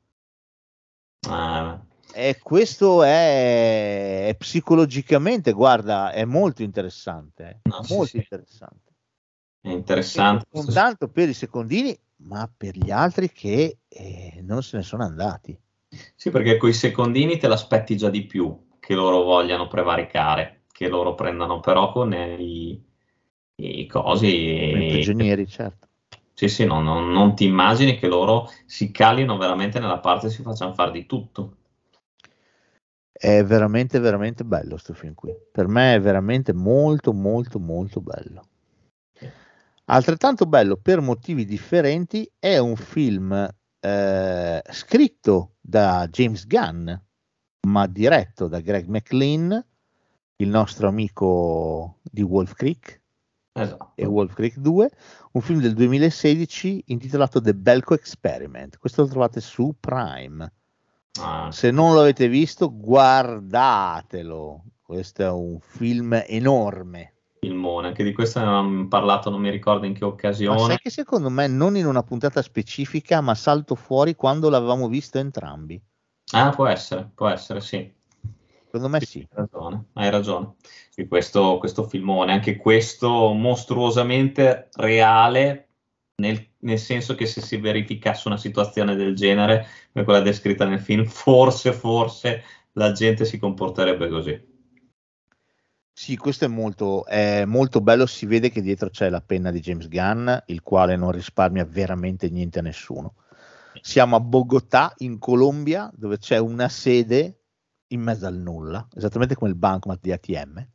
Ah, E questo è, è psicologicamente, guarda, è molto interessante, no, sì, molto sì. interessante. È interessante. E non tanto per i secondini, ma per gli altri che eh, non se ne sono andati. Sì, perché coi secondini te l'aspetti già di più che loro vogliano prevaricare, che loro prendano però con i, i cosi. I prigionieri, certo. Sì, sì, no, no, non ti immagini che loro si calino veramente nella parte e si facciano fare di tutto. È veramente, veramente bello questo film qui. Per me è veramente molto, molto, molto bello. Altrettanto bello per motivi differenti è un film eh, scritto da James Gunn, ma diretto da Greg McLean, il nostro amico di Wolf Creek. Esatto. E Wolf Creek due, un film del duemilasedici intitolato The Belko Experiment. Questo lo trovate su Prime. Ah, Se non lo avete visto, guardatelo. Questo è un film enorme. filmone, anche di questo ne avevamo parlato, non mi ricordo in che Ma occasione. sai che secondo me non in una puntata specifica, ma salto fuori quando l'avevamo visto entrambi. Ah, può essere, può essere, sì. Secondo me sì. Hai ragione, hai ragione. Sì, questo, questo filmone, anche questo mostruosamente reale, nel, nel senso che se si verificasse una situazione del genere, come quella descritta nel film, forse, forse la gente si comporterebbe così. Sì, questo è molto, è molto bello, si vede che dietro c'è la penna di James Gunn, il quale non risparmia veramente niente a nessuno. Siamo a Bogotà, in Colombia, dove c'è una sede in mezzo al nulla, esattamente come il bancomat di A T M,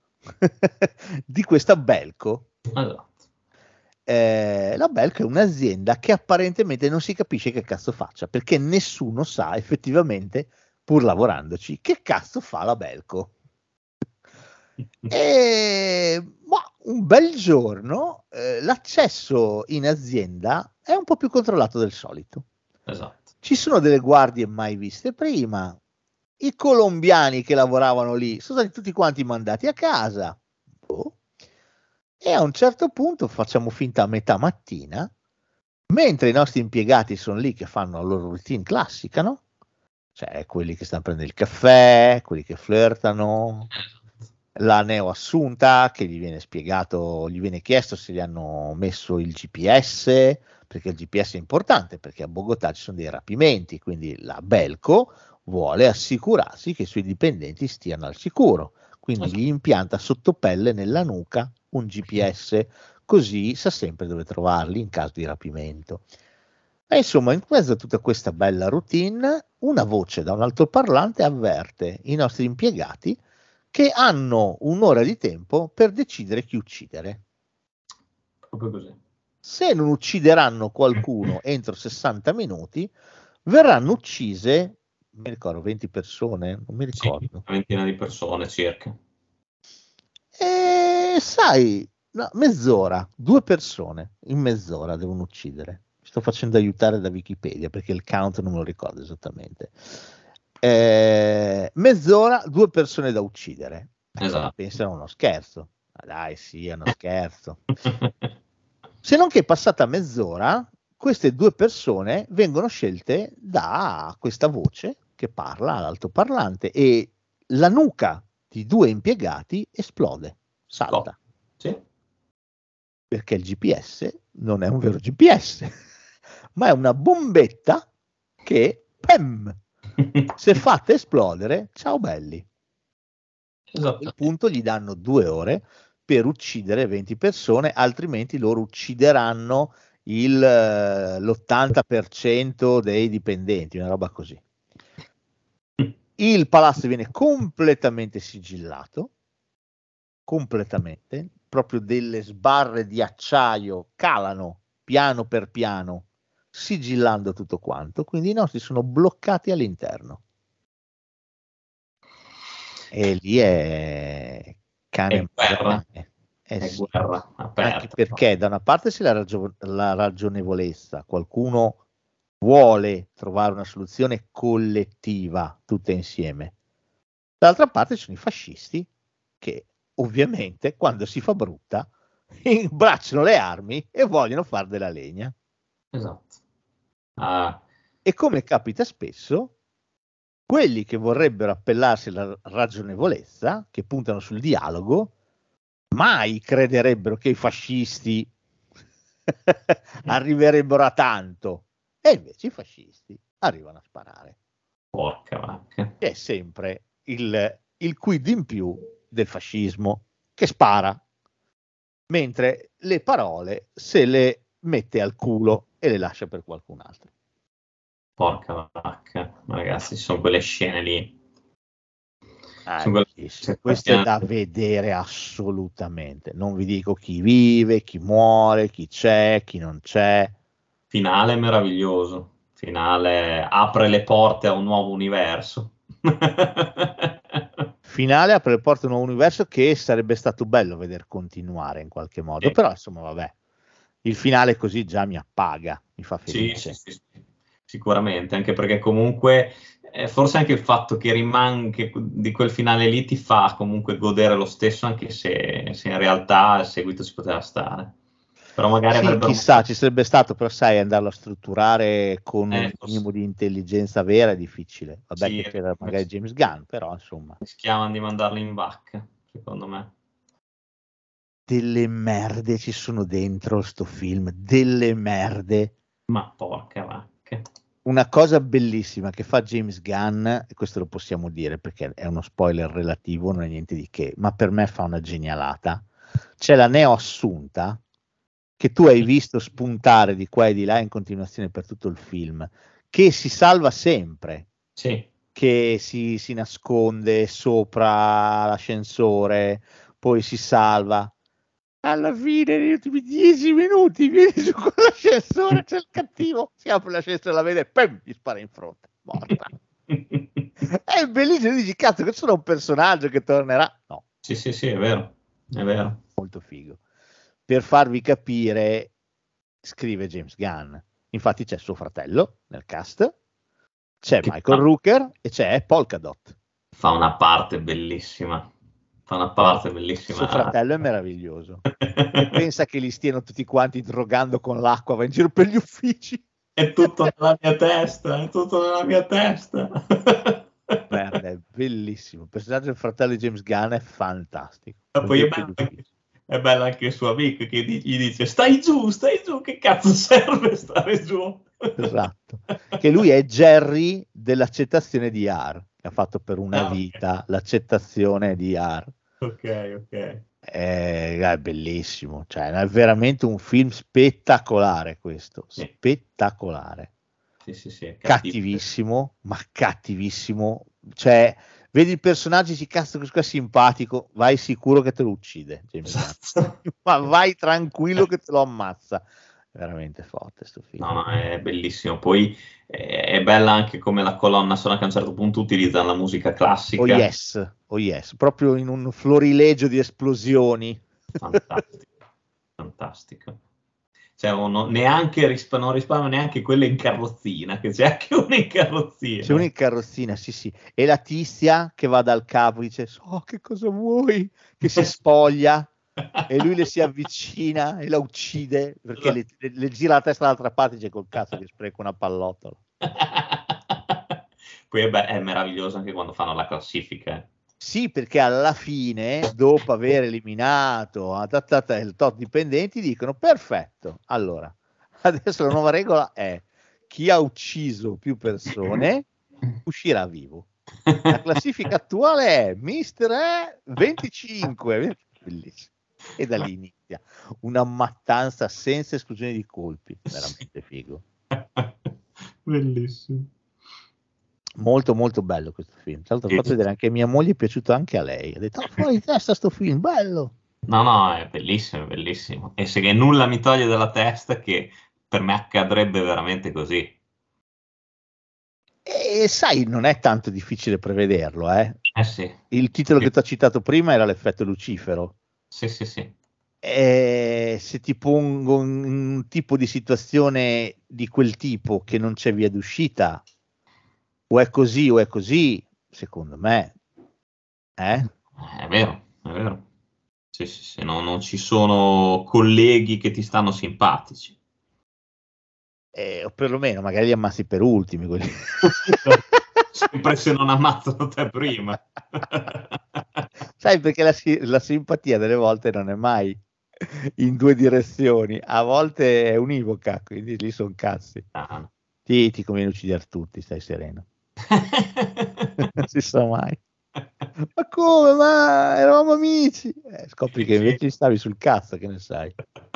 di questa Belco. Esatto. Eh, la Belco è un'azienda che apparentemente non si capisce che cazzo faccia, perché nessuno sa effettivamente, pur lavorandoci, che cazzo fa la Belco. E ma un bel giorno eh, l'accesso in azienda è un po' più controllato del solito. Esatto. Ci sono delle guardie mai viste prima. I colombiani che lavoravano lì sono stati tutti quanti mandati a casa. Oh. E a un certo punto facciamo finta a metà mattina, mentre i nostri impiegati sono lì che fanno la loro routine classica, no? Cioè quelli che stanno prendendo il caffè, quelli che flirtano, la neoassunta che gli viene spiegato, gli viene chiesto se gli hanno messo il G P S, perché il G P S è importante, perché a Bogotà ci sono dei rapimenti, quindi la Belco vuole assicurarsi che i suoi dipendenti stiano al sicuro, quindi gli impianta sotto pelle nella nuca un G P S, così sa sempre dove trovarli in caso di rapimento. E insomma, in mezzo a tutta questa bella routine, una voce da un altoparlante avverte i nostri impiegati che hanno un'ora di tempo per decidere chi uccidere. Proprio così. Se non uccideranno qualcuno entro sessanta minuti, verranno uccise, mi ricordo, venti persone, non mi ricordo. Sì, una ventina di persone circa. E sai, no, mezz'ora, due persone in mezz'ora devono uccidere. Mi sto facendo aiutare da Wikipedia perché il count non me lo ricordo esattamente. Eh, mezz'ora, due persone da uccidere. Esatto. Pensano a uno scherzo. Ma dai, sì, è uno scherzo. Se non che passata mezz'ora, queste due persone vengono scelte da questa voce che parla all'altoparlante e la nuca di due impiegati esplode, salta. Sì. Perché il G P S non è un vero G P S, ma è una bombetta che, pem, se fatta esplodere, ciao belli. Esatto. A quel punto gli danno due ore per uccidere venti persone, altrimenti loro uccideranno il, l'ottanta per cento dei dipendenti, una roba così. Il palazzo viene completamente sigillato, completamente, proprio delle sbarre di acciaio calano piano per piano, sigillando tutto quanto, quindi i nostri sono bloccati all'interno. E lì è cane è guerra, eh, è sì. guerra aperta. Anche perché da una parte c'è la, ragio- la ragionevolezza, qualcuno vuole trovare una soluzione collettiva tutta insieme, dall'altra parte ci sono i fascisti che ovviamente quando si fa brutta imbracciano le armi e vogliono far della legna. Esatto. Ah. E come capita spesso, quelli che vorrebbero appellarsi alla ragionevolezza, che puntano sul dialogo, mai crederebbero che i fascisti arriverebbero a tanto, e invece i fascisti arrivano a sparare. Porca vacca. È sempre il, il quid in più del fascismo, che spara, mentre le parole se le mette al culo e le lascia per qualcun altro. Porca vacca, ragazzi, ci sono quelle scene lì. Ah, quelle... questo è da vedere assolutamente. Non vi dico chi vive, chi muore, chi c'è, chi non c'è. Finale meraviglioso. Finale apre le porte a un nuovo universo. Finale apre le porte a un nuovo universo che sarebbe stato bello vedere continuare in qualche modo. Sì. Però insomma vabbè, il finale così già mi appaga, mi fa felice. Sì, sì, sì, sì. Sicuramente, anche perché comunque eh, forse anche il fatto che rimanga di quel finale lì ti fa comunque godere lo stesso, anche se, se in realtà il seguito ci poteva stare. Però magari sì, avrebbero... chissà, ci sarebbe stato, però sai, andarlo a strutturare con eh, un minimo di intelligenza vera è difficile. Vabbè, sì, che c'era magari James Gunn, però insomma. Rischiavano di mandarlo in vacca, secondo me. Delle merde ci sono dentro sto film, delle merde. Ma porca vacca. Una cosa bellissima che fa James Gunn, e questo lo possiamo dire perché è uno spoiler relativo, non è niente di che, ma per me fa una genialata. C'è la neoassunta che tu hai visto spuntare di qua e di là in continuazione per tutto il film, che si salva sempre, sì. che si, si nasconde sopra l'ascensore, poi si salva. Alla fine, negli ultimi dieci minuti, vieni su con l'ascensore, c'è il cattivo, si apre l'ascensore, la vede e pam, gli spara in fronte, morta. È bellissimo, dici, cazzo, che sono un personaggio che tornerà. No. Sì, sì, sì, è vero, è vero. Molto figo. Per farvi capire, scrive James Gunn. Infatti c'è suo fratello nel cast, c'è che Michael fa... Rooker e c'è Polkadot. Fa una parte bellissima. fa una parte bellissima. Suo fratello è meraviglioso e pensa che li stiano tutti quanti drogando con l'acqua, va in giro per gli uffici. È tutto nella mia testa, è tutto nella mia testa. Guarda, è bellissimo. Il personaggio del fratello di James Gunn è fantastico. E poi è bello, anche, è bello anche il suo amico che gli dice stai giù, stai giù, che cazzo serve stare giù? Esatto, che lui è Jerry dell'accettazione di R, che ha fatto per una Ah, okay. vita l'accettazione di R. Ok, ok. È, è bellissimo, cioè è veramente un film spettacolare questo, Sì. spettacolare. Sì, sì, sì, Cattivissimo, ma cattivissimo, cioè vedi il personaggio, si cazzo questo qua è simpatico, vai sicuro che te lo uccide, James Gunn. Ma vai tranquillo che te lo ammazza. Veramente forte sto film. No, no, è bellissimo. Poi eh, è bella anche come la colonna sonora che a un certo punto utilizzano la musica classica. Oh yes, oh yes, proprio in un florilegio di esplosioni. Fantastico, fantastico. Cioè, uno, neanche risp- non risparmio neanche quella in carrozzina, che c'è anche una in carrozzina. C'è una in carrozzina, sì sì. E la tizia che va dal capo dice, oh che cosa vuoi? Che si spoglia. E lui le si avvicina e la uccide perché le, le, le gira la testa dall'altra parte e dice col cazzo che spreco una pallottola. Poi è, be- è meraviglioso anche quando fanno la classifica. Sì, perché alla fine, dopo aver eliminato a ta ta ta il tot dipendenti, dicono perfetto, allora adesso la nuova regola è chi ha ucciso più persone uscirà vivo. La classifica attuale è mister E venticinque, bellissimo. E da lì inizia una mattanza senza esclusione di colpi, veramente figo. Bellissimo. Molto molto bello questo film. Tra l'altro ho fatto vedere anche a mia moglie, è piaciuto anche a lei. Ha detto, oh, fuori di testa sto film, bello. No, no, è bellissimo, è bellissimo. E se che nulla mi toglie dalla testa che per me accadrebbe veramente così. E sai, non è tanto difficile prevederlo, eh? Eh sì. Il titolo Sì. che ti ho citato prima era L'effetto Lucifero. Sì, sì, sì. E se ti pongo un, un tipo di situazione di quel tipo che non c'è via d'uscita, o è così o è così, secondo me, eh? È vero, è vero. Sì, sì, sì. No, non ci sono colleghi che ti stanno simpatici. Eh, o perlomeno magari li ammazzi per ultimi quelli. Sempre se non ammazzano te prima. Sai, perché la, la simpatia delle volte non è mai in due direzioni, a volte è univoca, quindi lì sono cazzi. Ah. Ti, ti conviene uccidere tutti, stai sereno. Non si sa mai. Ma come? Ma eravamo amici. Eh, scopri che invece stavi sul cazzo, che ne sai.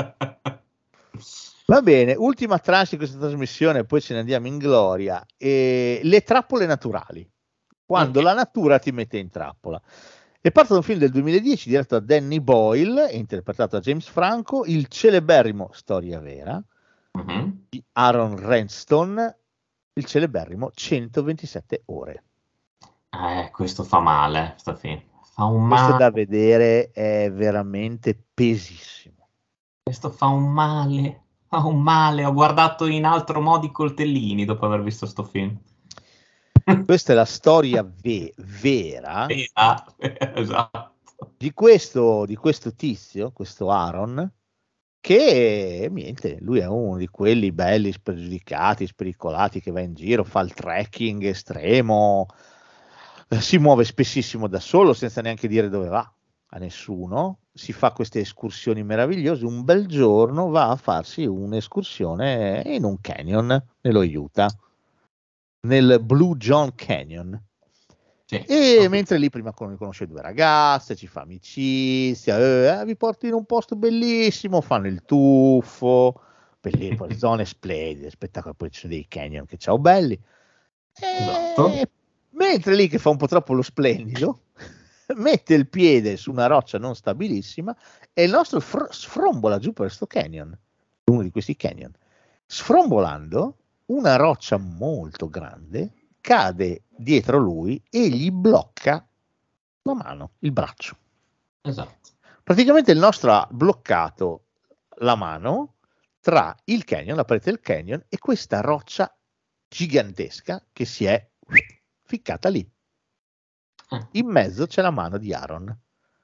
Va bene, ultima tranche di questa trasmissione, poi ce ne andiamo in gloria. E le trappole naturali, quando okay. la natura ti mette in trappola. E parte da un film del duemiladieci diretto da Danny Boyle e interpretato da James Franco, il celeberrimo Storia Vera uh-huh. di Aaron Renston, il celeberrimo centoventisette ore. Eh, questo fa male, sto film. Fa un questo male. Da vedere è veramente pesissimo. Questo fa un male. Fa un male, ho guardato in altro modo i coltellini dopo aver visto sto film. Questa è la storia ve- vera ah, esatto. di, questo, di questo tizio, questo Aaron, che niente, lui è uno di quelli belli, spregiudicati, spericolati, che va in giro, fa il trekking estremo, si muove spessissimo da solo senza neanche dire dove va a nessuno, si fa queste escursioni meravigliose. Un bel giorno va a farsi un'escursione in un canyon nello Utah, nel Blue John Canyon. Sì, e okay. mentre lì prima conosce due ragazze, ci fa amicizia, eh, vi porto in un posto bellissimo, fanno il tuffo, bellissimo, zone splendide, spettacolo, poi ci sono dei canyon che ciao belli. E esatto. Mentre lì che fa un po' troppo lo splendido, mette il piede su una roccia non stabilissima e il nostro fr- sfrombola giù per questo canyon, uno di questi canyon. Sfrombolando, una roccia molto grande cade dietro lui e gli blocca la mano, il braccio. Esatto. Praticamente il nostro ha bloccato la mano tra il canyon, la parete del canyon e questa roccia gigantesca che si è ficcata lì. In mezzo c'è la mano di Aaron.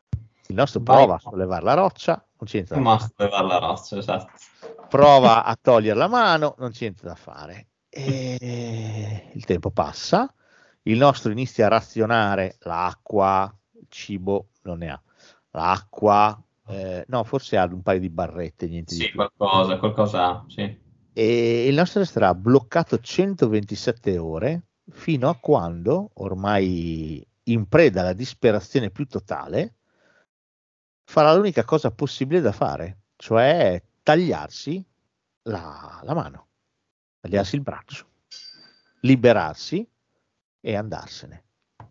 Il nostro Vai. prova a sollevare la roccia, non c'è niente da Ma fare. sollevare la roccia, esatto. Prova a togliere la mano, non c'è niente da fare. E il tempo passa, il nostro inizia a razionare l'acqua, il cibo non ne ha, l'acqua, eh, no, forse ha un paio di barrette, niente di Sì, più. qualcosa, qualcosa, sì. E il nostro resterà bloccato centoventisette ore fino a quando, ormai in preda alla disperazione più totale, farà l'unica cosa possibile da fare, cioè tagliarsi la, la mano, tagliarsi il braccio, liberarsi e andarsene.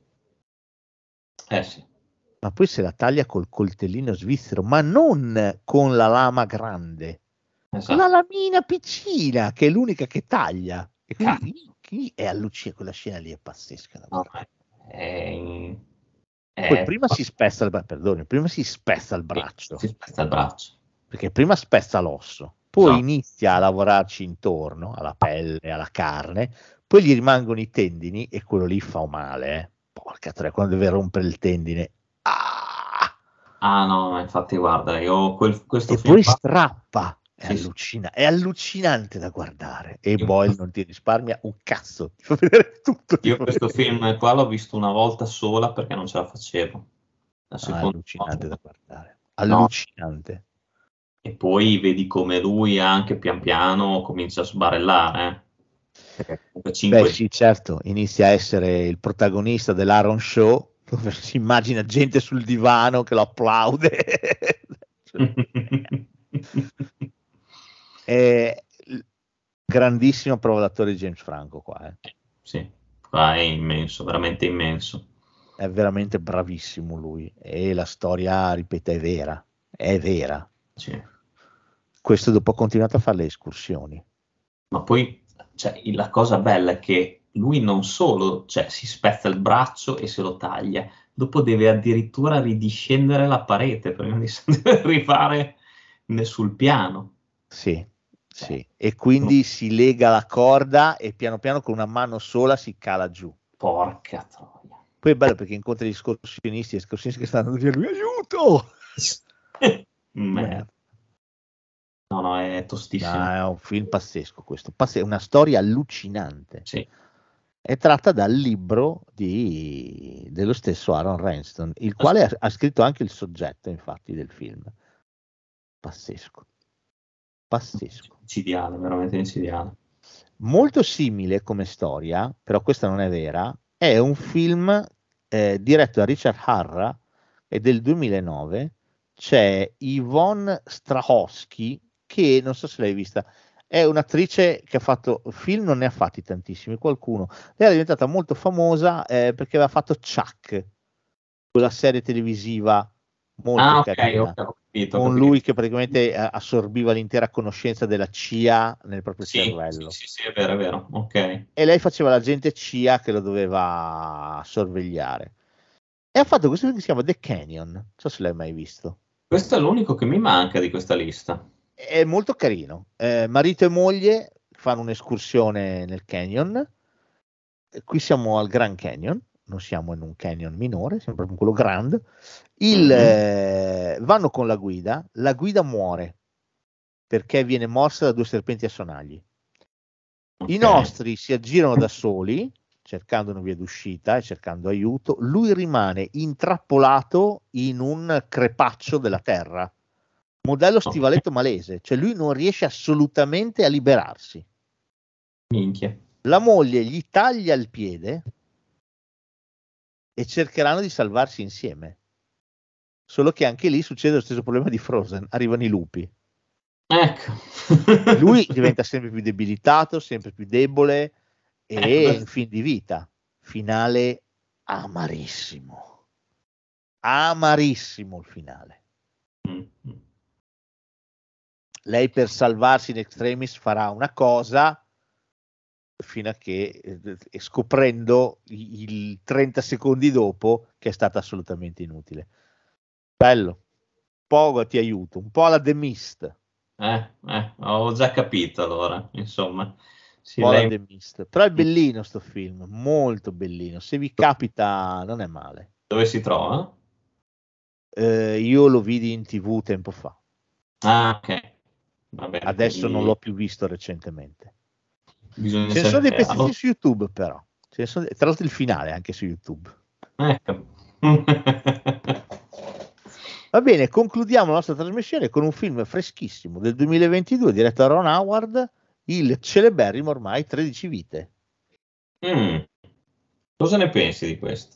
Eh sì. Ma poi se la taglia col coltellino svizzero, ma non con la lama grande, Esatto. con la lamina piccina, che è l'unica che taglia. E quindi chi è allucinante, quella scena lì è pazzesca. Da No, guardare. è, è, Poi prima si spezza il braccio, perdoni, prima si spezza il braccio, si spezza il braccio. perché prima spezza l'osso, poi No. inizia a lavorarci intorno, alla pelle, alla carne, poi gli rimangono i tendini e quello lì fa male, eh. Porca tre, quando deve rompere il tendine. Ah! Ah no, ma infatti guarda, io quel, questo E film poi qua- strappa, è, Sì, sì. allucina- è allucinante da guardare, e Io- Boyle non ti risparmia un cazzo, ti fa vedere tutto. ti Io fa questo vedere. film qua l'ho visto una volta sola perché non ce la facevo. La Ah, è seconda allucinante da volta- guardare, allucinante. E poi vedi come lui anche pian piano comincia a sbarellare. eh. Perché comunque cinque Beh sì, certo, inizia a essere il protagonista dell'Aaron Show, dove si immagina gente sul divano che lo applaude. È l- grandissima prova d'attore di James Franco qua, eh. Sì, qua è immenso, veramente immenso. È veramente bravissimo lui, e la storia, ripeto, è vera, è vera. Sì. Questo dopo ha continuato a fare le escursioni. Ma poi cioè, la cosa bella è che lui non solo cioè, si spezza il braccio e se lo taglia, dopo deve addirittura ridiscendere la parete prima di arrivare ne- sul piano. Sì, Cioè, sì. E quindi si lega la corda e piano piano con una mano sola si cala giù. Porca troia. Poi è bello perché incontra gli escursionisti, gli escursionisti che stanno via lui, aiuto! Merda. No, no, è tostissimo. No, è un film pazzesco questo, Pazze- una storia allucinante. Sì. È tratta dal libro di, dello stesso Aaron Renston, il quale ha, ha scritto anche il soggetto, infatti, del film. Pazzesco. Pazzesco. Incidiale, veramente incidiale. Molto simile come storia, però questa non è vera, è un film eh, diretto da Richard Harra, è del duemilanove, c'è Yvonne Strahovski, che non so se l'hai vista, è un'attrice che ha fatto film, non ne ha fatti tantissimi, qualcuno. Lei è diventata molto famosa eh, perché aveva fatto Chuck, quella serie televisiva molto Ah, ok, carina, ok, ho capito. ho con capito. lui che praticamente eh, assorbiva l'intera conoscenza della C I A nel proprio Sì, cervello. sì, sì, sì, è vero, è vero. Ok. E lei faceva l'agente C I A che lo doveva sorvegliare. E ha fatto questo film che si chiama The Canyon, non so se l'hai mai visto. Questo è l'unico che mi manca di questa lista. È molto carino. Eh, marito e moglie fanno un'escursione nel canyon. Qui siamo al Grand Canyon, non siamo in un canyon minore, siamo proprio in quello grande. Il, Mhm. eh, vanno con la guida, la guida muore perché viene morsa da due serpenti a sonagli. I Ok. nostri si aggirano da soli, cercando una via d'uscita e cercando aiuto. Lui rimane intrappolato in un crepaccio della terra, modello stivaletto malese, cioè lui non riesce assolutamente a liberarsi. Minchia. La moglie gli taglia il piede e cercheranno di salvarsi insieme. Solo che anche lì succede lo stesso problema di Frozen, arrivano i lupi. Ecco. Lui diventa sempre più debilitato, sempre più debole e Ecco, in fin di vita. Finale amarissimo. Amarissimo il finale. Mm, mm. Lei per salvarsi in extremis farà una cosa fino a che eh, scoprendo il trenta secondi dopo che è stata assolutamente inutile. Bello. Un po' ti aiuto, un po' alla The Mist. Eh, eh, ho già capito allora, insomma. Sì, Un po' alla lei... The Mist. Però è bellino sto film, molto bellino. Se vi capita non è male. Dove si trova? Eh, io lo vidi in tv tempo fa. Ah, ok. Va bene, Adesso quindi non l'ho più visto recentemente. bisogna Ce ne sono dei cercarlo. pezzettini su YouTube, però. Ce ne sono, tra l'altro il finale anche su YouTube. Ecco. Va bene, concludiamo la nostra trasmissione con un film freschissimo del duemilaventidue diretto da Ron Howard, il celeberrimo ormai tredici vite. Mm. Cosa ne pensi di questo?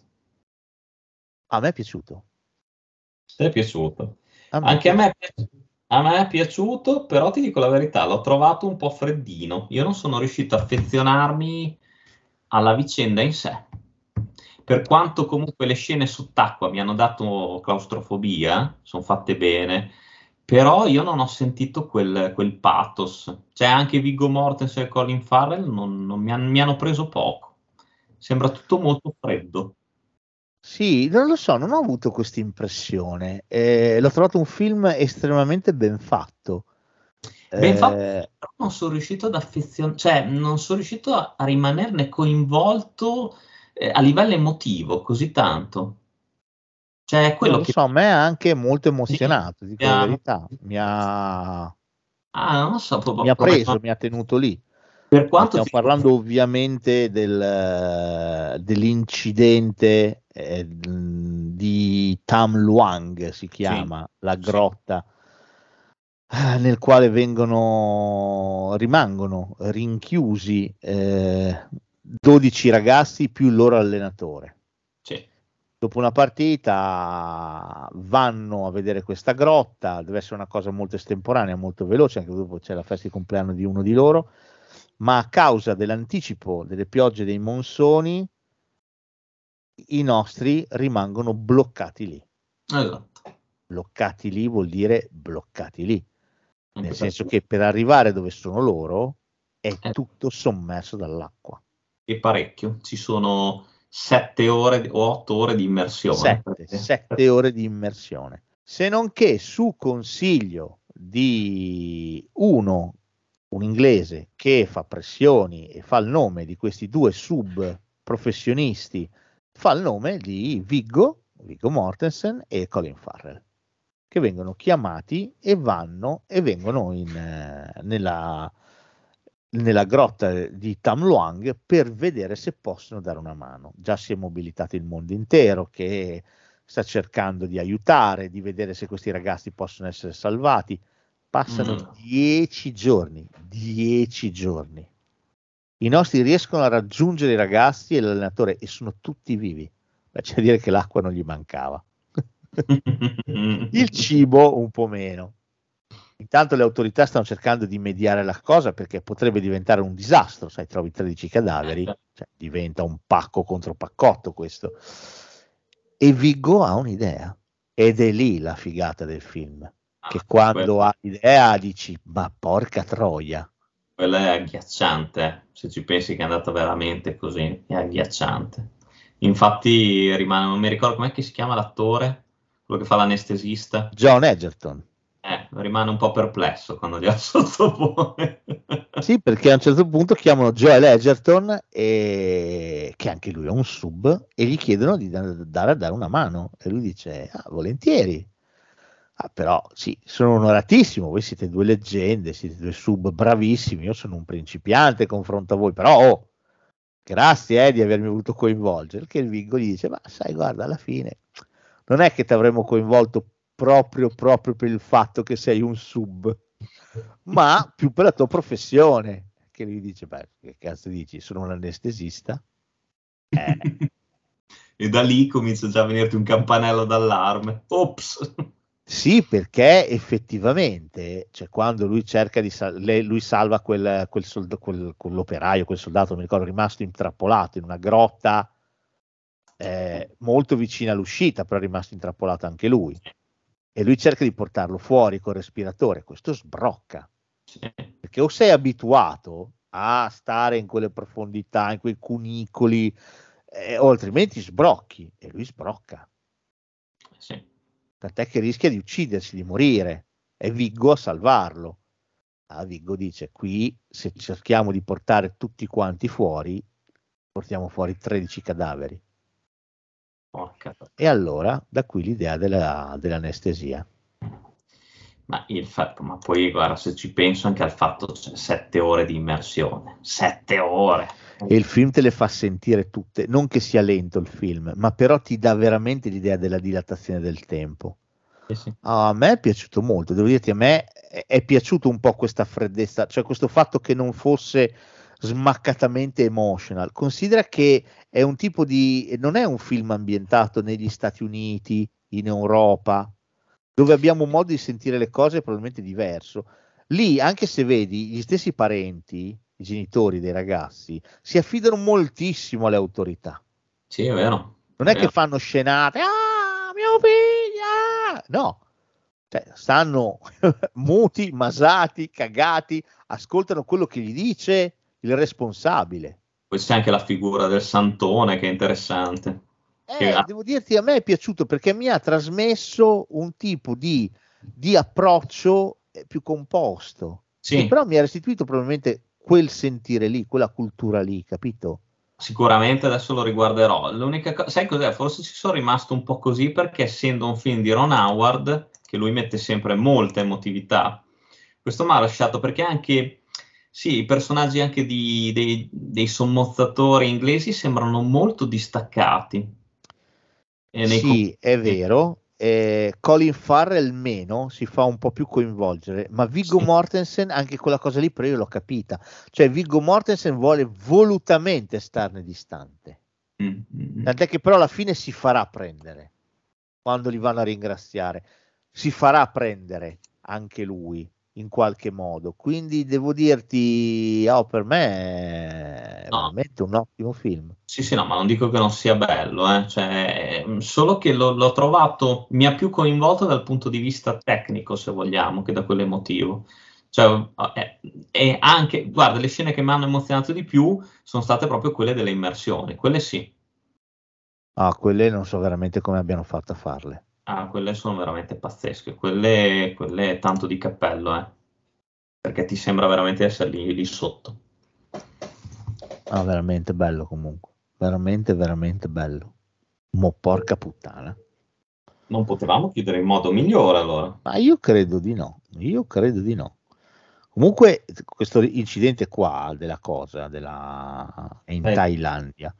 A me è piaciuto. Ti è piaciuto? A me è Anche a me, piaciuto. a me è piaciuto, però ti dico la verità, l'ho trovato un po' freddino. Io non sono riuscito a affezionarmi alla vicenda in sé. Per quanto comunque le scene sott'acqua mi hanno dato claustrofobia, sono fatte bene, però io non ho sentito quel, quel pathos. Cioè anche Viggo Mortensen e Colin Farrell non, non mi, han- mi hanno preso poco. Sembra tutto molto freddo. Sì, non lo so, non ho avuto questa impressione. Eh, l'ho trovato un film estremamente ben fatto. Ben fatto, Eh, però non sono riuscito ad affezionare, cioè non sono riuscito a, a rimanerne coinvolto eh, a livello emotivo così tanto. Cioè è non quello lo che so, a me ha anche molto sì, emozionato, dico la piano. verità. Mi ha, Ah, non lo so mi proprio ha come preso, mi ha tenuto lì. per Eh, quanto stiamo ti dico, parlando ovviamente del, dell'incidente eh, di Tam Luang, si sì, chiama, la sì, grotta, eh, nel quale vengono, rimangono rinchiusi eh, dodici ragazzi più il loro allenatore. sì. Dopo una partita vanno a vedere questa grotta, deve essere una cosa molto estemporanea, molto veloce, anche dopo c'è la festa di compleanno di uno di loro, ma a causa dell'anticipo delle piogge e dei monsoni, i nostri rimangono bloccati lì. Esatto. Bloccati lì vuol dire bloccati lì, nel Anche senso perché che per arrivare dove sono loro è è tutto sommerso dall'acqua. è parecchio, ci sono sette ore o otto ore di immersione. Sette, sette ore di immersione. Se non che su consiglio di uno, un inglese che fa pressioni e fa il nome di questi due sub professionisti, fa il nome di Viggo, Viggo Mortensen e Colin Farrell, che vengono chiamati e vanno e vengono in, eh, nella, nella grotta di Tam Luang per vedere se possono dare una mano. Già si è mobilitato il mondo intero che sta cercando di aiutare, di vedere se questi ragazzi possono essere salvati. Passano Mm. dieci giorni, dieci giorni. I nostri riescono a raggiungere i ragazzi e l'allenatore e sono tutti vivi. Beh, c'è da dire che l'acqua non gli mancava. Il cibo un po' meno. Intanto le autorità stanno cercando di mediare la cosa perché potrebbe diventare un disastro, sai, trovi tredici cadaveri, cioè, diventa un pacco contro paccotto questo. E Viggo ha un'idea ed è lì la figata del film, che Ah, quando quella, ha l'idea dici, ma porca troia. quella è agghiacciante, se ci pensi che è andata veramente così, è agghiacciante. Infatti rimane, non mi ricordo com'è che si chiama l'attore, quello che fa l'anestesista, John Egerton. eh, rimane un po' perplesso quando gliela sottopone. Sì, perché a un certo punto chiamano Joel Egerton, e... che anche lui è un sub, e gli chiedono di andare a dare una mano. E lui dice, ah, volentieri. Ah, però sì, sono onoratissimo, voi siete due leggende, siete due sub bravissimi, io sono un principiante confronto a voi, però oh, grazie eh, di avermi voluto coinvolgere. Che il Viggo gli dice, ma sai, guarda, alla fine non è che ti avremmo coinvolto proprio, proprio per il fatto che sei un sub, ma più per la tua professione. Che lui dice, beh, che cazzo dici, sono un anestesista? Eh, E da lì comincia già a venirti un campanello d'allarme. Ops! sì, perché effettivamente, cioè, quando lui cerca di sal- lei- lui salva quel, quel soldato, quel, quell'operaio, quel soldato, non mi ricordo, rimasto intrappolato in una grotta eh, molto vicina all'uscita, però è rimasto intrappolato anche lui. E lui cerca di portarlo fuori col respiratore, questo sbrocca. Sì. Perché o sei abituato a stare in quelle profondità, in quei cunicoli, eh, o altrimenti sbrocchi, e lui sbrocca. Sì. Tant'è che rischia di uccidersi, di morire, è Viggo a salvarlo. Ah, Viggo dice, qui se cerchiamo di portare tutti quanti fuori, portiamo fuori tredici cadaveri. Porca. E allora, da qui l'idea della, dell'anestesia. Ma il fatto, ma poi guarda, se ci penso anche al fatto, cioè, sette ore di immersione, sette ore. E il film te le fa sentire tutte, non che sia lento il film, ma però ti dà veramente l'idea della dilatazione del tempo. Sì, sì. A me è piaciuto molto, devo dirti, a me è, è piaciuto un po' questa freddezza, cioè questo fatto che non fosse smaccatamente emotional. Considera che è un tipo di, non è un film ambientato negli Stati Uniti, in Europa, dove abbiamo un modo di sentire le cose probabilmente diverso. Lì, anche se vedi gli stessi parenti, i genitori dei ragazzi, si affidano moltissimo alle autorità. Sì, è vero. Non è, è vero. che fanno scenate, ah, mio figlio, no, cioè, stanno muti, masati, cagati, ascoltano quello che gli dice il responsabile. Poi c'è anche la figura del santone che è interessante. Eh, Che ha- devo dirti, a me è piaciuto perché mi ha trasmesso un tipo di, di approccio eh, più composto, Sì. che però mi ha restituito probabilmente quel sentire lì, quella cultura lì, capito? Sicuramente adesso lo riguarderò. L'unica cosa, sai cos'è? Forse ci sono rimasto un po' così perché essendo un film di Ron Howard, che lui mette sempre molta emotività, questo mi ha lasciato perché anche, sì, i personaggi anche di, dei, dei sommozzatori inglesi sembrano molto distaccati. E nei Sì, è confronti- vero. Eh, Colin Farrell meno, si fa un po' più coinvolgere, ma Viggo Sì. Mortensen anche quella cosa lì, però io l'ho capita. Cioè Viggo Mortensen vuole volutamente starne distante. Mm, mm, mm. Tant'è che però alla fine si farà prendere quando li vanno a ringraziare, si farà prendere anche lui in qualche modo. Quindi devo dirti, oh, per me è No. veramente un ottimo film. Sì, sì, no, ma non dico che non sia bello, eh. Cioè, solo che l'ho, l'ho trovato, mi ha più coinvolto dal punto di vista tecnico, se vogliamo, che da quello emotivo. Cioè, è, è anche, guarda, le scene che mi hanno emozionato di più sono state proprio quelle delle immersioni, quelle sì. Ah, quelle non so veramente come abbiano fatto a farle. Ah, quelle sono veramente pazzesche, quelle, quelle tanto di cappello, eh. Perché ti sembra veramente essere lì, lì sotto. Ah, veramente bello comunque. Veramente, veramente bello. Mo porca puttana. Non potevamo chiudere in modo migliore allora. Ma io credo di no. Io credo di no. Comunque, questo incidente qua della cosa, della... è in Eh. Thailandia.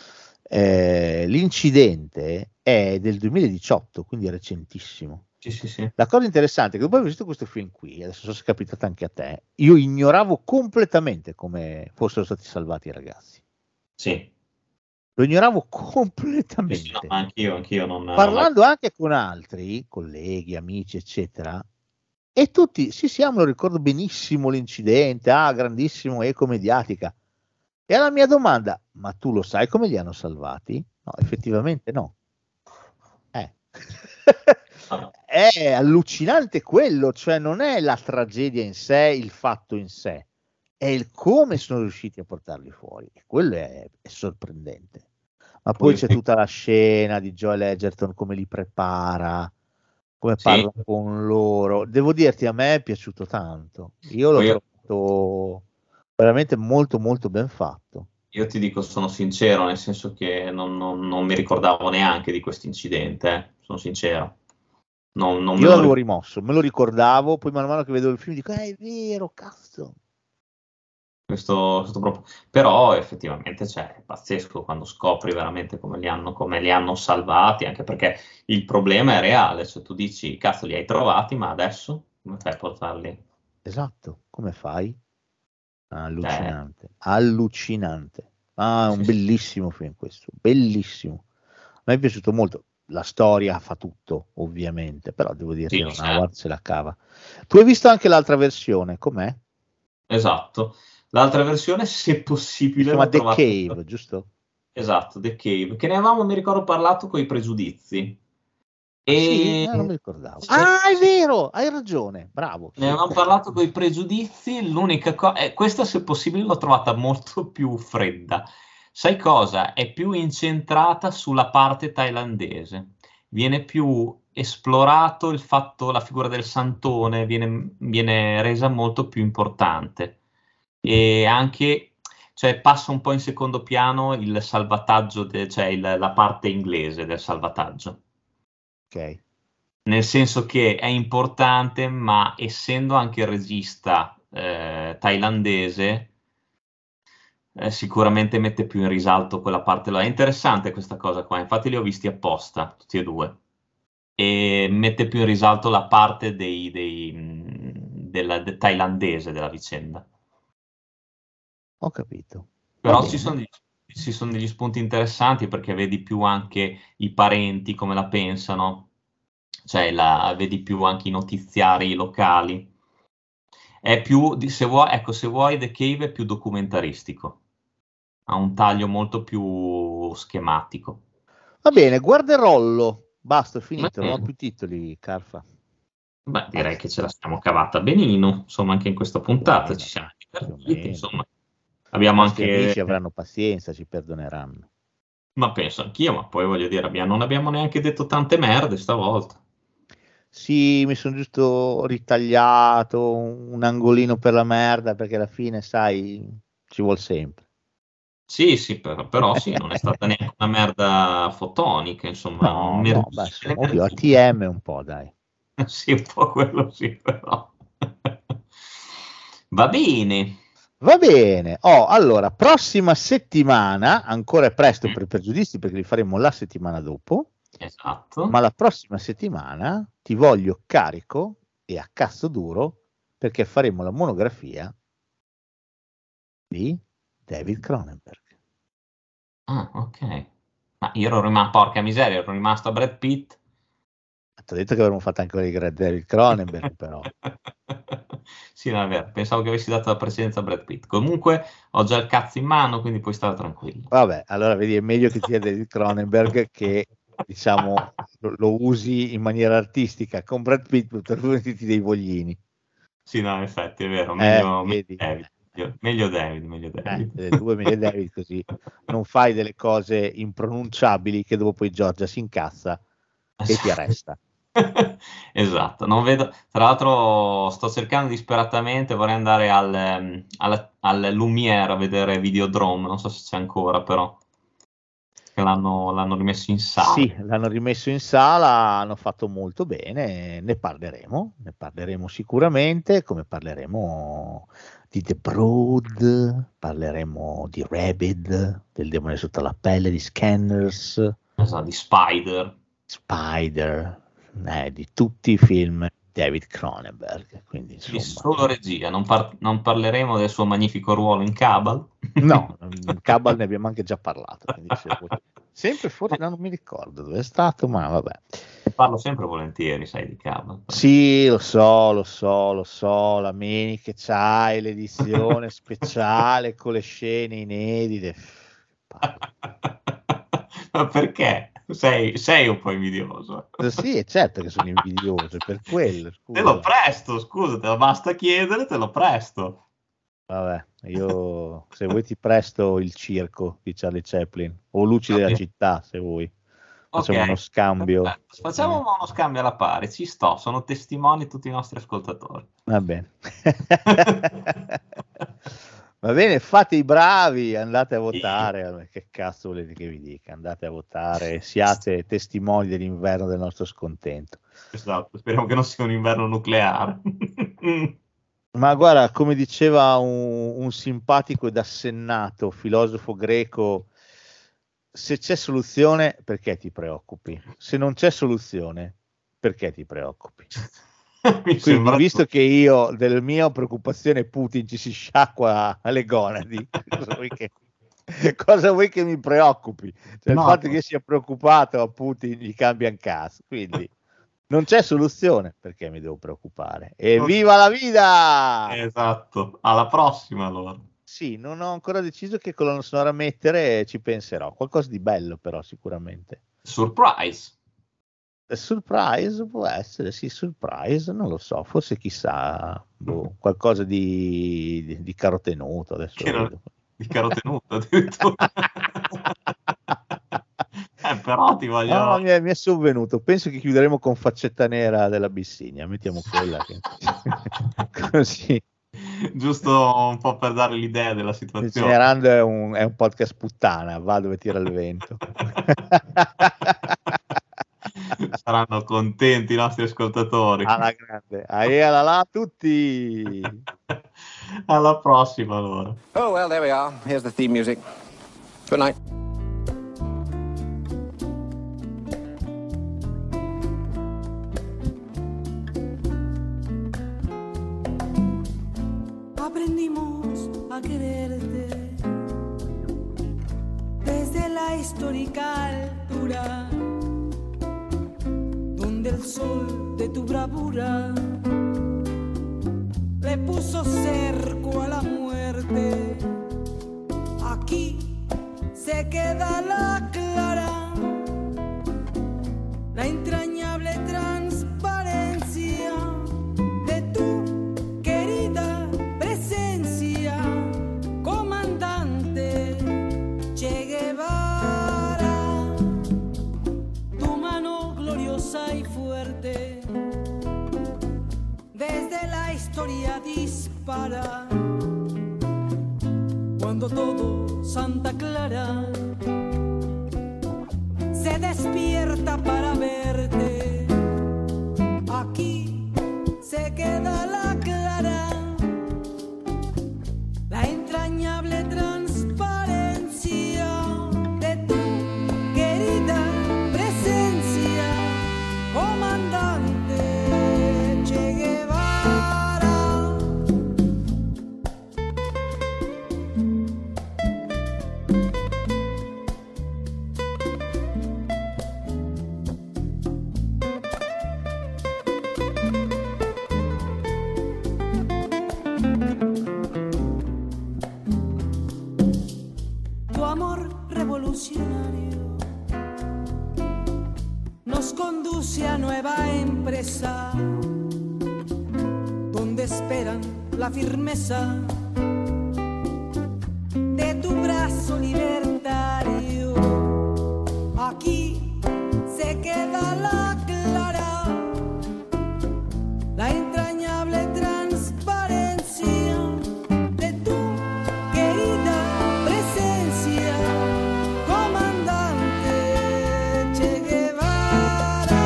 Eh, l'incidente è del duemiladiciotto, quindi è recentissimo. Sì, sì, sì. La cosa interessante è che dopo aver visto questo film qui, adesso so se è capitato anche a te, io ignoravo completamente come fossero stati salvati i ragazzi. Sì. Lo ignoravo Sì, sì, completamente. no, ma anch'io, anch'io non... Parlando anche con altri colleghi, amici, eccetera, e tutti, sì, sì, ah, me lo ricordo benissimo l'incidente, ah, grandissimo eco mediatica. E alla mia domanda, ma tu lo sai come li hanno salvati? No, effettivamente no. Eh. È allucinante quello, cioè non è la tragedia in sé, il fatto in sé, è il come sono riusciti a portarli fuori, e quello è, è sorprendente. Ma poi, Poi c'è sì. tutta la scena di Joel Edgerton, come li prepara, come Sì. parla con loro. Devo dirti, a me è piaciuto tanto. Io l'ho Poi- trovato veramente molto molto ben fatto. Io ti dico, sono sincero, nel senso che non, non- non mi ricordavo neanche di questo incidente, eh. Sono sincero. Non, non me Io lo l'avevo ricordo. rimosso, me lo ricordavo, poi man mano che vedo il film dico, eh, è vero, cazzo. Questo, questo proprio- Però effettivamente cioè, è pazzesco quando scopri veramente come li hanno, come li hanno salvati, anche perché il problema è reale, cioè tu dici, cazzo, li hai trovati, ma adesso come fai a portarli? Esatto, come fai? Cioè, Allucinante, allucinante. Ah, è un sì, sì. bellissimo film questo, bellissimo. A me è piaciuto molto. La storia fa tutto, ovviamente, però devo dirti, Sì, Ron certo. Howard se la cava. Tu hai visto anche l'altra versione, com'è? Esatto. L'altra versione, se Si possibile, chiama l'ho The trovata. Cave, giusto? Esatto, The Cave, che ne avevamo, mi ricordo, parlato con i pregiudizi. Ah sì? E Eh, non mi ricordavo. sì, Ah, è sì, vero, hai ragione, bravo. ne Sì. avevamo parlato con i pregiudizi. L'unica cosa, eh, questa, se possibile, l'ho trovata molto più fredda. Sai cosa? È più incentrata sulla parte thailandese. Viene più esplorato il fatto, la figura del santone viene, viene resa molto più importante. E anche cioè passa un po' in secondo piano il salvataggio, de, cioè il, la parte inglese del salvataggio. Ok. Nel senso che è importante, ma essendo anche il regista eh, thailandese, eh, sicuramente mette più in risalto quella parte là. È interessante questa cosa qua, infatti li ho visti apposta, tutti e due, e mette più in risalto la parte dei, dei, mh, della, de, thailandese della vicenda. Ho capito. Però ci sono, ci sono degli spunti interessanti, perché vedi più anche i parenti come la pensano, cioè la, vedi più anche i notiziari locali. È più, se vuoi, ecco, se vuoi The Cave è più documentaristico, ha un taglio molto più schematico. Va bene, guarderollo. Basta, è finito, non ho più titoli, Carfa. Beh, direi che ce la stiamo cavata benino, insomma, anche in questa puntata bene, ci siamo divertiti, insomma. Abbiamo I nostri anche amici avranno pazienza, ci perdoneranno. Ma penso anch'io, ma poi voglio dire, abbiamo, non abbiamo neanche detto tante merde stavolta. Sì, mi sono giusto ritagliato un angolino per la merda, perché alla fine, sai, ci vuol sempre. Sì, sì, però, però sì, non è stata neanche una merda fotonica, insomma. No, un no, beh, insomma, ovvio, A T M un po', dai. Sì, un po' quello sì, però. Va bene. Va bene. Oh, allora, prossima settimana, ancora è presto per i pregiudizi, perché li faremo la settimana dopo. Esatto. Ma la prossima settimana ti voglio carico e a cazzo duro, perché faremo la monografia di David Cronenberg. Ah, ok. Ma io ero rimasto, porca miseria, ero rimasto a Brad Pitt. Ti ho detto che avremmo fatto anche quelli di David Cronenberg, però. Sì, non è vero, pensavo che avessi dato la precedenza a Brad Pitt. Comunque ho già il cazzo in mano, quindi puoi stare tranquillo. Vabbè, allora vedi, è meglio che ti sia David Cronenberg, che diciamo lo, lo usi in maniera artistica. Con Brad Pitt per metterti dei voglini. Sì, no, in effetti è vero, meglio, eh, meglio vedi? David. Meglio David, meglio David. Eh, due meglio David, così non fai delle cose impronunciabili che dopo poi Giorgia si incazza e ti arresta. Esatto, non vedo. Tra l'altro sto cercando disperatamente, vorrei andare al, al, al Lumiere a vedere Videodrome, non so se c'è ancora, però che l'hanno, l'hanno rimesso in sala. Sì, l'hanno rimesso in sala, hanno fatto molto bene, ne parleremo, ne parleremo sicuramente, come parleremo di The Brood, parleremo di Rabid, del demone sotto la pelle, di Scanners, esatto, di Spider, Spider, eh, di tutti i film David Cronenberg, quindi insomma. Di solo regia, non, par- non parleremo del suo magnifico ruolo in Cabal. No, in Cabal ne abbiamo anche già parlato, quindi sempre fuori, no, non mi ricordo dove è stato, ma vabbè. Parlo sempre volentieri, sai, di Cabal. Sì, lo so, lo so, lo so, la Meni che c'hai l'edizione speciale con le scene inedite. Ma perché? Sei, sei un po' invidioso. Sì, è certo che sono invidioso, per quello. Scusa. Te lo presto, scusa, te lo basta chiedere, te lo presto. Vabbè, io se vuoi ti presto il circo di Charlie Chaplin o Luci della Okay. città, se vuoi. Facciamo Okay. uno scambio. Perfetto. Facciamo uno scambio alla pari, ci sto, sono testimoni tutti i nostri ascoltatori. Va bene. Va bene, fate i bravi, andate a votare. Che cazzo volete che vi dica? Andate a votare, siate testimoni dell'inverno del nostro scontento. Esatto, speriamo che non sia un inverno nucleare. Ma guarda, come diceva un, un simpatico ed assennato filosofo greco, se c'è soluzione, perché ti preoccupi? Se non c'è soluzione, perché ti preoccupi? Mi Quindi, visto che io della mia preoccupazione Putin ci si sciacqua alle gonadi, cosa vuoi che, cosa vuoi che mi preoccupi? Cioè, no. Il fatto che io sia preoccupato a Putin gli cambia un cazzo, quindi non c'è soluzione, perché mi devo preoccupare? E viva la vita! Esatto, alla prossima allora. Sì, non ho ancora deciso che colonna sonora mettere, ci penserò. Qualcosa di bello però sicuramente. Surprise! Surprise può essere, sì, surprise, non lo so, forse chissà, boh, qualcosa di, di, di carotenuto adesso. Non, di carotenuto addirittura. eh, però ti voglio... No, mi, è, mi è sovvenuto, penso che chiuderemo con Faccetta Nera della Bissigna, mettiamo quella che... così Giusto un po' per dare l'idea della situazione. Generando è un, è un podcast puttana, va dove tira il vento. Saranno contenti i nostri ascoltatori. Alla grande. Ae, alla là a tutti. Alla prossima allora. Oh well, there we are. Here's the theme music. Good night. Aprendimos a quererte desde la histórica altura, donde el sol de tu bravura le puso cerco a la muerte. Aquí se queda la clara, la entrañable transparencia de tu querida presencia, comandante Che Guevara. Tu mano gloriosa y fuerte desde la historia dispara, cuando todo Santa Clara se despierta para verte. Aquí se queda la clara, la entrañable transparencia de tu querida presencia, comandante Che Guevara. Nos conduce a nueva empresa, donde esperan la firmeza de tu brazo libertario. Aquí se queda la clara, la entrañable transparencia de tu querida presencia, comandante Che Guevara.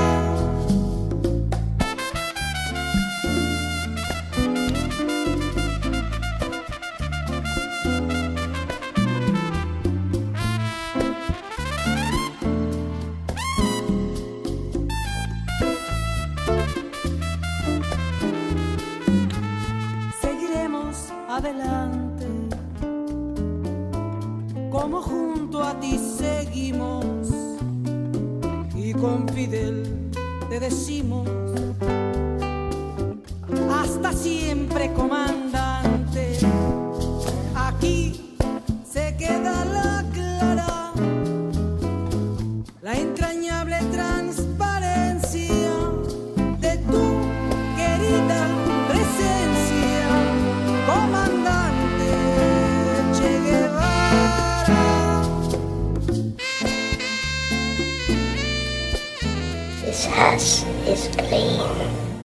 Seguiremos adelante, como junto a ti seguimos, y con Fidel te decimos, hasta siempre, comandante.